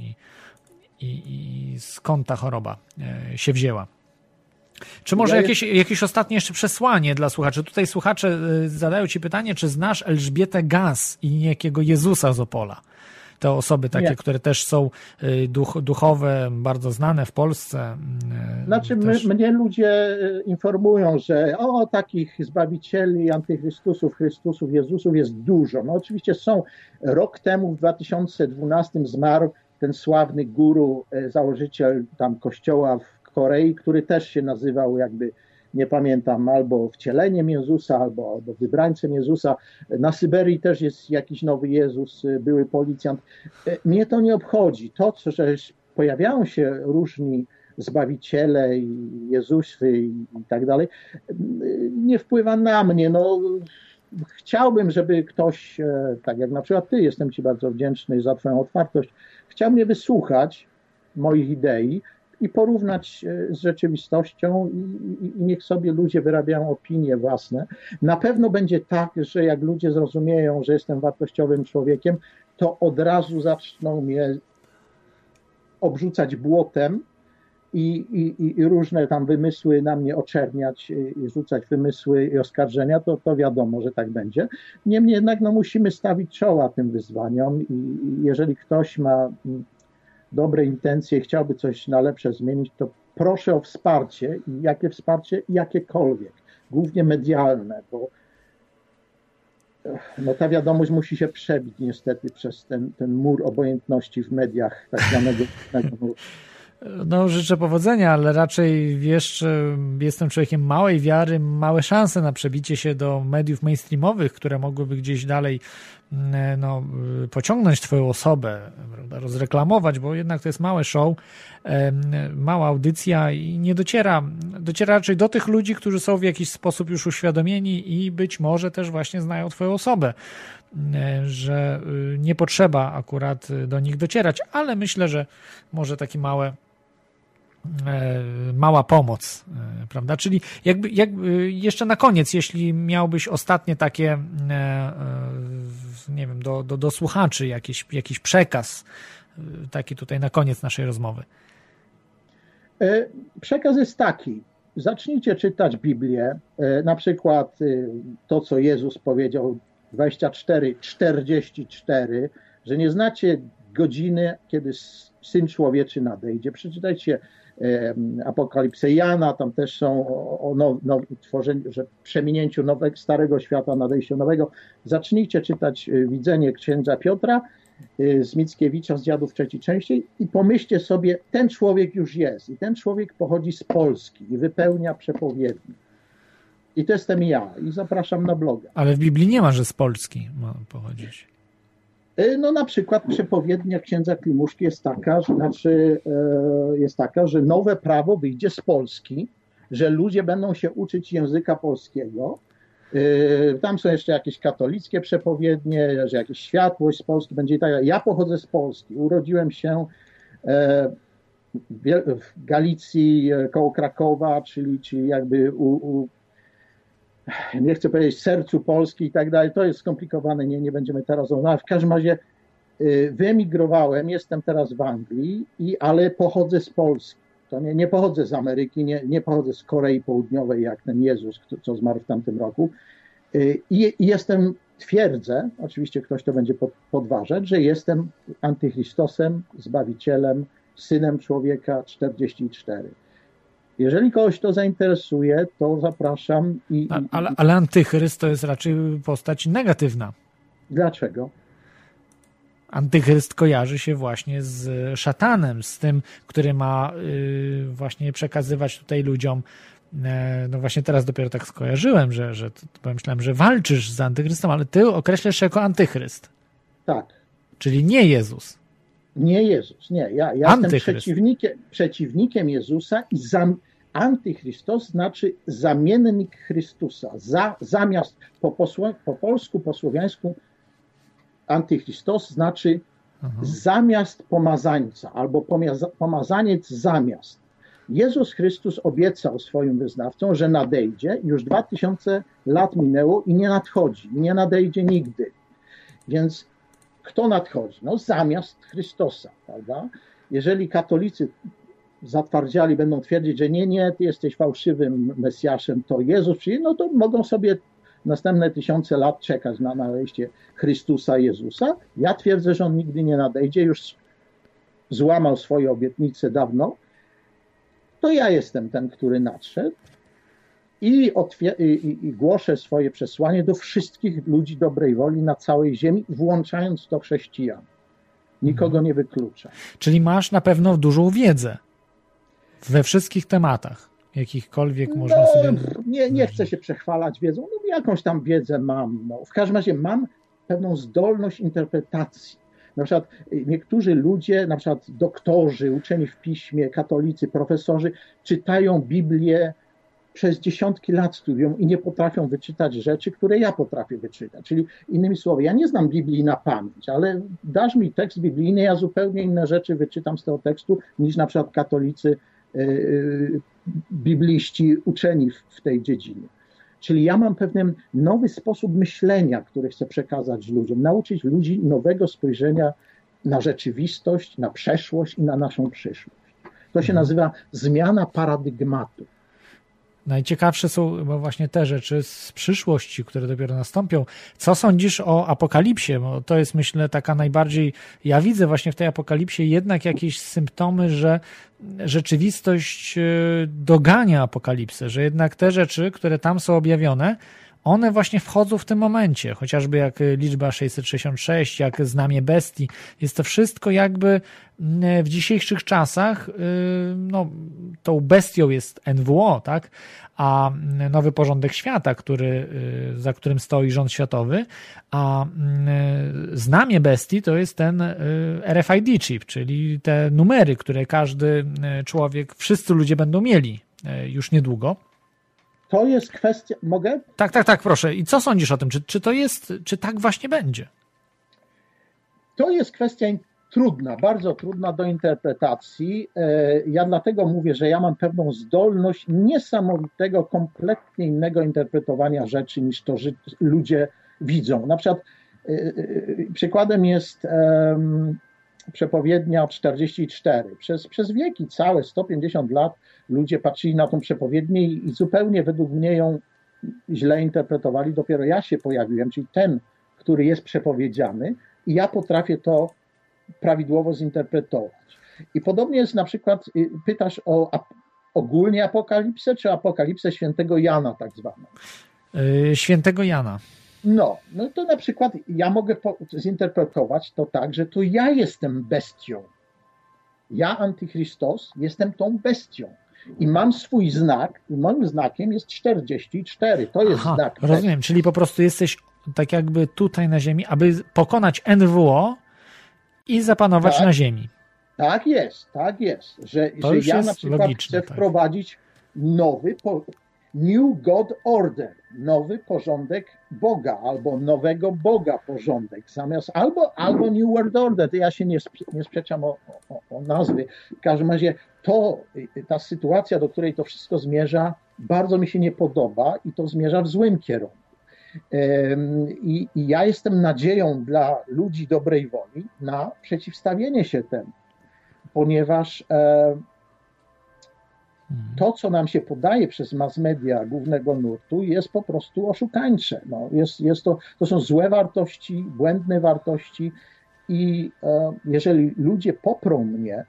i skąd ta choroba się wzięła. Czy może jakieś ostatnie jeszcze przesłanie dla słuchaczy? Tutaj słuchacze zadają ci pytanie, czy znasz Elżbietę Gaz i niejakiego Jezusa z Opola? Te osoby takie, które też są duchowe, bardzo znane w Polsce. Znaczy mnie ludzie informują, że takich zbawicieli, antychrystusów, Chrystusów, Jezusów jest dużo. No oczywiście są. Rok temu, w 2012 zmarł ten sławny guru, założyciel tam kościoła w Korei, który też się nazywał jakby, nie pamiętam, albo wcieleniem Jezusa, albo wybrańcem Jezusa. Na Syberii też jest jakiś nowy Jezus, były policjant. Mnie to nie obchodzi. To, że pojawiają się różni zbawiciele i Jezusy i tak dalej, nie wpływa na mnie. No, chciałbym, żeby ktoś, tak jak na przykład ty, jestem ci bardzo wdzięczny za twoją otwartość, chciał mnie wysłuchać moich idei i porównać z rzeczywistością i niech sobie ludzie wyrabiają opinie własne. Na pewno będzie tak, że jak ludzie zrozumieją, że jestem wartościowym człowiekiem, to od razu zaczną mnie obrzucać błotem i różne tam wymysły na mnie oczerniać i rzucać wymysły i oskarżenia, to wiadomo, że tak będzie. Niemniej jednak musimy stawić czoła tym wyzwaniom i jeżeli ktoś ma dobre intencje, chciałby coś na lepsze zmienić, to proszę o wsparcie i jakie wsparcie? Jakiekolwiek. głównie medialne, bo no ta wiadomość musi się przebić niestety przez ten mur obojętności w mediach, tak zwanego muru. No, życzę powodzenia, ale raczej wiesz, jestem człowiekiem małej wiary, małe szanse na przebicie się do mediów mainstreamowych, które mogłyby gdzieś dalej pociągnąć twoją osobę, prawda, rozreklamować, bo jednak to jest małe show, mała audycja i nie dociera raczej do tych ludzi, którzy są w jakiś sposób już uświadomieni i być może też właśnie znają twoją osobę, że nie potrzeba akurat do nich docierać, ale myślę, że może takie mała pomoc, prawda? Czyli jakby jeszcze na koniec, jeśli miałbyś ostatnie takie, nie wiem, do słuchaczy jakiś przekaz, taki tutaj na koniec naszej rozmowy. Przekaz jest taki. Zacznijcie czytać Biblię, na przykład to, co Jezus powiedział 24:44, że nie znacie godziny, kiedy Syn Człowieczy nadejdzie. Przeczytajcie Apokalipsę Jana, tam też są o tworzeniu, że przeminięciu starego świata, nadejściu nowego. Zacznijcie czytać Widzenie księdza Piotra z Mickiewicza z Dziadów trzeciej części i pomyślcie sobie, ten człowiek już jest i ten człowiek pochodzi z Polski i wypełnia przepowiednie. I to jestem ja i zapraszam na bloga. Ale w Biblii nie ma, że z Polski ma pochodzić. No na przykład przepowiednia księdza Klimuszki jest taka, że nowe prawo wyjdzie z Polski, że ludzie będą się uczyć języka polskiego. Tam są jeszcze jakieś katolickie przepowiednie, że jakieś światłość z Polski będzie i tak dalej. Ja pochodzę z Polski. Urodziłem się w Galicji koło Krakowa, czyli jakby nie chcę powiedzieć sercu Polski i tak dalej, to jest skomplikowane, nie będziemy teraz rozmawiać. W każdym razie wyemigrowałem, jestem teraz w Anglii, ale pochodzę z Polski. To nie pochodzę z Ameryki, nie pochodzę z Korei Południowej, jak ten Jezus, co zmarł w tamtym roku. I twierdzę, oczywiście ktoś to będzie podważać, że jestem antychrystosem, zbawicielem, synem człowieka 44. Jeżeli kogoś to zainteresuje, to zapraszam. Ale antychryst to jest raczej postać negatywna. Dlaczego? Antychryst kojarzy się właśnie z szatanem, z tym, który ma właśnie przekazywać tutaj ludziom. No właśnie teraz dopiero tak skojarzyłem, że pomyślałem, że walczysz z antychrystem, ale ty określasz się jako antychryst. Tak. Czyli nie Jezus. Nie Jezus, nie. Ja jestem przeciwnikiem Jezusa i antychrystos znaczy zamiennik Chrystusa. Zamiast po polsku, po słowiańsku antychrystos znaczy zamiast pomazańca albo pomazaniec zamiast. Jezus Chrystus obiecał swoim wyznawcom, że nadejdzie. Już 2000 lat minęło i nie nadchodzi. Nie nadejdzie nigdy. Więc kto nadchodzi? No zamiast Chrystusa, prawda? Jeżeli katolicy zatwardziali będą twierdzić, że nie, ty jesteś fałszywym Mesjaszem, to Jezus przyjdzie, no to mogą sobie następne 1000 lat czekać na nadejście Chrystusa Jezusa. Ja twierdzę, że on nigdy nie nadejdzie, już złamał swoje obietnice dawno. To ja jestem ten, który nadszedł i głoszę swoje przesłanie do wszystkich ludzi dobrej woli na całej ziemi, włączając to chrześcijan. Nikogo nie wyklucza. Czyli masz na pewno dużą wiedzę we wszystkich tematach, jakichkolwiek można sobie... Nie chcę się przechwalać wiedzą, no jakąś tam wiedzę mam. No. W każdym razie mam pewną zdolność interpretacji. Na przykład niektórzy ludzie, na przykład doktorzy, uczeni w piśmie, katolicy, profesorzy, czytają Biblię przez dziesiątki lat studium i nie potrafią wyczytać rzeczy, które ja potrafię wyczytać. Czyli innymi słowy, ja nie znam Biblii na pamięć, ale dasz mi tekst biblijny, ja zupełnie inne rzeczy wyczytam z tego tekstu niż na przykład katolicy, bibliści uczeni w tej dziedzinie. Czyli ja mam pewien nowy sposób myślenia, który chcę przekazać ludziom, nauczyć ludzi nowego spojrzenia na rzeczywistość, na przeszłość i na naszą przyszłość. To się nazywa zmiana paradygmatu. Najciekawsze są chyba właśnie te rzeczy z przyszłości, które dopiero nastąpią. Co sądzisz o apokalipsie? Bo to jest, myślę, taka najbardziej... Ja widzę właśnie w tej apokalipsie jednak jakieś symptomy, że rzeczywistość dogania apokalipsę, że jednak te rzeczy, które tam są objawione, one właśnie wchodzą w tym momencie, chociażby jak liczba 666, jak znamię bestii. Jest to wszystko jakby w dzisiejszych czasach, no, tą bestią jest NWO, tak? A nowy porządek świata, za którym stoi rząd światowy, a znamię bestii to jest ten RFID chip, czyli te numery, które każdy człowiek, wszyscy ludzie będą mieli już niedługo. To jest kwestia... Mogę? Tak, proszę. I co sądzisz o tym? Czy tak właśnie będzie? To jest kwestia trudna, bardzo trudna do interpretacji. Ja dlatego mówię, że ja mam pewną zdolność niesamowitego, kompletnie innego interpretowania rzeczy, niż to ludzie widzą. Na przykład przykładem jest przepowiednia 44. Przez wieki, całe 150 lat ludzie patrzyli na tą przepowiednię i zupełnie według mnie ją źle interpretowali. Dopiero ja się pojawiłem, czyli ten, który jest przepowiedziany, i ja potrafię to prawidłowo zinterpretować. I podobnie jest na przykład, pytasz o ogólnie apokalipsę, czy apokalipsę świętego Jana tak zwaną? Świętego Jana. No to na przykład ja mogę zinterpretować to tak, że to ja jestem bestią. Ja, Antychrystos, jestem tą bestią. I mam swój znak, i moim znakiem jest 44. To jest znak. Rozumiem, czyli po prostu jesteś tak jakby tutaj na ziemi, aby pokonać NWO i zapanować na ziemi. Tak jest. Że ja na przykład chcę wprowadzić nowy New God Order, nowy porządek Boga, albo nowego Boga porządek, zamiast albo New World Order. To ja się nie sprzeczam o nazwy. W każdym razie ta sytuacja, do której to wszystko zmierza, bardzo mi się nie podoba i to zmierza w złym kierunku. I ja jestem nadzieją dla ludzi dobrej woli na przeciwstawienie się temu, ponieważ to, co nam się podaje przez mass media głównego nurtu, jest po prostu oszukańcze. To są złe wartości, błędne wartości i jeżeli ludzie poprą mnie,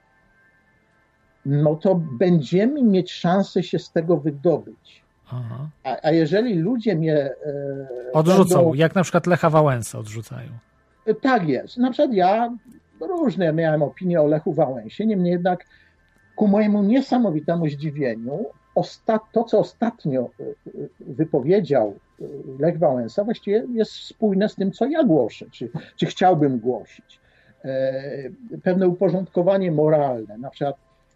no to będziemy mieć szansę się z tego wydobyć. A jeżeli ludzie mnie odrzucą, jak na przykład Lecha Wałęsę odrzucają. Tak jest. Na przykład ja różne miałem opinie o Lechu Wałęsie, niemniej jednak ku mojemu niesamowitemu zdziwieniu to, co ostatnio wypowiedział Lech Wałęsa, właściwie jest spójne z tym, co ja głoszę, czy chciałbym głosić. Pewne uporządkowanie moralne, na przykład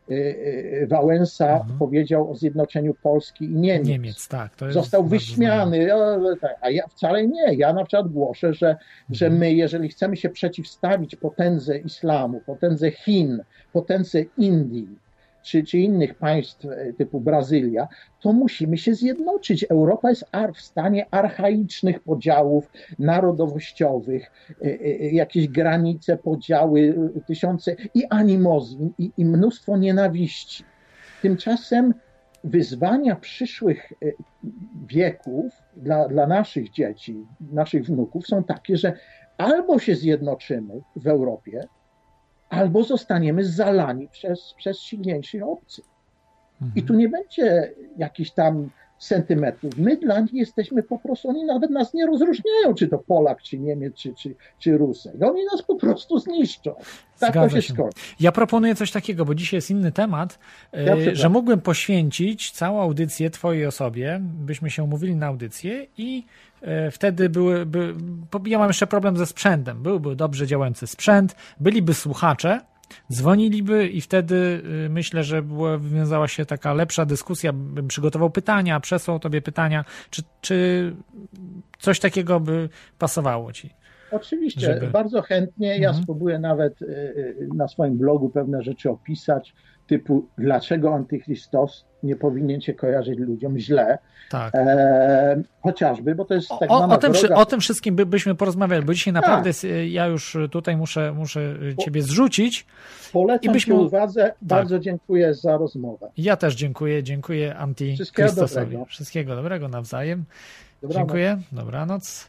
Wałęsa powiedział o zjednoczeniu Polski i Niemiec. Tak, to jest został wyśmiany, a ja wcale nie. Ja na przykład głoszę, że my, jeżeli chcemy się przeciwstawić potędze islamu, potędze Chin, potędze Indii, czy innych państw typu Brazylia, to musimy się zjednoczyć. Europa jest w stanie archaicznych podziałów narodowościowych, jakieś granice, podziały, tysiące i animozji, i mnóstwo nienawiści. Tymczasem wyzwania przyszłych wieków dla naszych dzieci, naszych wnuków są takie, że albo się zjednoczymy w Europie, albo zostaniemy zalani przez silniejszych obcych. I tu nie będzie jakichś tam sentymetrów. My dla nich jesteśmy po prostu, oni nawet nas nie rozróżniają, czy to Polak, czy Niemiec, czy Rusek. Oni nas po prostu zniszczą. Tak to się skończy. Ja proponuję coś takiego, bo dzisiaj jest inny temat, że mógłbym poświęcić całą audycję twojej osobie, byśmy się umówili na audycję i wtedy ja mam jeszcze problem ze sprzętem. Byłby dobrze działający sprzęt, byliby słuchacze, dzwoniliby i wtedy myślę, że wywiązała się taka lepsza dyskusja, bym przygotował pytania, przesłał tobie pytania, czy coś takiego by pasowało ci? Oczywiście, bardzo chętnie. Ja spróbuję nawet na swoim blogu pewne rzeczy opisać. typu dlaczego Antychrystos nie powinien się kojarzyć ludziom źle. Tak. Chociażby, bo to jest tak zwana o tym wszystkim byśmy porozmawiali, bo dzisiaj naprawdę ja już tutaj muszę ciebie zrzucić. Polecam ci uwadze. Bardzo dziękuję za rozmowę. Ja też dziękuję Antychrystosowi. Wszystkiego dobrego nawzajem. Dobranoc. Dziękuję. Dobranoc.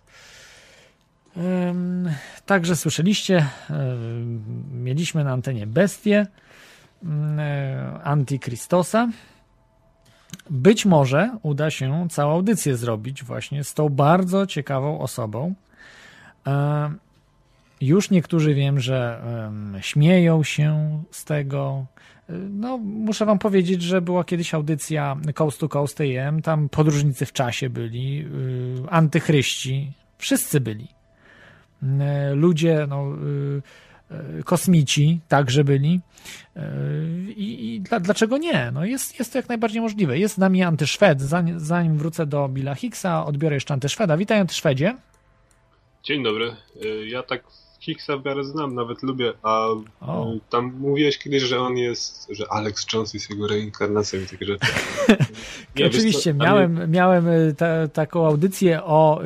Także słyszeliście, mieliśmy na antenie bestię Antychrystosa. Być może uda się całą audycję zrobić właśnie z tą bardzo ciekawą osobą. Już niektórzy wiem, że śmieją się z tego. No, muszę wam powiedzieć, że była kiedyś audycja Coast to Coast AM, tam podróżnicy w czasie byli, antychryści, wszyscy byli. Ludzie, kosmici także byli. Dlaczego nie? No jest to jak najbardziej możliwe. Jest z nami Antyszwed. Zanim wrócę do Billa Hicksa, odbiorę jeszcze Antyszweda. Witaj, Antyszwedzie. Dzień dobry. Ja tak Hicksa w miarę znam, nawet lubię, a tam mówiłeś kiedyś, że on jest, że Alex Jones jest jego reinkarnacją i takie rzeczy. Oczywiście, miałem taką audycję o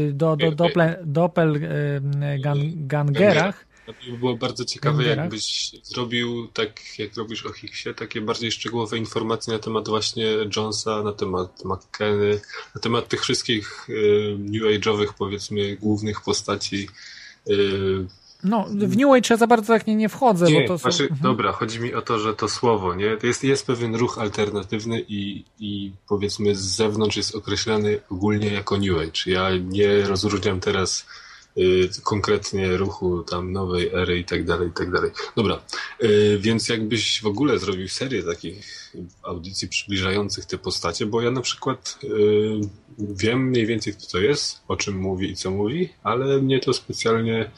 doppelgangerach. To by było bardzo ciekawe, jakbyś zrobił, tak jak robisz o Hicksie, takie bardziej szczegółowe informacje na temat właśnie Jonesa, na temat McKenny, na temat tych wszystkich New Age'owych, powiedzmy, głównych postaci. No, w New Age ja za bardzo tak nie wchodzę. Nie, bo to dobra, chodzi mi o to, że to słowo, nie? To jest pewien ruch alternatywny i powiedzmy z zewnątrz jest określany ogólnie jako New Age. Ja nie rozróżniam teraz konkretnie ruchu tam nowej ery i tak dalej, i tak dalej. Dobra, więc jakbyś w ogóle zrobił serię takich audycji przybliżających te postacie, bo ja na przykład wiem mniej więcej kto to jest, o czym mówi i co mówi, ale mnie to specjalnie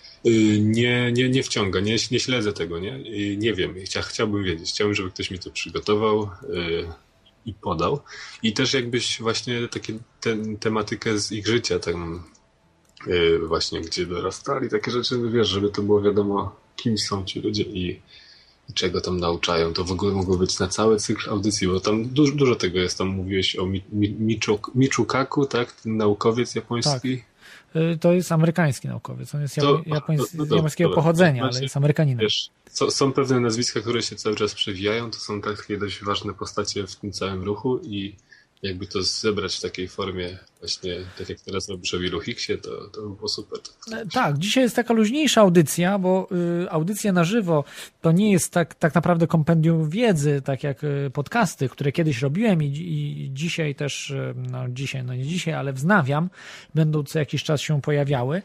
nie wciąga, nie śledzę tego, nie? Nie wiem, chciałbym wiedzieć, chciałbym, żeby ktoś mi to przygotował i podał. I też jakbyś właśnie tematykę z ich życia tam właśnie gdzie dorastali, takie rzeczy, wiesz, żeby to było wiadomo, kim są ci ludzie i czego tam nauczają. To w ogóle mogło być na cały cykl audycji, bo tam dużo tego jest. Tam mówiłeś o Michio Kaku, tak? Ten naukowiec japoński. Tak. To jest amerykański naukowiec. On jest japońskiego pochodzenia, ale jest Amerykaninem. Wiesz, są pewne nazwiska, które się cały czas przewijają. To są takie dość ważne postacie w tym całym ruchu i jakby to zebrać w takiej formie właśnie, tak jak teraz robisz o Willu Hicksie, to by było super. Tak, dzisiaj jest taka luźniejsza audycja, bo audycja na żywo to nie jest tak naprawdę kompendium wiedzy, tak jak podcasty, które kiedyś robiłem i dzisiaj też, nie dzisiaj, ale wznawiam, będą co jakiś czas się pojawiały.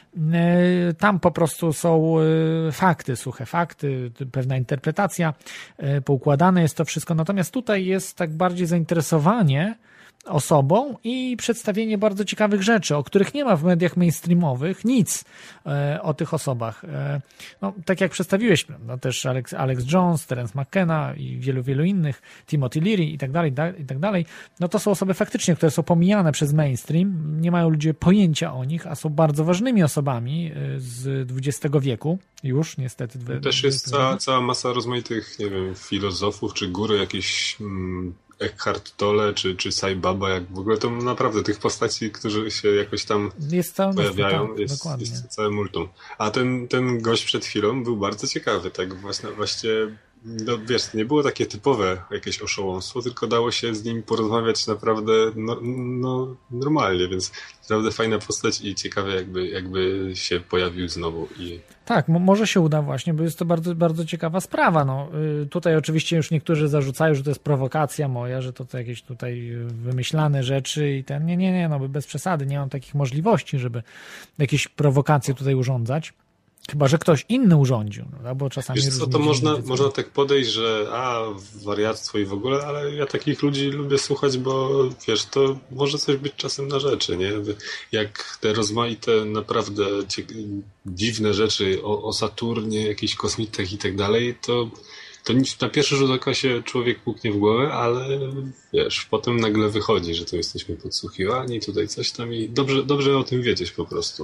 Tam po prostu są fakty, suche fakty, pewna interpretacja, poukładane jest to wszystko, natomiast tutaj jest tak bardziej zainteresowanie osobą i przedstawienie bardzo ciekawych rzeczy, o których nie ma w mediach mainstreamowych nic o tych osobach. No, tak jak przedstawiłeś, no, też Alex Jones, Terence McKenna i wielu innych, Timothy Leary i tak dalej, no to są osoby faktycznie, które są pomijane przez mainstream, nie mają ludzie pojęcia o nich, a są bardzo ważnymi osobami z XX wieku, już niestety. Też jest cała masa rozmaitych, nie wiem, filozofów czy guru jakichś Eckhart Tolle czy Sai Baba, jak w ogóle to naprawdę tych postaci, którzy się jakoś tam pojawiają, jest całe multum. A ten gość przed chwilą był bardzo ciekawy, tak właśnie no wiesz, to nie było takie typowe jakieś oszołomstwo, tylko dało się z nim porozmawiać naprawdę normalnie, więc naprawdę fajna postać i ciekawe jakby się pojawił znowu. Tak, może się uda właśnie, bo jest to bardzo, bardzo ciekawa sprawa. No, tutaj oczywiście już niektórzy zarzucają, że to jest prowokacja moja, że to jakieś tutaj wymyślane rzeczy i nie, no bez przesady, nie mam takich możliwości, żeby jakieś prowokacje tutaj urządzać. Chyba że ktoś inny urządził, no, bo czasami... Wiesz co, to można tak podejść, że wariactwo i w ogóle, ale ja takich ludzi lubię słuchać, bo wiesz, to może coś być czasem na rzeczy, nie? Jak te rozmaite, naprawdę dziwne rzeczy o Saturnie, jakichś kosmitach i tak dalej, to na pierwszy rzut oka się człowiek puknie w głowę, ale wiesz, potem nagle wychodzi, że to jesteśmy podsłuchiwani, tutaj coś tam i dobrze o tym wiedzieć po prostu.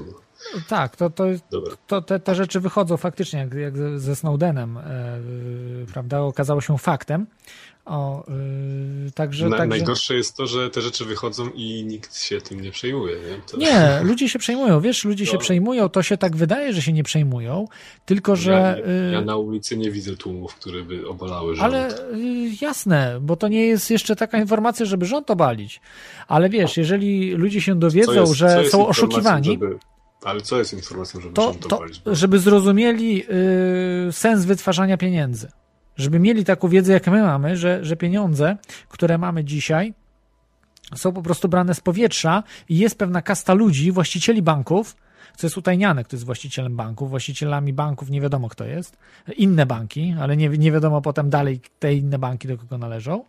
Tak, te rzeczy wychodzą faktycznie, jak ze Snowdenem, prawda, okazało się faktem. Także najgorsze jest to, że te rzeczy wychodzą i nikt się tym nie przejmuje. Nie, nie, ludzie się przejmują, wiesz, się przejmują, to się tak wydaje, że się nie przejmują, tylko że... Ja na ulicy nie widzę tłumów, które by obalały rząd. Ale jasne, bo to nie jest jeszcze taka informacja, żeby rząd obalić. Ale wiesz, jeżeli ludzie się dowiedzą, że są oszukiwani... Ale co jest informacją, żeby rząd obalić? Żeby zrozumieli sens wytwarzania pieniędzy. Żeby mieli taką wiedzę, jak my mamy, że pieniądze, które mamy dzisiaj, są po prostu brane z powietrza i jest pewna kasta ludzi, właścicieli banków, co jest utajniane, kto jest właścicielem banków, właścicielami banków nie wiadomo kto jest, inne banki, ale nie wiadomo potem dalej te inne banki do kogo należą,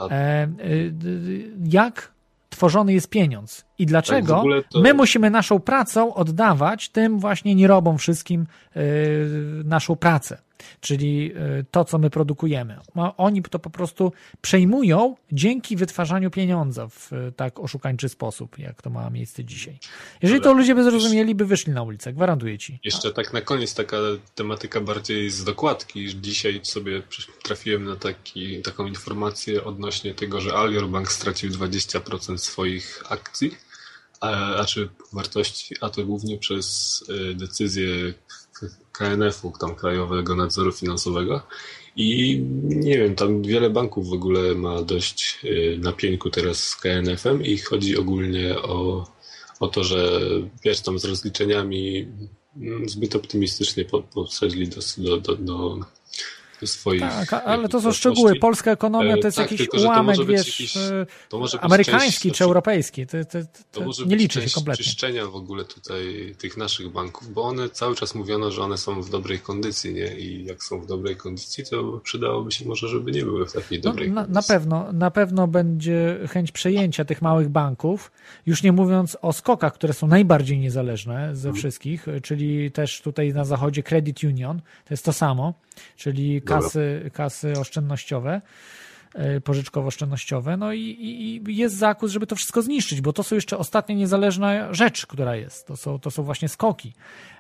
jak tworzony jest pieniądz i dlaczego my musimy naszą pracą oddawać tym właśnie nierobom wszystkim naszą pracę. Czyli to, co my produkujemy. Oni to po prostu przejmują dzięki wytwarzaniu pieniądza w tak oszukańczy sposób, jak to ma miejsce dzisiaj. Jeżeli to ludzie by zrozumieli, by wyszli na ulicę, gwarantuję ci. Jeszcze tak na koniec taka tematyka bardziej z dokładki. Dzisiaj sobie trafiłem na taką informację odnośnie tego, że Alior Bank stracił 20% swoich akcji, czy wartości, a to głównie przez decyzję KNF-u, tam Krajowego Nadzoru Finansowego i nie wiem, tam wiele banków w ogóle ma dość na pieńku teraz z KNF-em i chodzi ogólnie o to, że wiesz, tam z rozliczeniami zbyt optymistycznie podszedli do swoich... Tak, ale to są szczegóły. Polska ekonomia to jest jakiś ułamek, wiesz, amerykański czy europejski. To może nie liczy się kompletnie. Czyszczenia w ogóle tutaj tych naszych banków, bo one cały czas mówiono, że one są w dobrej kondycji, nie? I jak są w dobrej kondycji, to przydałoby się może, żeby nie były w takiej dobrej kondycji. Na pewno będzie chęć przejęcia tych małych banków, już nie mówiąc o skokach, które są najbardziej niezależne ze wszystkich, czyli też tutaj na zachodzie Credit Union, to jest to samo, czyli kasy oszczędnościowe, pożyczkowo-oszczędnościowe, no i jest zakus, żeby to wszystko zniszczyć, bo to są jeszcze ostatnia niezależna rzecz, która jest. To są właśnie skoki.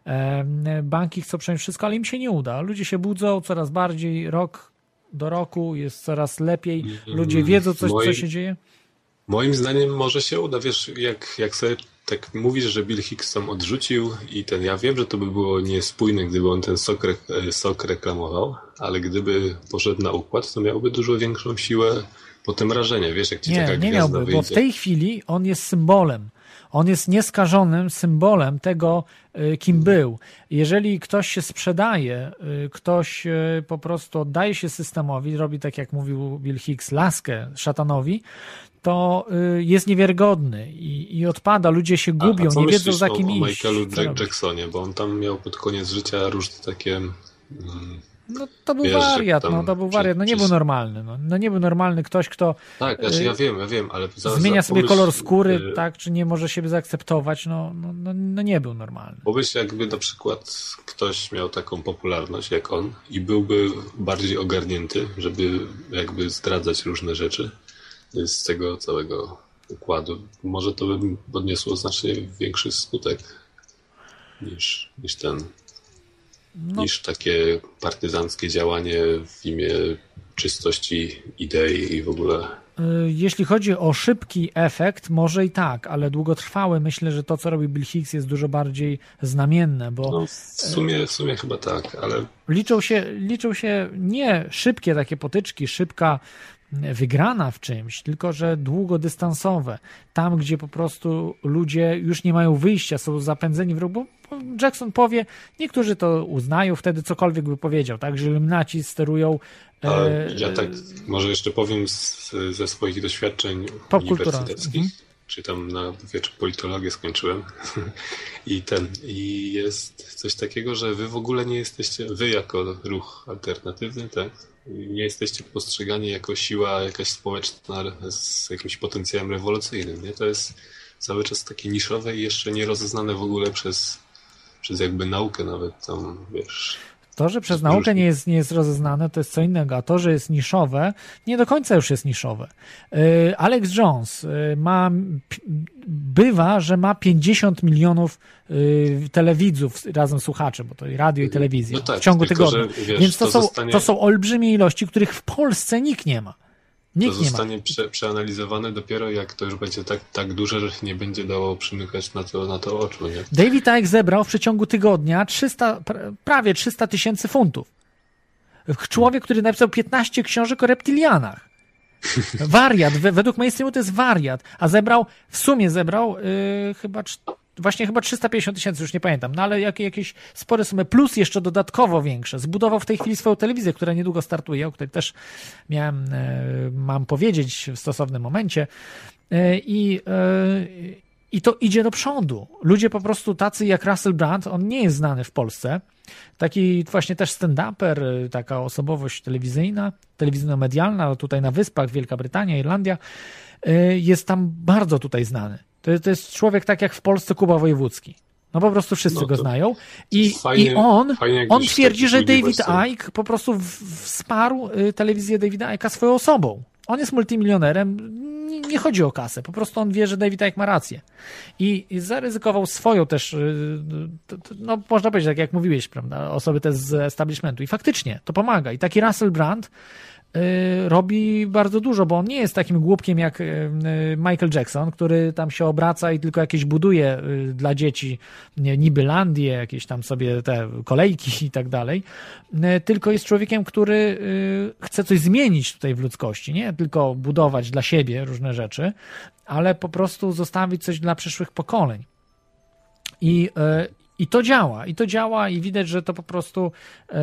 Banki chcą przejąć wszystko, ale im się nie uda. Ludzie się budzą coraz bardziej, rok do roku jest coraz lepiej. Ludzie wiedzą co się dzieje. Moim zdaniem może się uda. Wiesz, jak sobie tak mówisz, że Bill Hicks tam odrzucił i ja wiem, że to by było niespójne, gdyby on ten sok reklamował, ale gdyby poszedł na układ, to miałby dużo większą siłę potem rażenia. Wiesz, jak ci taka gwiazda miałby, wyjdzie. bo w tej chwili on jest symbolem. On jest nieskażonym symbolem tego, kim był. Jeżeli ktoś się sprzedaje, ktoś po prostu oddaje się systemowi, robi tak, jak mówił Bill Hicks, laskę szatanowi, to jest niewiarygodny i odpada, ludzie się gubią, nie wiedzą za kim iść. O Michaelu Jacksonie, bo on tam miał pod koniec życia różne takie... No to był wariat, nie był normalny. No nie był normalny ktoś, kto tak, znaczy ja wiem, ale zmienia sobie kolor skóry, tak, czy nie może siebie zaakceptować, no nie był normalny. Pomyśl, jakby na przykład ktoś miał taką popularność jak on i byłby bardziej ogarnięty, żeby jakby zdradzać różne rzeczy z tego całego układu. Może to by odniosło znacznie większy skutek niż takie partyzanckie działanie w imię czystości idei i w ogóle. Jeśli chodzi o szybki efekt, może i tak, ale długotrwały, myślę, że to, co robi Bill Hicks, jest dużo bardziej znamienne, bo... w sumie chyba tak, ale... Liczą się nie szybkie takie potyczki, szybka wygrana w czymś, tylko że długodystansowe. Tam, gdzie po prostu ludzie już nie mają wyjścia, są zapędzeni w ruch, bo Jackson powie, niektórzy to uznają, wtedy cokolwiek by powiedział, tak, że Illuminaci sterują... Ja tak może jeszcze powiem ze swoich doświadczeń uniwersyteckich, czy tam na politologię skończyłem i jest coś takiego, że wy w ogóle nie jesteście, wy jako ruch alternatywny, tak, nie jesteście postrzegani jako siła jakaś społeczna z jakimś potencjałem rewolucyjnym, nie? To jest cały czas takie niszowe i jeszcze nie rozeznane w ogóle przez jakby naukę nawet tam, wiesz... To, że przez naukę nie jest rozeznane, to jest co innego, a to, że jest niszowe, nie do końca już jest niszowe. Alex Jones bywa, że ma 50 milionów telewidzów razem słuchaczy, bo to i radio i telewizja no tak, w ciągu tylko, tygodnia. że, wiesz, więc to są olbrzymie ilości, których w Polsce nikt nie ma. To zostanie przeanalizowane dopiero, jak to już będzie tak duże, że się nie będzie dało przymykać na to oczu. Nie? David Icke zebrał w przeciągu tygodnia prawie 300 000 funtów. Człowiek, który napisał 15 książek o reptilianach. Wariat. Według mainstreamu to jest wariat. A w sumie zebrał chyba 350 000, już nie pamiętam, no ale jakieś spore sumy, plus jeszcze dodatkowo większe. Zbudował w tej chwili swoją telewizję, która niedługo startuje, o której też mam powiedzieć w stosownym momencie. I to idzie do przodu. Ludzie po prostu tacy jak Russell Brand, on nie jest znany w Polsce. Taki właśnie też stand-uper, taka osobowość telewizyjno-medialna, tutaj na Wyspach, Wielka Brytania, Irlandia, jest tam bardzo tutaj znany. To jest człowiek tak jak w Polsce Kuba Wojewódzki. No po prostu wszyscy go znają. I on twierdzi, że David Icke po prostu wsparł telewizję Davida Icke'a swoją osobą. On jest multimilionerem, nie chodzi o kasę, po prostu on wie, że David Icke ma rację. I zaryzykował swoją też, no można powiedzieć, tak jak mówiłeś, prawda, osoby też z establishmentu. I faktycznie to pomaga. I taki Russell Brand robi bardzo dużo, bo on nie jest takim głupkiem jak Michael Jackson, który tam się obraca i tylko jakieś buduje dla dzieci Nibylandię, jakieś tam sobie te kolejki i tak dalej, tylko jest człowiekiem, który chce coś zmienić tutaj w ludzkości, nie tylko budować dla siebie różne rzeczy, ale po prostu zostawić coś dla przyszłych pokoleń. I to działa i widać, że to po prostu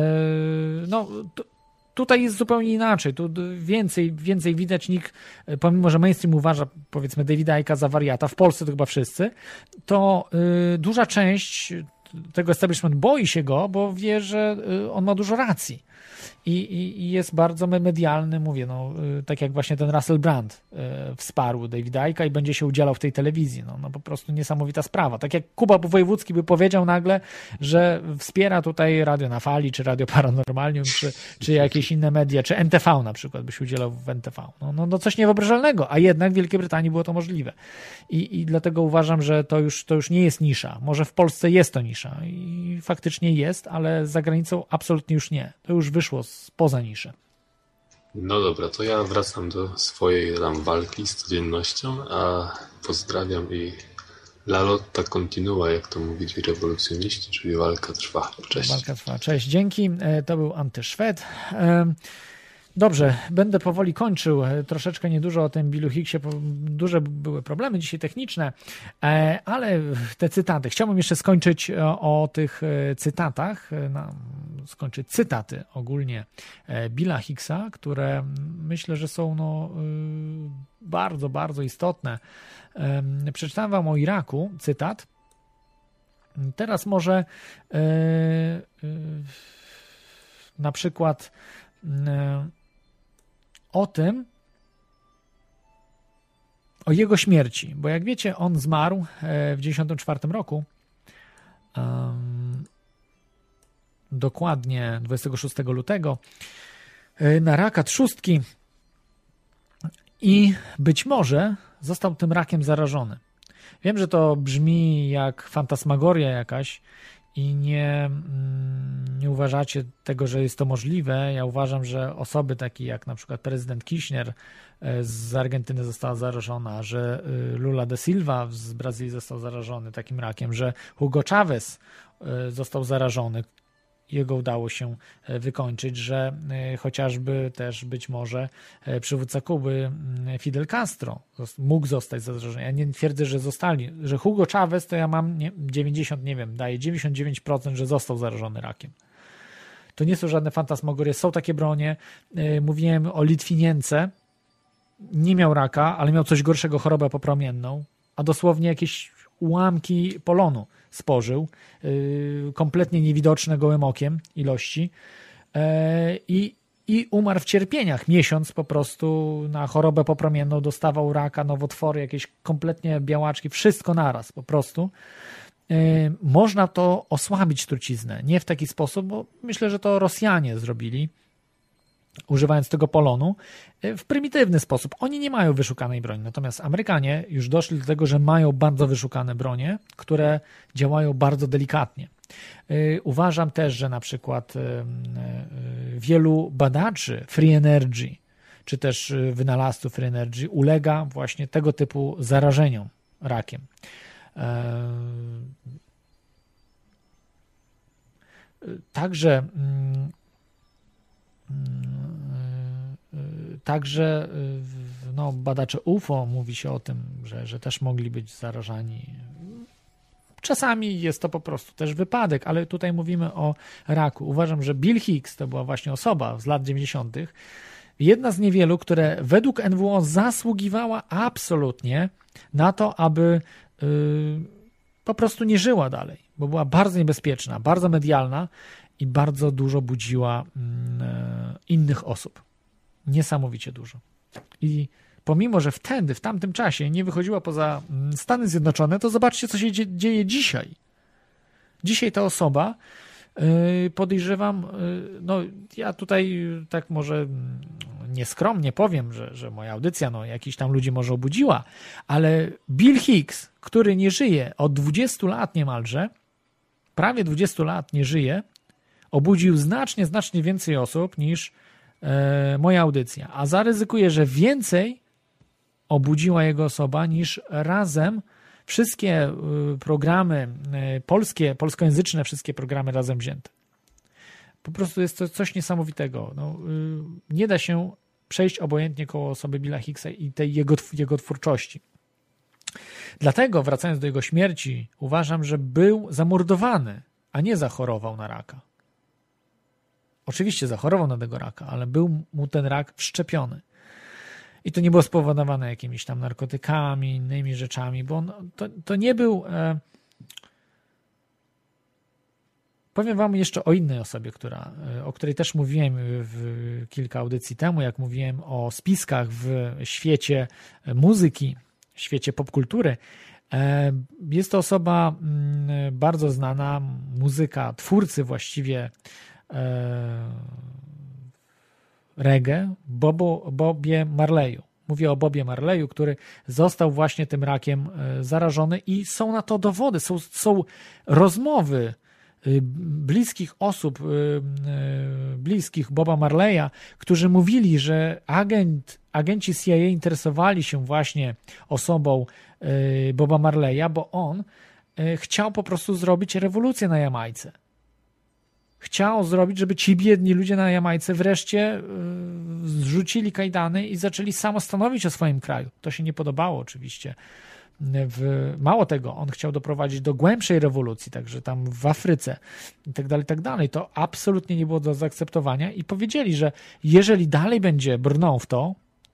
tutaj jest zupełnie inaczej. Tu więcej widać. Nikt, pomimo że mainstream uważa, powiedzmy, Davida Icke'a za wariata, w Polsce to chyba wszyscy, to duża część tego establishment boi się go, bo wie, że on ma dużo racji. I jest bardzo medialny, mówię, tak jak właśnie ten Russell Brand wsparł Davida Icke'a i będzie się udzielał w tej telewizji. No po prostu niesamowita sprawa. Tak jak Kuba Wojewódzki by powiedział nagle, że wspiera tutaj Radio na Fali, czy Radio Paranormalium, czy jakieś inne media, czy NTV na przykład by się udzielał w NTV. No coś niewyobrażalnego, a jednak w Wielkiej Brytanii było to możliwe. I dlatego uważam, że to już nie jest nisza. Może w Polsce jest to nisza i faktycznie jest, ale za granicą absolutnie już nie. To już wyszło spoza niszy. No dobra, to ja wracam do swojej tam walki z codziennością, a pozdrawiam i la lotta continua, jak to mówili rewolucjoniści, czyli walka trwa. Cześć. Walka trwa. Cześć, dzięki. To był Antyszwed. Dobrze, będę powoli kończył. Troszeczkę niedużo o tym Billu Hicksie. Duże były problemy dzisiaj techniczne, ale te cytaty. Chciałbym jeszcze skończyć o tych cytatach. Skończyć cytaty ogólnie Billa Hicksa, które myślę, że są bardzo, bardzo istotne. Przeczytałem wam o Iraku cytat. Teraz może na przykład o jego śmierci, bo jak wiecie, on zmarł w 1994 roku, dokładnie 26 lutego, na raka trzustki i być może został tym rakiem zarażony. Wiem, że to brzmi jak fantasmagoria jakaś i nie uważacie tego, że jest to możliwe. Ja uważam, że osoby takie jak na przykład prezydent Kirchner z Argentyny została zarażona, że Lula da Silva z Brazylii został zarażony takim rakiem, że Hugo Chavez został zarażony. Jego udało się wykończyć, że chociażby też być może przywódca Kuby Fidel Castro mógł zostać zarażony. Ja nie twierdzę, że zostali, że Hugo Chavez to ja mam 99%, że został zarażony rakiem. To nie są żadne fantasmagorie, są takie bronie. Mówiłem o Litwinience, nie miał raka, ale miał coś gorszego, chorobę popromienną, a dosłownie jakieś ułamki polonu spożył, kompletnie niewidoczne gołym okiem ilości i umarł w cierpieniach. Miesiąc po prostu na chorobę popromienną, dostawał raka, nowotwory, jakieś kompletnie białaczki, wszystko naraz po prostu. można to osłabić truciznę. Nie w taki sposób, bo myślę, że to Rosjanie zrobili, używając tego polonu, w prymitywny sposób. Oni nie mają wyszukanej broni, natomiast Amerykanie już doszli do tego, że mają bardzo wyszukane bronie, które działają bardzo delikatnie. Uważam też, że na przykład wielu badaczy free energy, czy też wynalazców free energy ulega właśnie tego typu zarażeniom rakiem. Także no, badacze UFO mówi się o tym, że też mogli być zarażani. Czasami jest to po prostu też wypadek, ale tutaj mówimy o raku. Uważam, że Bill Hicks to była właśnie osoba z lat 90., jedna z niewielu, które według NWO zasługiwała absolutnie na to, aby po prostu nie żyła dalej, bo była bardzo niebezpieczna, bardzo medialna i bardzo dużo budziła innych osób. Niesamowicie dużo. I pomimo, że wtedy, w tamtym czasie nie wychodziła poza Stany Zjednoczone, to zobaczcie, co się dzieje dzisiaj. Dzisiaj ta osoba, podejrzewam, no ja tutaj tak może nieskromnie powiem, że moja audycja no jakiś tam ludzi może obudziła, ale Bill Hicks, który nie żyje od 20 lat niemalże, prawie 20 lat nie żyje, obudził znacznie więcej osób niż moja audycja. A zaryzykuję, że więcej obudziła jego osoba niż razem wszystkie programy polskojęzyczne, wszystkie programy razem wzięte. Po prostu jest to coś niesamowitego. No, nie da się przejść obojętnie koło osoby Billa Hicksa i tej jego twórczości. Dlatego, wracając do jego śmierci, uważam, że był zamordowany, a nie zachorował na raka. Oczywiście zachorował na tego raka, ale był mu ten rak wszczepiony. I to nie było spowodowane jakimiś tam narkotykami, innymi rzeczami, bo on, to nie był... Powiem wam jeszcze o innej osobie, o której też mówiłem w kilka audycji temu, jak mówiłem o spiskach w świecie muzyki, w świecie popkultury. Jest to osoba bardzo znana, muzyka, twórcy właściwie reggae, Bobie Marleyu. Mówię o Bobie Marleyu, który został właśnie tym rakiem zarażony i są na to dowody, są rozmowy bliskich osób, bliskich Boba Marleya, którzy mówili, że agenci CIA interesowali się właśnie osobą Boba Marleya, bo on chciał po prostu zrobić rewolucję na Jamajce. Chciał zrobić, żeby ci biedni ludzie na Jamajce wreszcie zrzucili kajdany i zaczęli samostanowić o swoim kraju. To się nie podobało oczywiście. Mało tego, on chciał doprowadzić do głębszej rewolucji, także tam w Afryce i tak dalej. To absolutnie nie było do zaakceptowania i powiedzieli, że jeżeli dalej będzie brnął w to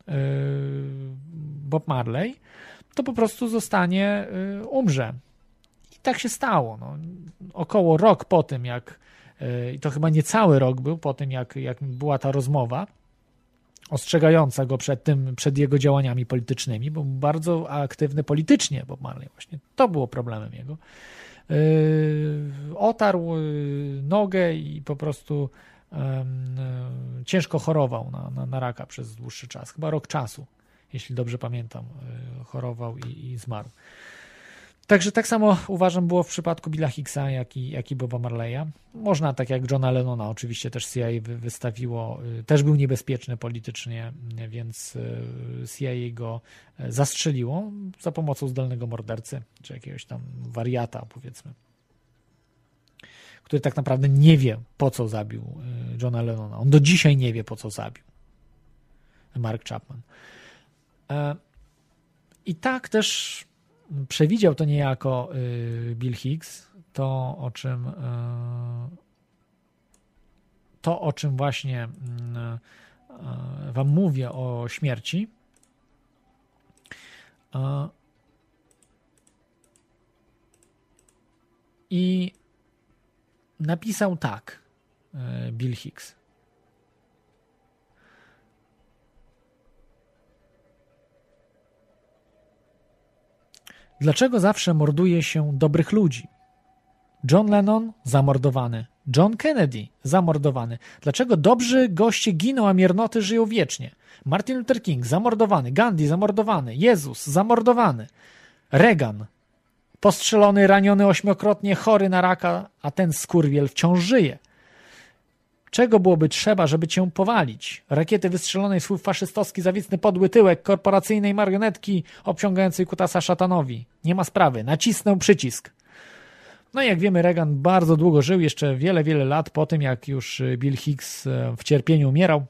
Bob Marley, to po prostu umrze. I tak się stało. No. Około rok po tym, i to chyba nie cały rok był po tym, jak była ta rozmowa ostrzegająca go przed jego działaniami politycznymi, bo był bardzo aktywny politycznie Bob Marley właśnie. To było problemem jego. Otarł nogę i po prostu ciężko chorował na raka przez dłuższy czas. Chyba rok czasu, jeśli dobrze pamiętam, chorował i zmarł. Także tak samo uważam było w przypadku Billa Hicksa, jak i Boba Marleya. Można, tak jak Johna Lennona, oczywiście też CIA wystawiło, też był niebezpieczny politycznie, więc CIA go zastrzeliło za pomocą zdolnego mordercy, czy jakiegoś tam wariata, powiedzmy, który tak naprawdę nie wie, po co zabił Johna Lennona. On do dzisiaj nie wie, po co zabił Mark Chapman. I tak też przewidział to niejako Bill Hicks, to o czym właśnie wam mówię o śmierci. I napisał tak Bill Hicks. Dlaczego zawsze morduje się dobrych ludzi? John Lennon zamordowany, John Kennedy zamordowany. Dlaczego dobrzy goście giną, a miernoty żyją wiecznie? Martin Luther King zamordowany, Gandhi zamordowany, Jezus zamordowany, Reagan postrzelony, raniony 8-krotnie, chory na raka, a ten skurwiel wciąż żyje. Czego byłoby trzeba, żeby cię powalić? Rakiety wystrzelonej w swój faszystowski, zawistny, podły tyłek, korporacyjnej marionetki obciągającej kutasa szatanowi. Nie ma sprawy, nacisnę przycisk. No i jak wiemy, Reagan bardzo długo żył, jeszcze wiele, wiele lat po tym, jak już Bill Hicks w cierpieniu umierał.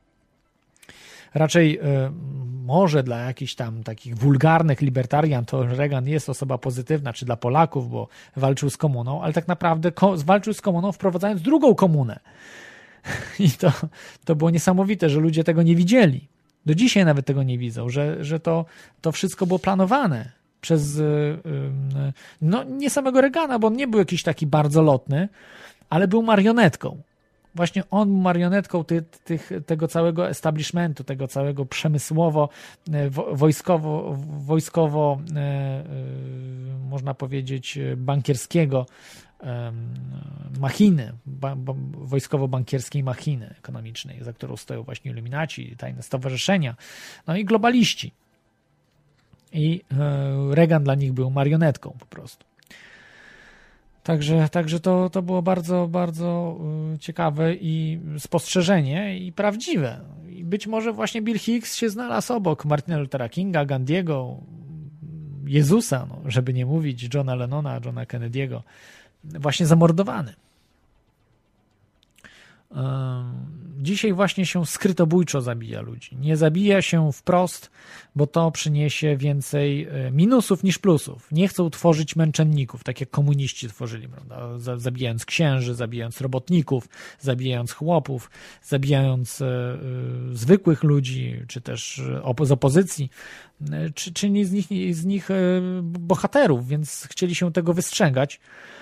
Raczej może dla jakichś tam takich wulgarnych libertarian to Reagan jest osoba pozytywna, czy dla Polaków, bo walczył z komuną, ale tak naprawdę walczył z komuną, wprowadzając drugą komunę. I to było niesamowite, że ludzie tego nie widzieli. Do dzisiaj nawet tego nie widzą, że to wszystko było planowane przez no nie samego Reagana, bo on nie był jakiś taki bardzo lotny, ale był marionetką. Właśnie on był marionetką tego całego establishmentu, tego całego wojskowo można powiedzieć bankierskiego machiny, wojskowo-bankierskiej machiny ekonomicznej, za którą stoją właśnie iluminaci, tajne stowarzyszenia, no i globaliści. I Reagan dla nich był marionetką po prostu. Także to było bardzo, bardzo ciekawe i spostrzeżenie i prawdziwe. I być może właśnie Bill Hicks się znalazł obok Martina Luthera Kinga, Gandiego, Jezusa, no, żeby nie mówić Johna Lennona, Johna Kennedy'ego, właśnie zamordowany. Dzisiaj właśnie się skrytobójczo zabija ludzi. Nie zabija się wprost, bo to przyniesie więcej minusów niż plusów. Nie chcą tworzyć męczenników, tak jak komuniści tworzyli, prawda? Zabijając księży, zabijając robotników, zabijając chłopów, zabijając zwykłych ludzi, czy też z opozycji, czyni z nich bohaterów, więc chcieli się tego wystrzegać.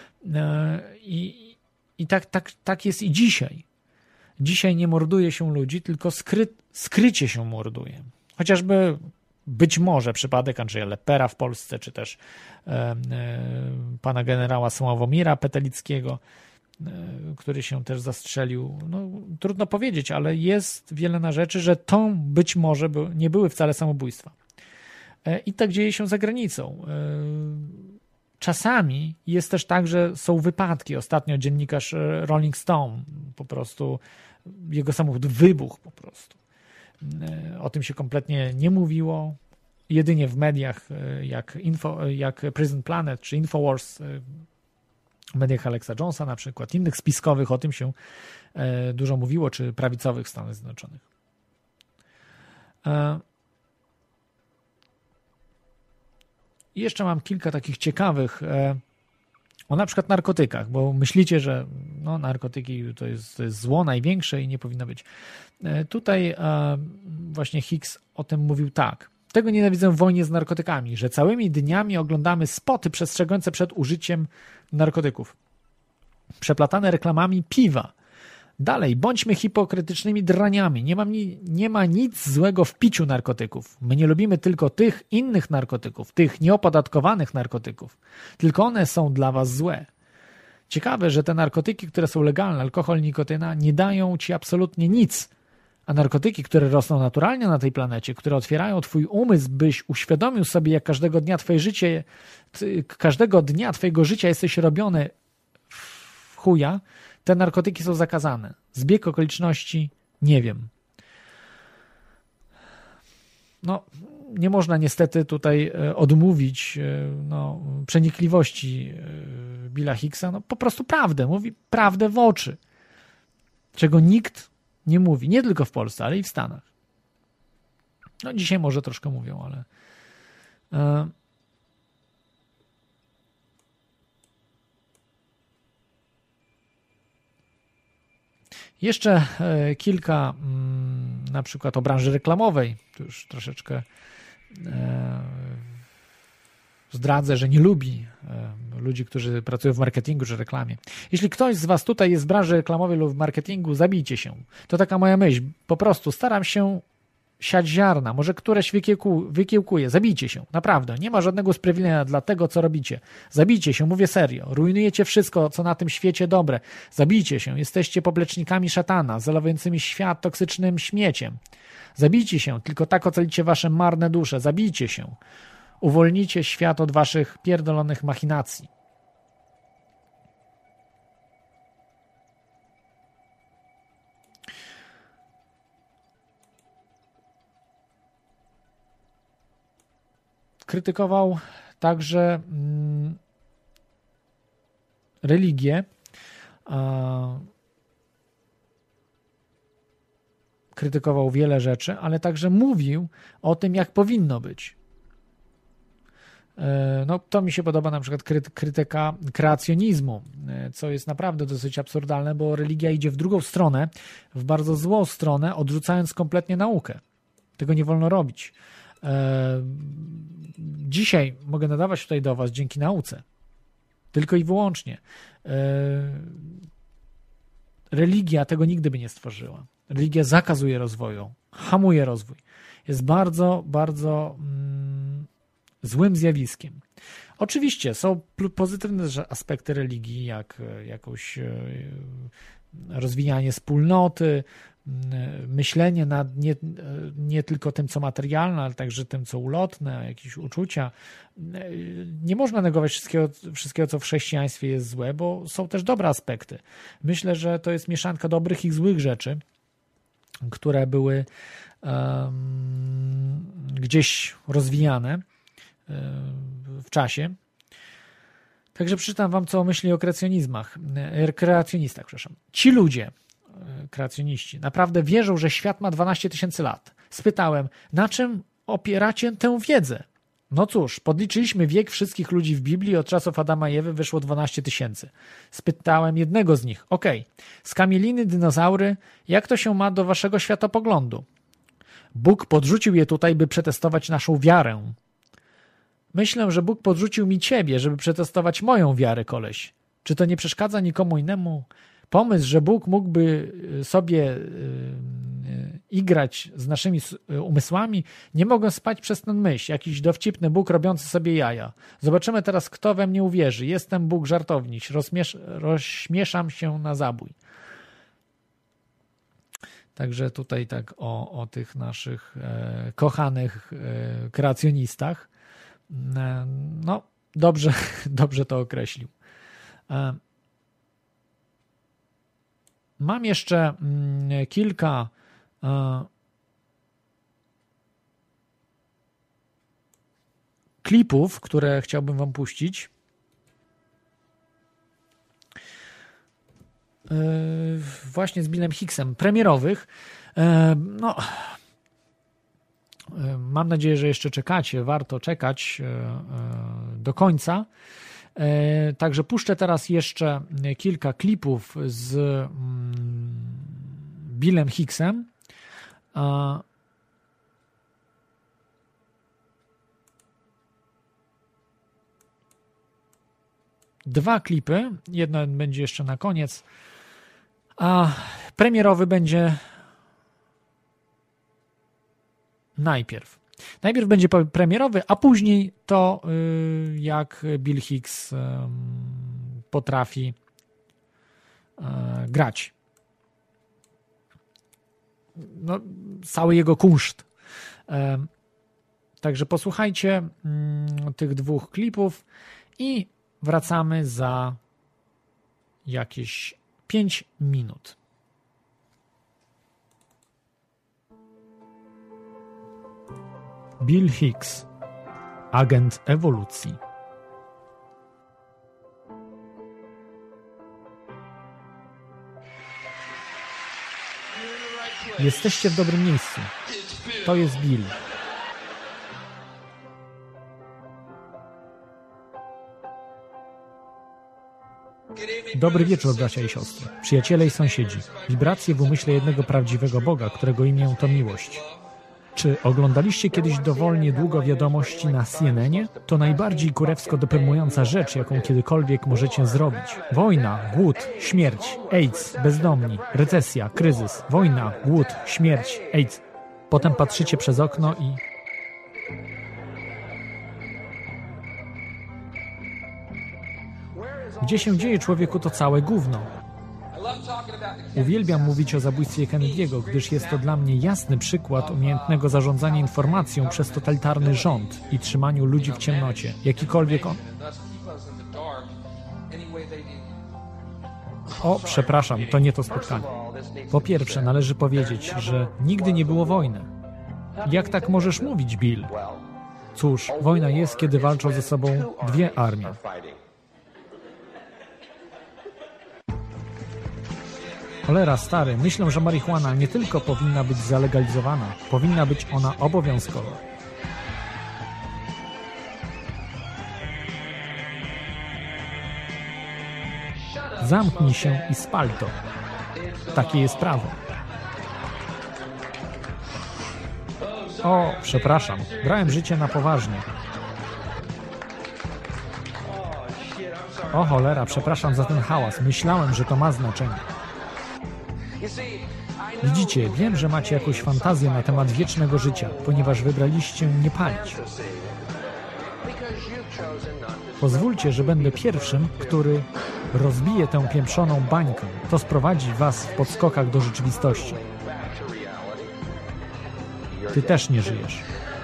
I tak jest i dzisiaj. Dzisiaj nie morduje się ludzi, tylko skrycie się morduje. Chociażby być może przypadek Andrzeja Lepera w Polsce, czy też pana generała Sławomira Petelickiego, który się też zastrzelił. No, trudno powiedzieć, ale jest wiele na rzeczy, że to być może nie były wcale samobójstwa. I tak dzieje się za granicą. Czasami jest też tak, że są wypadki. Ostatnio dziennikarz Rolling Stone po prostu, jego samochód wybuchł po prostu. O tym się kompletnie nie mówiło. Jedynie w mediach jak Prison Planet czy Infowars, w mediach Alexa Jonesa na przykład, innych spiskowych o tym się dużo mówiło, czy prawicowych w Stanach Zjednoczonych. I jeszcze mam kilka takich ciekawych o na przykład narkotykach, bo myślicie, że no, narkotyki to jest zło największe i nie powinno być. Tutaj właśnie Hicks o tym mówił tak. Tego nienawidzę w wojnie z narkotykami, że całymi dniami oglądamy spoty przestrzegające przed użyciem narkotyków, przeplatane reklamami piwa. Dalej, bądźmy hipokrytycznymi draniami. Nie ma nic złego w piciu narkotyków. My nie lubimy tylko tych innych narkotyków, tych nieopodatkowanych narkotyków. Tylko one są dla was złe. Ciekawe, że te narkotyki, które są legalne, alkohol, nikotyna, nie dają ci absolutnie nic. A narkotyki, które rosną naturalnie na tej planecie, które otwierają twój umysł, byś uświadomił sobie, jak każdego dnia twojego życia jesteś robiony w chuja, te narkotyki są zakazane. Zbieg okoliczności nie wiem. No, nie można niestety tutaj odmówić przenikliwości Billa Hicksa. No, po prostu prawdę. Mówi prawdę w oczy. Czego nikt nie mówi. Nie tylko w Polsce, ale i w Stanach. No, dzisiaj może troszkę mówią, ale... Jeszcze kilka, na przykład o branży reklamowej. Tu już troszeczkę zdradzę, że nie lubi ludzi, którzy pracują w marketingu czy reklamie. Jeśli ktoś z was tutaj jest w branży reklamowej lub w marketingu, zabijcie się. To taka moja myśl. Po prostu staram się siać ziarna, może któreś wykiełkuje. Zabijcie się, naprawdę. Nie ma żadnego usprawiedliwienia dla tego, co robicie. Zabijcie się, mówię serio. Rujnujecie wszystko, co na tym świecie dobre. Zabijcie się. Jesteście poplecznikami szatana, zalewającymi świat toksycznym śmieciem. Zabijcie się, tylko tak ocalicie wasze marne dusze. Zabijcie się. Uwolnicie świat od waszych pierdolonych machinacji. Krytykował także religię. Krytykował wiele rzeczy, ale także mówił o tym, jak powinno być. No, to mi się podoba na przykład krytyka kreacjonizmu, co jest naprawdę dosyć absurdalne, bo religia idzie w drugą stronę, w bardzo złą stronę, odrzucając kompletnie naukę. Tego nie wolno robić. Dzisiaj mogę nadawać tutaj do was dzięki nauce. Tylko i wyłącznie. Religia tego nigdy by nie stworzyła. Religia zakazuje rozwoju, hamuje rozwój. Jest bardzo, bardzo złym zjawiskiem. Oczywiście są pozytywne aspekty religii, jak jakoś rozwijanie wspólnoty, myślenie nad nie tylko tym, co materialne, ale także tym, co ulotne, jakieś uczucia. Nie można negować wszystkiego, co w chrześcijaństwie jest złe, bo są też dobre aspekty. Myślę, że to jest mieszanka dobrych i złych rzeczy, które były gdzieś rozwijane w czasie. Także przeczytam wam, co myśli o kreacjonistach. Ci ludzie, kreacjoniści, naprawdę wierzą, że świat ma 12 000 lat. Spytałem, na czym opieracie tę wiedzę? No cóż, podliczyliśmy wiek wszystkich ludzi w Biblii, od czasów Adama i Ewy wyszło 12 000. Spytałem jednego z nich, skamieliny, dinozaury, jak to się ma do waszego światopoglądu? Bóg podrzucił je tutaj, by przetestować naszą wiarę. Myślę, że Bóg podrzucił mi ciebie, żeby przetestować moją wiarę, koleś. Czy to nie przeszkadza nikomu innemu? Pomysł, że Bóg mógłby sobie igrać z naszymi umysłami, nie mogę spać przez tę myśl. Jakiś dowcipny Bóg robiący sobie jaja. Zobaczymy teraz, kto we mnie uwierzy. Jestem Bóg żartowniś. Rozśmieszam się na zabój. Także tutaj tak o tych naszych kochanych kreacjonistach. No, dobrze to określił. Mam jeszcze kilka klipów, które chciałbym wam puścić. Właśnie z Billem Hicksem, premierowych. No, mam nadzieję, że jeszcze czekacie. Warto czekać do końca. Także puszczę teraz jeszcze kilka klipów z Billem Hicksem. Dwa klipy. Jedno będzie jeszcze na koniec. A premierowy będzie najpierw. Najpierw będzie premierowy, a później to, jak Bill Hicks potrafi grać. No, cały jego kunszt. Także posłuchajcie tych dwóch klipów i wracamy za jakieś 5 minut. Bill Hicks, agent ewolucji. Jesteście w dobrym miejscu. To jest Bill. Dobry wieczór, bracia i siostry, przyjaciele i sąsiedzi. Wibracje w umyśle jednego prawdziwego Boga, którego imię to miłość. Czy oglądaliście kiedyś dowolnie długo wiadomości na CNN-ie? To najbardziej kurewsko deprymująca rzecz, jaką kiedykolwiek możecie zrobić. Wojna, głód, śmierć, AIDS, bezdomni, recesja, kryzys, wojna, głód, śmierć, AIDS. Potem patrzycie przez okno i... Gdzie się dzieje, człowieku, to całe gówno? Uwielbiam mówić o zabójstwie Kennedy'ego, gdyż jest to dla mnie jasny przykład umiejętnego zarządzania informacją przez totalitarny rząd i trzymaniu ludzi w ciemnocie. Jakikolwiek on... O, przepraszam, to nie to spotkanie. Po pierwsze, należy powiedzieć, że nigdy nie było wojny. Jak tak możesz mówić, Bill? Cóż, wojna jest, kiedy walczą ze sobą dwie armie. Cholera, stary, myślę, że marihuana nie tylko powinna być zalegalizowana, powinna być ona obowiązkowa. Zamknij się i spal to. Takie jest prawo. O, przepraszam, brałem życie na poważnie. O cholera, przepraszam za ten hałas. Myślałem, że to ma znaczenie. Widzicie, wiem, że macie jakąś fantazję na temat wiecznego życia, ponieważ wybraliście nie palić. Pozwólcie, że będę pierwszym, który rozbije tę pieprzoną bańkę. To sprowadzi was w podskokach do rzeczywistości. Ty też nie żyjesz.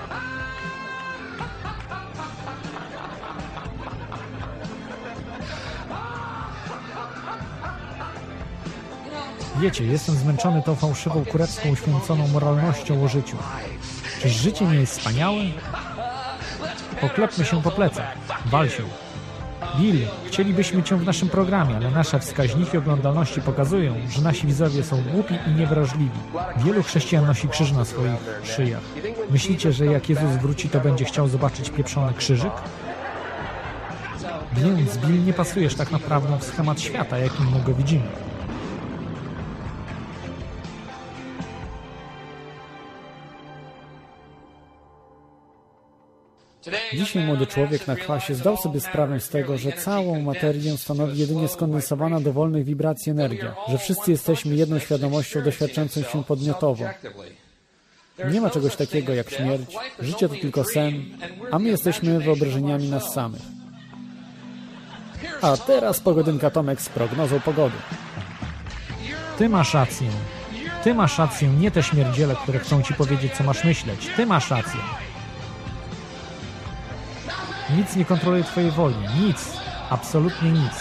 Wiecie, jestem zmęczony tą fałszywą, kurecką, uświęconą moralnością o życiu. Czyż życie nie jest wspaniałe? Poklepmy się po plecach. Wal się. Bill, chcielibyśmy cię w naszym programie, ale nasze wskaźniki oglądalności pokazują, że nasi widzowie są głupi i niewrażliwi. Wielu chrześcijan nosi krzyż na swoich szyjach. Myślicie, że jak Jezus wróci, to będzie chciał zobaczyć pieprzony krzyżyk? Więc, Bill, nie pasujesz tak naprawdę w schemat świata, jakim my go widzimy. Dzisiaj młody człowiek na kwasie zdał sobie sprawę z tego, że całą materię stanowi jedynie skondensowana do wolnych wibracji energia, że wszyscy jesteśmy jedną świadomością doświadczającą się podmiotowo. Nie ma czegoś takiego jak śmierć, życie to tylko sen, a my jesteśmy wyobrażeniami nas samych. A teraz pogodynka Tomek z prognozą pogody. Ty masz rację. Ty masz rację, nie te śmierdziele, które chcą ci powiedzieć, co masz myśleć. Ty masz rację. Nic nie kontroluje twojej woli. Nic. Absolutnie nic.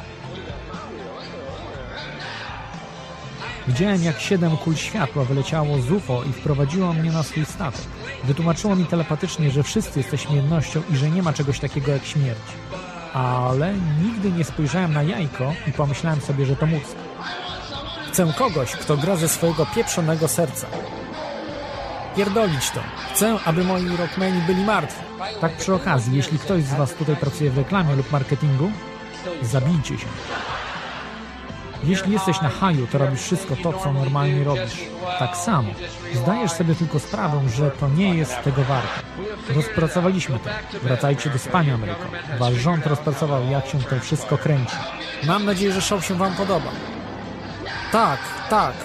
Widziałem, jak 7 kul światła wyleciało z UFO i wprowadziło mnie na swój statek. Wytłumaczyło mi telepatycznie, że wszyscy jesteśmy jednością i że nie ma czegoś takiego jak śmierć. Ale nigdy nie spojrzałem na jajko i pomyślałem sobie, że to mózg. Chcę kogoś, kto gra ze swojego pieprzonego serca. Pierdolić to. Chcę, aby moi rockmeni byli martwi. Tak przy okazji, jeśli ktoś z was tutaj pracuje w reklamie lub marketingu, zabijcie się. Jeśli jesteś na haju, to robisz wszystko to, co normalnie robisz. Tak samo. Zdajesz sobie tylko sprawę, że to nie jest tego warte. Rozpracowaliśmy to. Wracajcie do spania, Ameryko. Wasz rząd rozpracował, jak się to wszystko kręci. Mam nadzieję, że show się wam podoba. Tak, tak.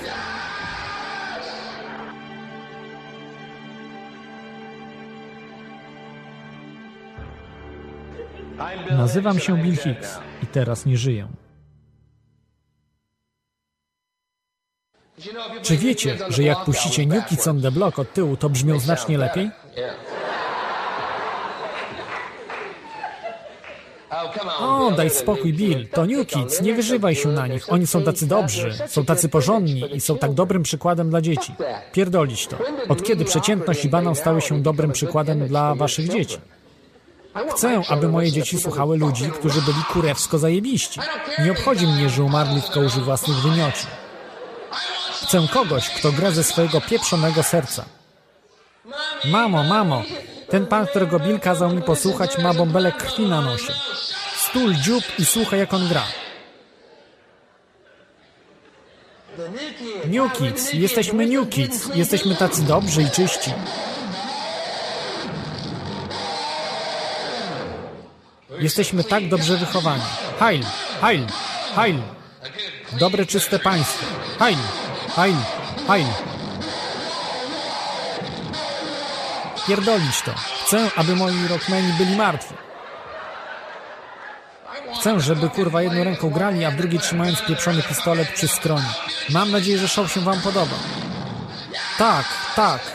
Nazywam się Bill Hicks i teraz nie żyję. Czy wiecie, że jak puścicie New Kids on the Block od tyłu, to brzmią znacznie lepiej? O, daj spokój, Bill. To New Kids, nie wyżywaj się na nich. Oni są tacy dobrzy, są tacy porządni i są tak dobrym przykładem dla dzieci. Pierdolić to. Od kiedy przeciętność i banał stały się dobrym przykładem dla waszych dzieci? Chcę, aby moje dzieci słuchały ludzi, którzy byli kurewsko zajebiści. Nie obchodzi mnie, że umarli w kałuży własnych wymioci. Chcę kogoś, kto gra ze swojego pieprzonego serca. Mamo, mamo, ten pan, którego Bill kazał mi posłuchać, ma bąbelek krwi na nosie. Stul dziób i słuchaj, jak on gra. New Kids, jesteśmy New Kids, jesteśmy tacy dobrzy i czyści. Jesteśmy tak dobrze wychowani. Heil, heil, heil. Dobre, czyste państwo. Heil, heil, heil. pierdolić to. Chcę, aby moi rockmeni byli martwi. Chcę, żeby kurwa jedną ręką grali, a w drugiej trzymając pieprzony pistolet przy skroni. Mam nadzieję, że show się wam podoba. Tak, tak.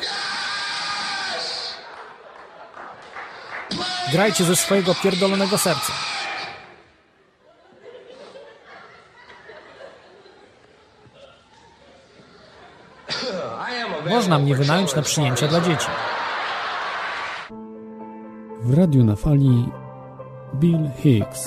Grajcie ze swojego pierdolonego serca. Można mnie wynająć na przyjęcia dla dzieci. W Radiu na Fali Bill Hicks.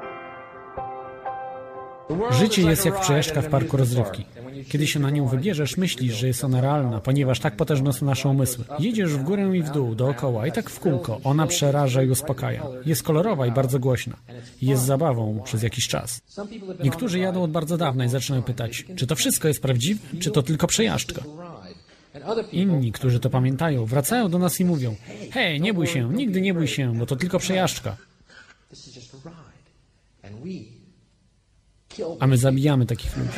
Życie jest jak przejażdżka w parku rozrywki. Kiedy się na nią wybierzesz, myślisz, że jest ona realna, ponieważ tak potężne są nasze umysły. Jedziesz w górę i w dół, dookoła i tak w kółko. Ona przeraża i uspokaja. Jest kolorowa i bardzo głośna. Jest zabawą przez jakiś czas. Niektórzy jadą od bardzo dawna i zaczynają pytać, czy to wszystko jest prawdziwe, czy to tylko przejażdżka. Inni, którzy to pamiętają, wracają do nas i mówią: hej, nie bój się, nigdy nie bój się, bo to tylko przejażdżka. A my zabijamy takich ludzi.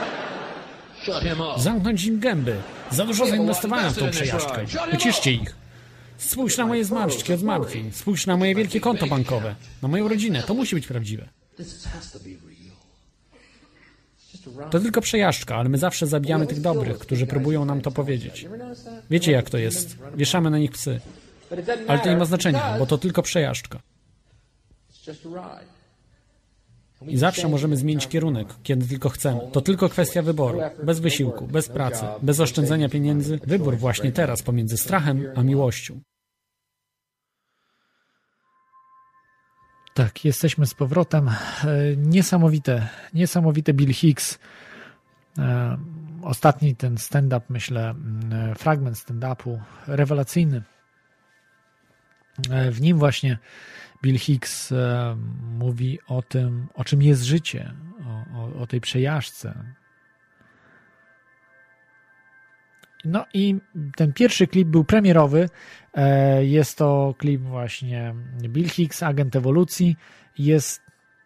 Zamknąć im gęby. Za dużo zainwestowałem w tą przejażdżkę. Uciszcie ich. Spójrz na moje zmarszczki od zmartwień. Spójrz na moje wielkie konto bankowe. Na moją rodzinę. To musi być prawdziwe. To tylko przejażdżka, ale my zawsze zabijamy tych dobrych, którzy próbują nam to powiedzieć. Wiecie, jak to jest. Wieszamy na nich psy. Ale to nie ma znaczenia, bo to tylko przejażdżka. I zawsze możemy zmienić kierunek, kiedy tylko chcemy. To tylko kwestia wyboru. Bez wysiłku, bez pracy, bez oszczędzania pieniędzy. Wybór właśnie teraz pomiędzy strachem a miłością. Tak, jesteśmy z powrotem. Niesamowite Bill Hicks. Ostatni ten stand-up, myślę, fragment stand-upu, rewelacyjny. W nim właśnie Bill Hicks mówi o tym, o czym jest życie, o tej przejażdżce. No i ten pierwszy klip był premierowy. Jest to klip właśnie Bill Hicks, Agent Ewolucji. Jest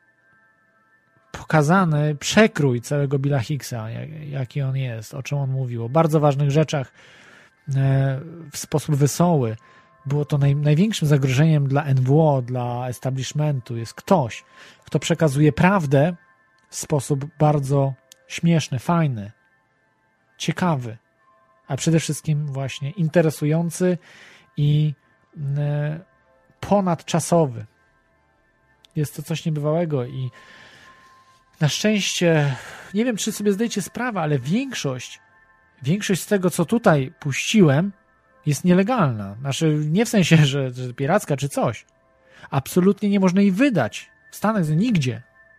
pokazany przekrój całego Billa Hicksa, jaki on jest, o czym on mówił, o bardzo ważnych rzeczach w sposób wesoły. Było to największym zagrożeniem dla NWO, dla establishmentu. Jest ktoś, kto przekazuje prawdę w sposób bardzo śmieszny, fajny, ciekawy, a przede wszystkim właśnie interesujący i ponadczasowy. Jest to coś niebywałego i na szczęście, nie wiem, czy sobie zdajecie sprawę, ale większość z tego, co tutaj puściłem, jest nielegalna. Znaczy, nie w sensie, że piracka czy coś. Absolutnie nie można jej wydać. W Stanach nigdzie.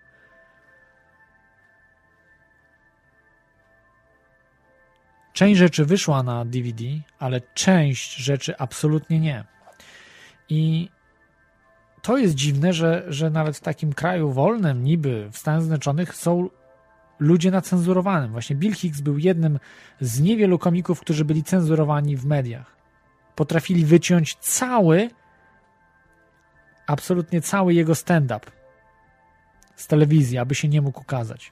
Część rzeczy wyszła na DVD, ale część rzeczy absolutnie nie. I to jest dziwne, że nawet w takim kraju wolnym, niby w Stanach Zjednoczonych, są ludzie na cenzurowanym. Właśnie Bill Hicks był jednym z niewielu komików, którzy byli cenzurowani w mediach. Potrafili wyciąć absolutnie cały jego stand-up z telewizji, aby się nie mógł ukazać.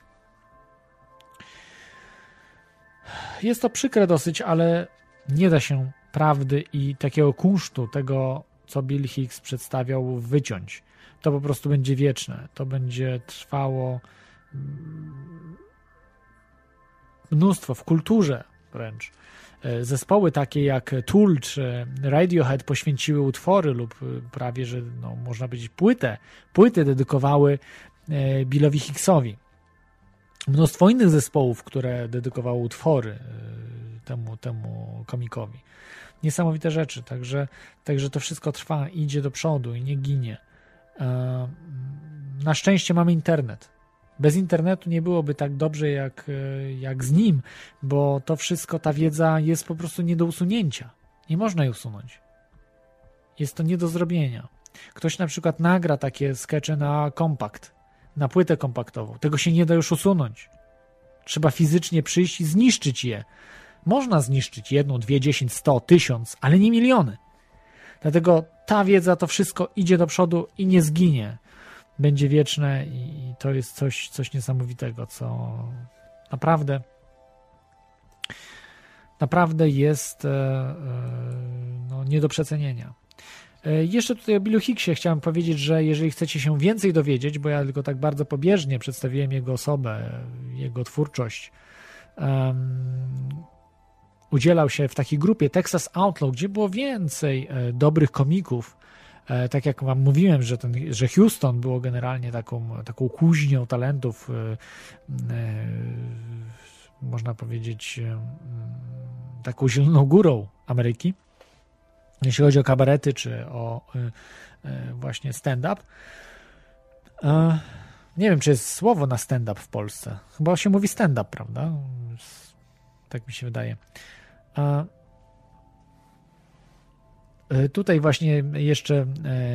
Jest to przykre dosyć, ale nie da się prawdy i takiego kunsztu, tego, co Bill Hicks przedstawiał, wyciąć. To po prostu będzie wieczne. To będzie trwało mnóstwo w kulturze wręcz. Zespoły takie jak Tool czy Radiohead poświęciły utwory lub prawie, że można powiedzieć płyty dedykowały Billowi Hicksowi. Mnóstwo innych zespołów, które dedykowało utwory temu komikowi. Niesamowite rzeczy, także to wszystko trwa, idzie do przodu i nie ginie. Na szczęście mamy internet. Bez internetu nie byłoby tak dobrze jak z nim, bo to wszystko, ta wiedza jest po prostu nie do usunięcia. Nie można jej usunąć. Jest to nie do zrobienia. Ktoś na przykład nagra takie skecze na kompakt, na płytę kompaktową. Tego się nie da już usunąć. Trzeba fizycznie przyjść i zniszczyć je. Można zniszczyć 1, 2, 10, 100, 1000, ale nie miliony. Dlatego ta wiedza, to wszystko idzie do przodu i nie zginie. Będzie wieczne i to jest coś niesamowitego, co naprawdę jest nie do przecenienia. Jeszcze tutaj o Billu Hicksie chciałem powiedzieć, że jeżeli chcecie się więcej dowiedzieć, bo ja tylko tak bardzo pobieżnie przedstawiłem jego osobę, jego twórczość, udzielał się w takiej grupie Texas Outlaw, gdzie było więcej dobrych komików. Tak jak wam mówiłem, że Houston było generalnie taką kuźnią talentów, można powiedzieć taką zieloną górą Ameryki, jeśli chodzi o kabarety czy o właśnie stand-up. Nie wiem, czy jest słowo na stand-up w Polsce. Chyba się mówi stand-up, prawda? Tak mi się wydaje. Tutaj właśnie jeszcze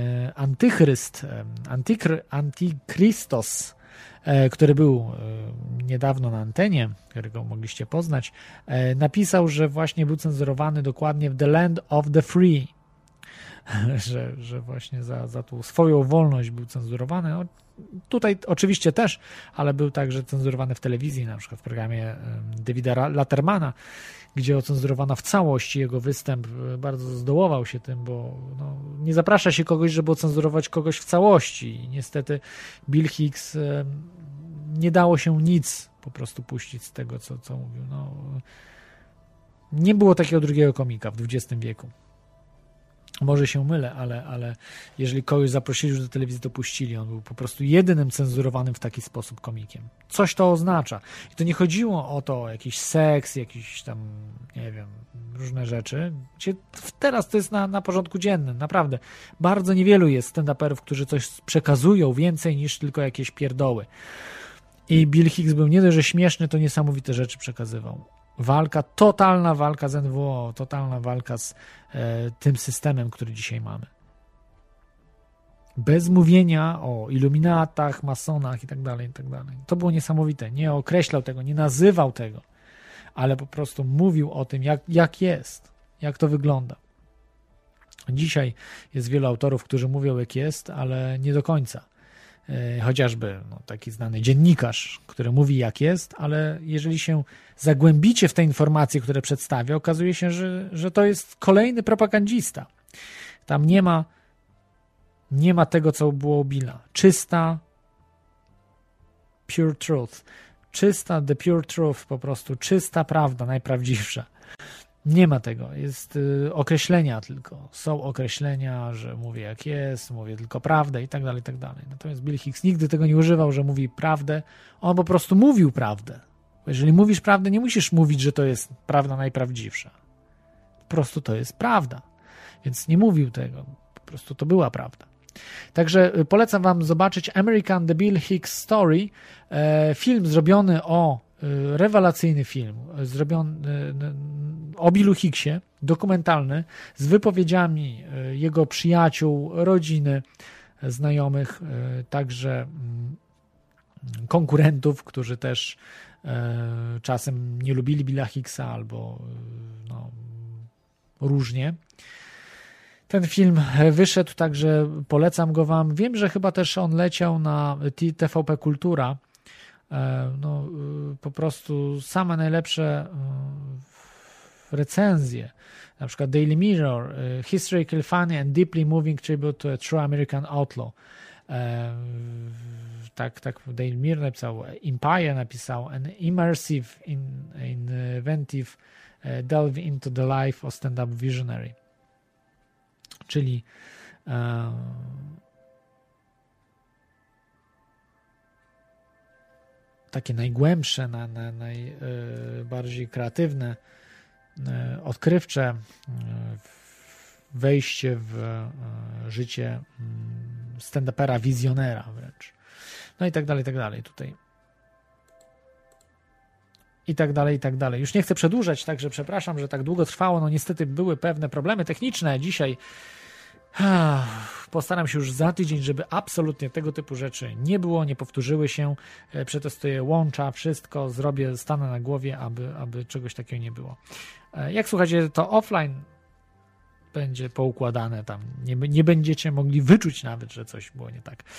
Antychrystos, który był niedawno na antenie, którego mogliście poznać, napisał, że właśnie był cenzurowany dokładnie w The Land of the Free, że właśnie za tą swoją wolność był cenzurowany. No, tutaj oczywiście też, ale był także cenzurowany w telewizji, na przykład w programie Davida Lettermana, gdzie ocenzurowano w całości jego występ. Bardzo zdołował się tym, bo nie zaprasza się kogoś, żeby ocenzurować kogoś w całości. I niestety Bill Hicks nie dało się nic po prostu puścić z tego, co mówił. Nie było takiego drugiego komika w XX wieku. Może się mylę, ale jeżeli kogoś zaprosili już do telewizji, to puścili. On był po prostu jedynym cenzurowanym w taki sposób komikiem. Coś to oznacza. I to nie chodziło o to, jakiś seks, jakiś tam, nie wiem, różne rzeczy. Teraz to jest na porządku dziennym, naprawdę. Bardzo niewielu jest stand-uperów, którzy coś przekazują więcej niż tylko jakieś pierdoły. I Bill Hicks był nie dość, że śmieszny, to niesamowite rzeczy przekazywał. Totalna walka z NWO, totalna walka z tym systemem, który dzisiaj mamy. Bez mówienia o iluminatach, masonach i tak dalej. To było niesamowite. Nie określał tego, nie nazywał tego, ale po prostu mówił o tym, jak jest, jak to wygląda. Dzisiaj jest wielu autorów, którzy mówią, jak jest, ale nie do końca. Chociażby taki znany dziennikarz, który mówi jak jest, ale jeżeli się zagłębicie w te informacje, które przedstawia, okazuje się, że to jest kolejny propagandista. Tam nie ma tego, co było u Billa. Czysta pure truth. The pure truth, po prostu czysta prawda, najprawdziwsza. Nie ma tego. Jest określenia tylko. Są określenia, że mówię jak jest, mówię tylko prawdę i tak dalej, i tak dalej. Natomiast Bill Hicks nigdy tego nie używał, że mówi prawdę. On po prostu mówił prawdę. Jeżeli mówisz prawdę, nie musisz mówić, że to jest prawda najprawdziwsza. Po prostu to jest prawda. Więc nie mówił tego. Po prostu to była prawda. Także polecam wam zobaczyć American The Bill Hicks Story. Film zrobiony rewelacyjny film, zrobiony o Billu Hicksie, dokumentalny, z wypowiedziami jego przyjaciół, rodziny, znajomych, także konkurentów, którzy też czasem nie lubili Billa Hicksa albo różnie. Ten film wyszedł, także polecam go wam. Wiem, że chyba też on leciał na TVP Kultura. Po prostu same najlepsze recenzje, na przykład Daily Mirror, Historical Funny and Deeply Moving Tribute to a True American Outlaw. Tak Daily Mirror napisał, Empire napisał, an immersive, inventive delve into the life of stand-up visionary. Czyli takie najgłębsze, najbardziej kreatywne, odkrywcze wejście w życie stand-upera, wizjonera wręcz. I tak dalej tutaj. I tak dalej. Już nie chcę przedłużać, także przepraszam, że tak długo trwało. Niestety były pewne problemy techniczne. Dzisiaj postaram się już za tydzień, żeby absolutnie tego typu rzeczy nie było, nie powtórzyły się. Przetestuję łącza, wszystko zrobię, stanę na głowie, aby czegoś takiego nie było. Jak słuchacie, to offline będzie poukładane tam. Nie będziecie mogli wyczuć nawet, że coś było nie tak.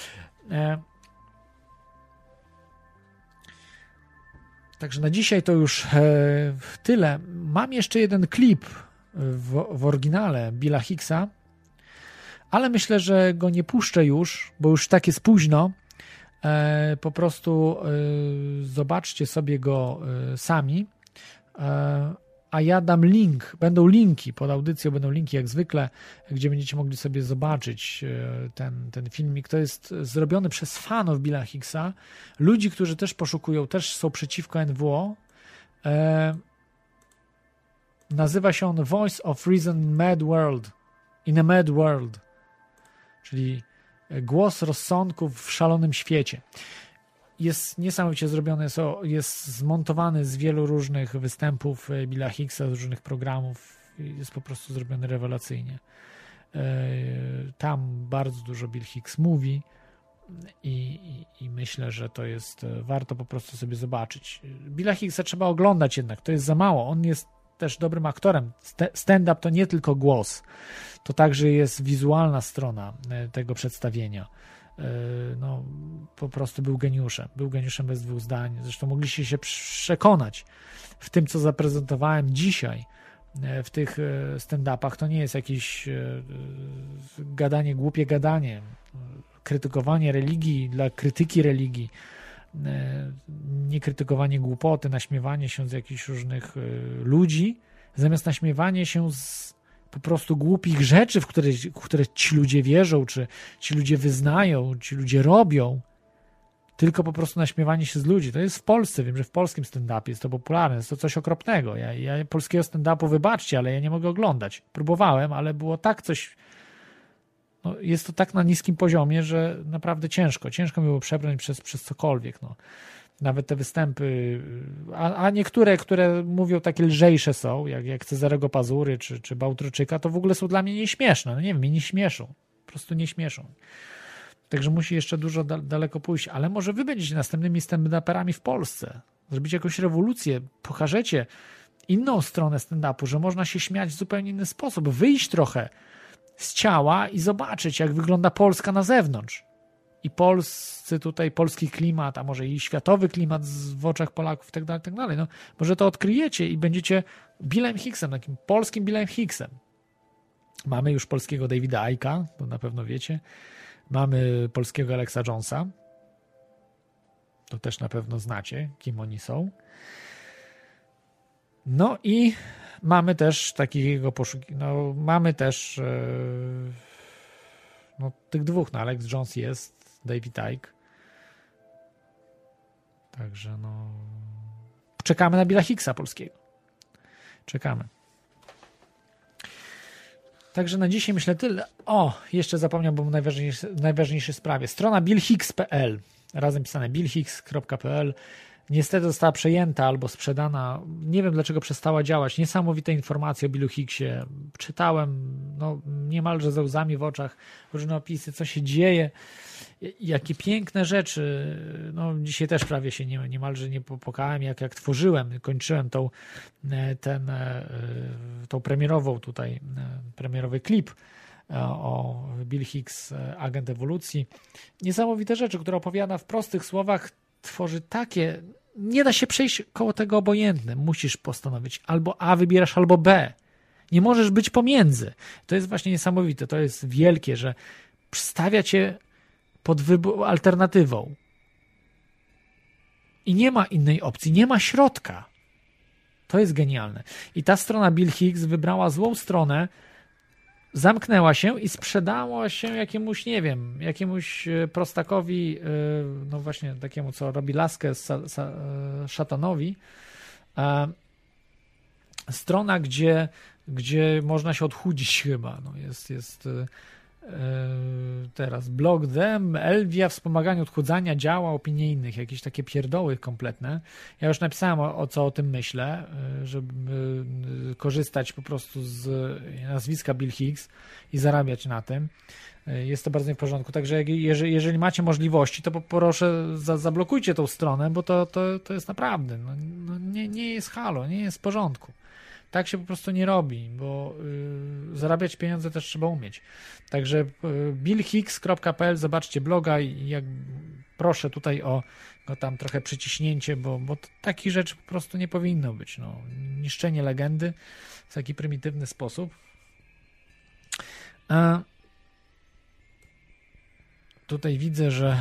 Także na dzisiaj to już tyle. Mam jeszcze jeden klip, w oryginale Billa Hicksa, ale myślę, że go nie puszczę już, bo już tak jest późno. Po prostu zobaczcie sobie go sami, a ja dam link, będą linki pod audycją, będą linki jak zwykle, gdzie będziecie mogli sobie zobaczyć ten filmik. To jest zrobiony przez fanów Billa Hicksa, ludzi, którzy też poszukują, też są przeciwko NWO. Nazywa się on Voice of Reason in a Mad World, czyli głos rozsądków w szalonym świecie. Jest niesamowicie zrobiony, jest zmontowany z wielu różnych występów Billa Hicksa, z różnych programów. Jest po prostu zrobiony rewelacyjnie. Tam bardzo dużo Bill Hicks mówi i myślę, że to jest warto po prostu sobie zobaczyć. Billa Hicksa trzeba oglądać jednak, to jest za mało. On jest też dobrym aktorem. Stand-up to nie tylko głos, to także jest wizualna strona tego przedstawienia. No, po prostu był geniuszem bez dwóch zdań. Zresztą mogliście się przekonać w tym, co zaprezentowałem dzisiaj w tych stand-upach. To nie jest jakieś gadanie, głupie gadanie, krytykowanie religii dla krytyki religii, nie krytykowanie głupoty, naśmiewanie się z jakichś różnych ludzi, zamiast naśmiewanie się z po prostu głupich rzeczy, w które ci ludzie wierzą, czy ci ludzie wyznają, ci ludzie robią, tylko po prostu naśmiewanie się z ludzi. To jest w Polsce, wiem, że w polskim stand-upie jest to popularne, jest to coś okropnego. Ja polskiego stand-upu, wybaczcie, ale ja nie mogę oglądać. Próbowałem, ale było tak coś, no, jest to tak na niskim poziomie, że naprawdę ciężko mi było przebrnąć przez cokolwiek, no. Nawet te występy, a niektóre, które mówią takie lżejsze są, jak Cezarego Pazury czy Bałtryczyka, to w ogóle są dla mnie nieśmieszne. No nie wiem, mnie nie śmieszą. Po prostu nie śmieszą. Także musi jeszcze dużo daleko pójść. Ale może wy będziecie następnymi stand-uperami w Polsce. Zrobicie jakąś rewolucję, pokażecie inną stronę stand-upu, że można się śmiać w zupełnie inny sposób. Wyjść trochę z ciała i zobaczyć, jak wygląda Polska na zewnątrz. I polski klimat, a może i światowy klimat w oczach Polaków i tak dalej. No, może to odkryjecie i będziecie Billem Hicksem, takim polskim Billem Hicksem. Mamy już polskiego Davida Icke'a, to na pewno wiecie. Mamy polskiego Alexa Jonesa. To też na pewno znacie, kim oni są. No i mamy też takiego mamy też tych dwóch, Alex Jones jest, David Icke. Także czekamy na Billa Hicksa polskiego. Czekamy. Także na dzisiaj myślę tyle. Jeszcze zapomniałem, bo najważniejszej sprawie. Strona billhicks.pl, razem pisane billhicks.pl, niestety została przejęta albo sprzedana. Nie wiem, dlaczego przestała działać. Niesamowite informacje o Billu Hicksie. Czytałem niemalże ze łzami w oczach różne opisy, co się dzieje, jakie piękne rzeczy. Dzisiaj też prawie się niemalże nie popłakałem, jak tworzyłem, kończyłem tą premierowy klip o Bill Hicks, agent ewolucji. Niesamowite rzeczy, które opowiada w prostych słowach, tworzy takie, nie da się przejść koło tego obojętnym. Musisz postanowić albo A wybierasz, albo B. Nie możesz być pomiędzy. To jest właśnie niesamowite, to jest wielkie, że stawia cię pod alternatywą. I nie ma innej opcji, nie ma środka. To jest genialne. I ta strona Bill Hicks wybrała złą stronę, zamknęła się i sprzedała się jakiemuś prostakowi, właśnie takiemu, co robi laskę szatanowi. Strona, gdzie można się odchudzić chyba. Jest teraz blog Dem, Elvia, wspomaganie odchudzania, działa, opinii innych, jakieś takie pierdoły kompletne. Ja już napisałem, co o tym myślę, żeby korzystać po prostu z nazwiska Bill Hicks i zarabiać na tym. Jest to bardzo nie w porządku. Także jeżeli macie możliwości, to proszę zablokujcie tą stronę, bo to jest naprawdę nie jest halo, nie jest w porządku. Tak się po prostu nie robi, bo zarabiać pieniądze też trzeba umieć. Także billhicks.pl, zobaczcie bloga i proszę tutaj o no tam trochę przyciśnięcie, bo takich rzeczy po prostu nie powinno być. No. Niszczenie legendy w taki prymitywny sposób. A tutaj widzę, że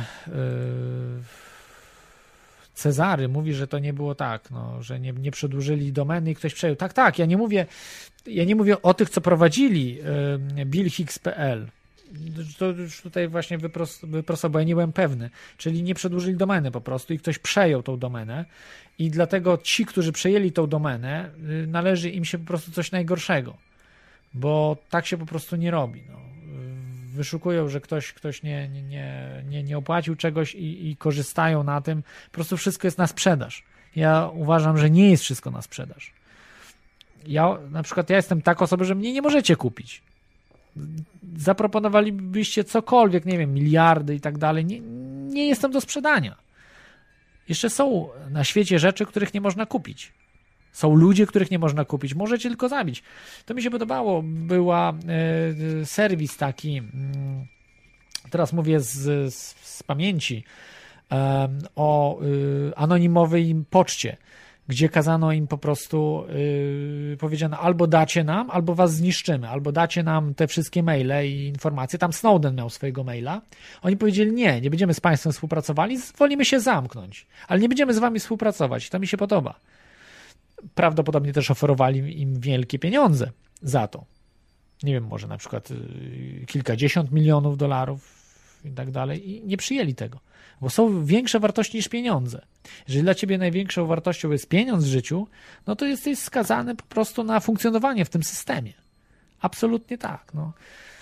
Cezary mówi, że to nie było tak, no, że nie przedłużyli domeny i ktoś przejął. Tak, ja nie mówię o tych, co prowadzili billhicks.pl. To już tutaj właśnie wyprostował, bo ja nie byłem pewny. Czyli nie przedłużyli domeny po prostu i ktoś przejął tą domenę i dlatego ci, którzy przejęli tą domenę, należy im się po prostu coś najgorszego, bo tak się po prostu nie robi. No. Wyszukują, że ktoś nie opłacił czegoś i korzystają na tym. Po prostu wszystko jest na sprzedaż. Ja uważam, że nie jest wszystko na sprzedaż. Na przykład ja jestem taką osobą, że mnie nie możecie kupić. Zaproponowalibyście cokolwiek, nie wiem, miliardy i tak dalej. Nie jestem do sprzedania. Jeszcze są na świecie rzeczy, których nie można kupić. Są ludzie, których nie można kupić. Możecie tylko zabić. To mi się podobało. Była serwis taki, teraz mówię z pamięci, o anonimowej poczcie, gdzie kazano im po prostu, powiedziano, albo dacie nam, albo was zniszczymy, albo dacie nam te wszystkie maile i informacje. Tam Snowden miał swojego maila. Oni powiedzieli, nie będziemy z państwem współpracowali, wolimy się zamknąć, ale nie będziemy z wami współpracować. To mi się podoba. Prawdopodobnie też oferowali im wielkie pieniądze za to. Nie wiem, może na przykład kilkadziesiąt milionów dolarów i tak dalej i nie przyjęli tego, bo są większe wartości niż pieniądze. Jeżeli dla ciebie największą wartością jest pieniądz w życiu, no to jesteś skazany po prostu na funkcjonowanie w tym systemie. Absolutnie tak. No.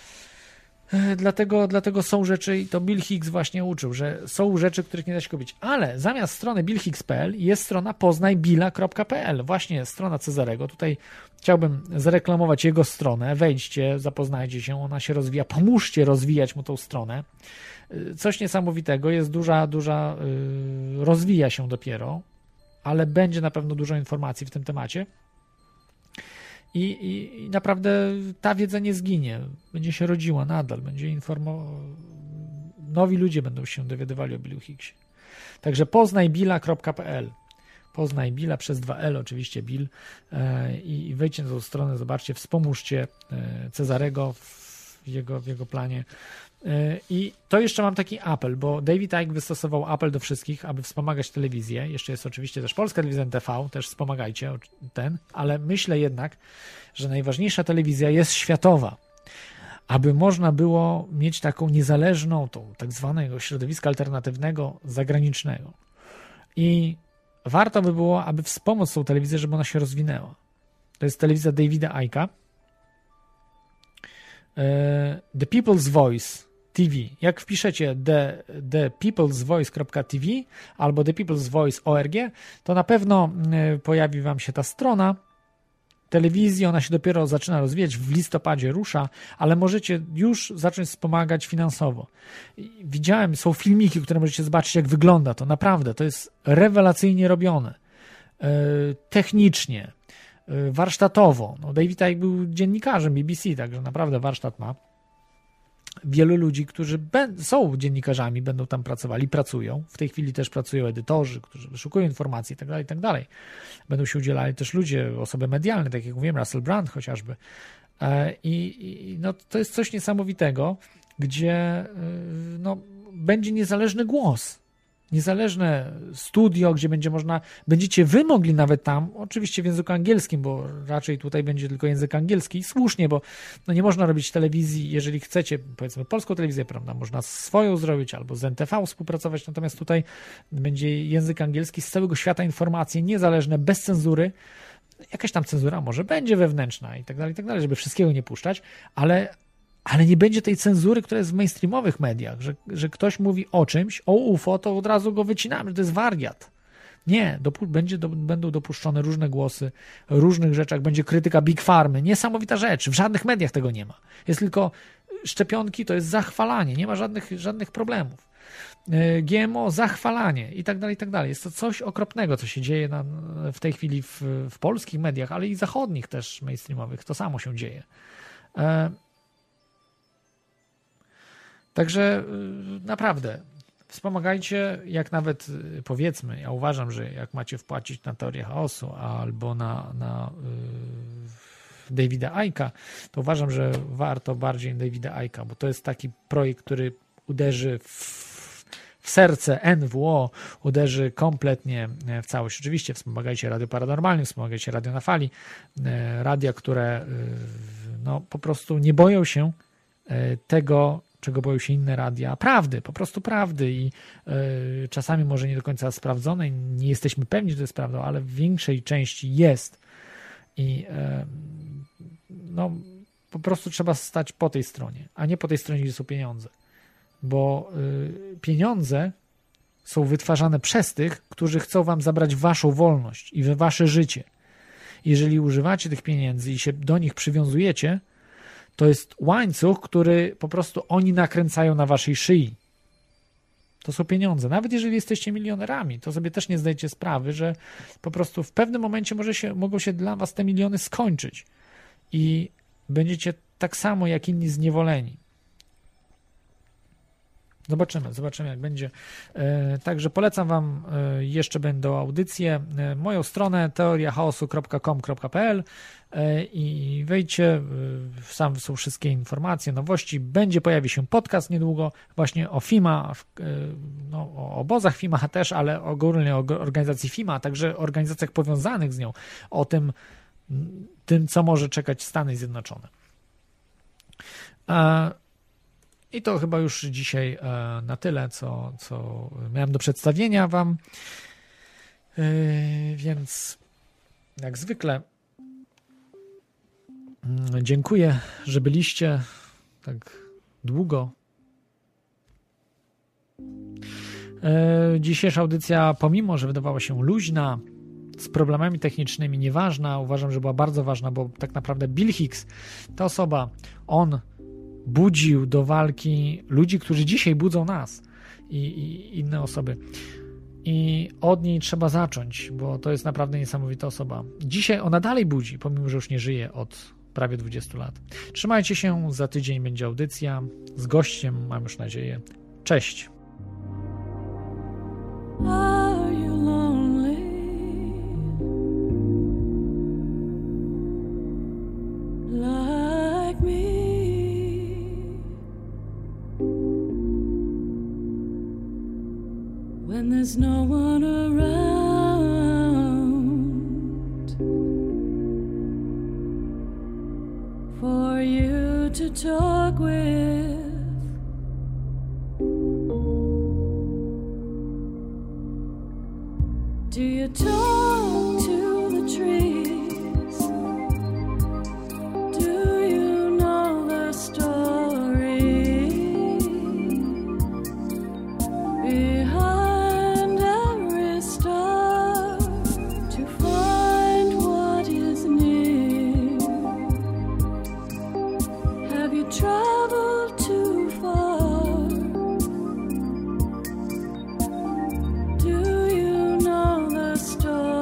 Dlatego są rzeczy, i to Bill Hicks właśnie uczył, że są rzeczy, których nie da się kupić. Ale zamiast strony billhicks.pl jest strona poznajbilla.pl. Właśnie strona Cezarego. Tutaj chciałbym zareklamować jego stronę. Wejdźcie, zapoznajcie się, ona się rozwija. Pomóżcie rozwijać mu tą stronę. Coś niesamowitego. Jest duża, rozwija się dopiero, ale będzie na pewno dużo informacji w tym temacie. I naprawdę ta wiedza nie zginie. Będzie się rodziła nadal. Będzie nowi ludzie będą się dowiadywali o Billu Hicksie. Także poznajbilla.pl. Poznajbilla przez 2L oczywiście Bill. I wejdźcie na tą stronę, zobaczcie, wspomóżcie Cezarego w jego planie. I to jeszcze mam taki apel, bo David Icke wystosował apel do wszystkich, aby wspomagać telewizję. Jeszcze jest oczywiście też Polska Telewizja NTV, też wspomagajcie ale myślę jednak, że najważniejsza telewizja jest światowa. Aby można było mieć taką niezależną, tą tak zwanego środowiska alternatywnego, zagranicznego. I warto by było, aby wspomóc tą telewizję, żeby ona się rozwinęła. To jest telewizja Davida Icke'a. The People's Voice TV. Jak wpiszecie thepeoplesvoice.tv albo thepeoplesvoice.org, to na pewno pojawi wam się ta strona telewizji. Ona się dopiero zaczyna rozwijać, w listopadzie rusza, ale możecie już zacząć wspomagać finansowo. Widziałem, są filmiki, które możecie zobaczyć, jak wygląda to. Naprawdę, to jest rewelacyjnie robione. Technicznie, warsztatowo. No, David Icke był dziennikarzem BBC, także naprawdę warsztat ma. Wielu ludzi, którzy są dziennikarzami, będą tam pracowali, pracują. W tej chwili też pracują edytorzy, którzy wyszukują informacji itd., itd. Będą się udzielali też ludzie, osoby medialne, tak jak mówiłem, Russell Brand chociażby. No, to jest coś niesamowitego, gdzie no, będzie niezależny głos. Niezależne studio, gdzie będziecie wy mogli nawet tam, oczywiście w języku angielskim, bo raczej tutaj będzie tylko język angielski i słusznie, bo no nie można robić telewizji, jeżeli chcecie, powiedzmy polską telewizję, prawda, można swoją zrobić albo z NTV współpracować, natomiast tutaj będzie język angielski z całego świata, informacje niezależne, bez cenzury. Jakaś tam cenzura może będzie wewnętrzna i tak dalej, żeby wszystkiego nie puszczać, ale nie będzie tej cenzury, która jest w mainstreamowych mediach, że ktoś mówi o czymś, o UFO, to od razu go wycinamy, że to jest wariat. Nie, będą dopuszczone różne głosy, różnych rzeczach, będzie krytyka Big Pharmy, niesamowita rzecz, w żadnych mediach tego nie ma. Jest tylko szczepionki, to jest zachwalanie, nie ma żadnych problemów. GMO, zachwalanie i tak dalej. Jest to coś okropnego, co się dzieje w tej chwili w polskich mediach, ale i zachodnich też mainstreamowych, to samo się dzieje. Także naprawdę Wspomagajcie, jak nawet powiedzmy, ja uważam, że jak macie wpłacić na Teorię Chaosu albo na Davida Icke'a, to uważam, że warto bardziej Davida Icke'a, bo to jest taki projekt, który uderzy w serce NWO, uderzy kompletnie w całość. Oczywiście wspomagajcie Radio Paranormalnym, wspomagajcie Radio na Fali, radia, które no, po prostu nie boją się tego, czego boją się inne radia, prawdy, po prostu prawdy i czasami może nie do końca sprawdzone, nie jesteśmy pewni, że to jest prawdą, ale w większej części jest i no po prostu trzeba stać po tej stronie, a nie po tej stronie, gdzie są pieniądze, bo pieniądze są wytwarzane przez tych, którzy chcą wam zabrać waszą wolność i wasze życie. Jeżeli używacie tych pieniędzy i się do nich przywiązujecie, to jest łańcuch, który po prostu oni nakręcają na waszej szyi. To są pieniądze. Nawet jeżeli jesteście milionerami, to sobie też nie zdajecie sprawy, że po prostu w pewnym momencie mogą się dla was te miliony skończyć i będziecie tak samo jak inni zniewoleni. Zobaczymy jak będzie. Także polecam wam, jeszcze będą audycje, moją stronę teoriachaosu.com.pl i wejdźcie, sam są wszystkie informacje, nowości. Pojawi się podcast niedługo właśnie o FIMA, no, o obozach FIMA też, ale ogólnie o organizacji FIMA, a także organizacjach powiązanych z nią, o tym, co może czekać Stany Zjednoczone. I to chyba już dzisiaj na tyle, co miałem do przedstawienia wam. Więc jak zwykle dziękuję, że byliście tak długo. Dzisiejsza audycja, pomimo że wydawała się luźna, z problemami technicznymi, nieważna, uważam, że była bardzo ważna, bo tak naprawdę Bill Hicks, ta osoba, on budził do walki ludzi, którzy dzisiaj budzą nas i inne osoby. I od niej trzeba zacząć, bo to jest naprawdę niesamowita osoba. Dzisiaj ona dalej budzi, pomimo że już nie żyje od prawie 20 lat. Trzymajcie się, za tydzień będzie audycja z gościem, mam już nadzieję. Cześć! Are you lonely? Like me? When there's no one around for you to talk with, do you talk to the trees? Do you know the story behind every star to find what is near? Have you traveled too far? Do you know the story?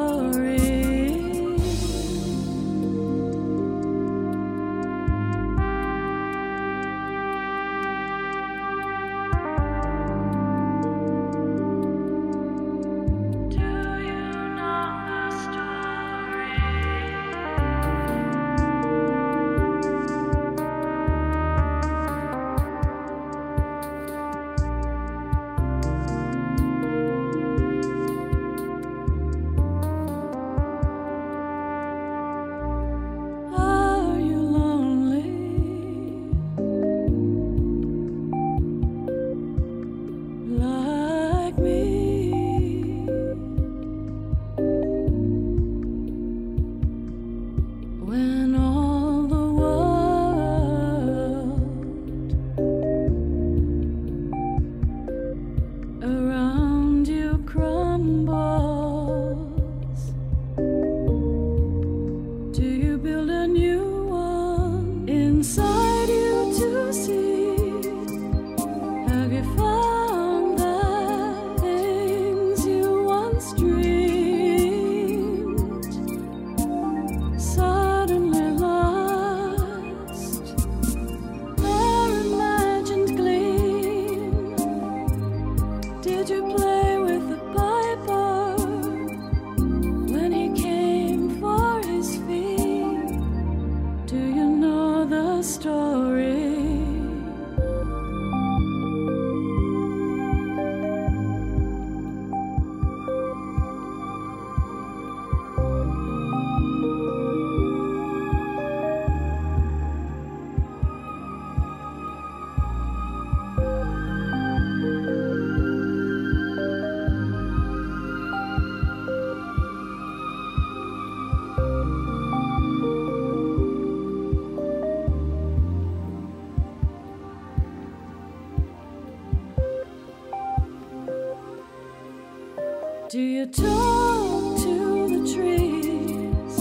Do you talk to the trees?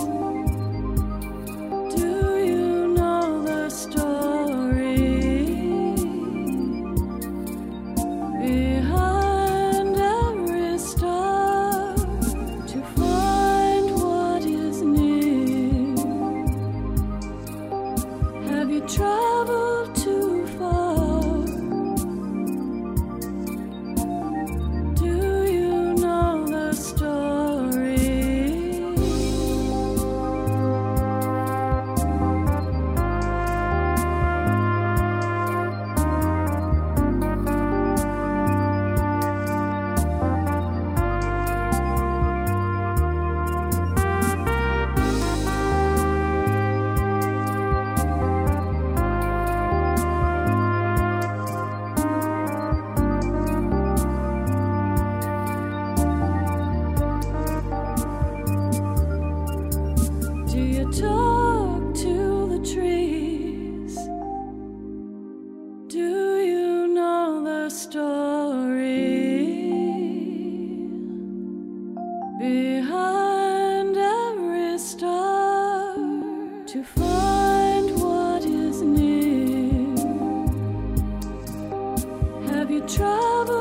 Do you know the story behind every star to find what is near? Have you traveled too far? Do you know the story? Do you talk to the trees? Do you know the story behind every star to find what is near? Have you traveled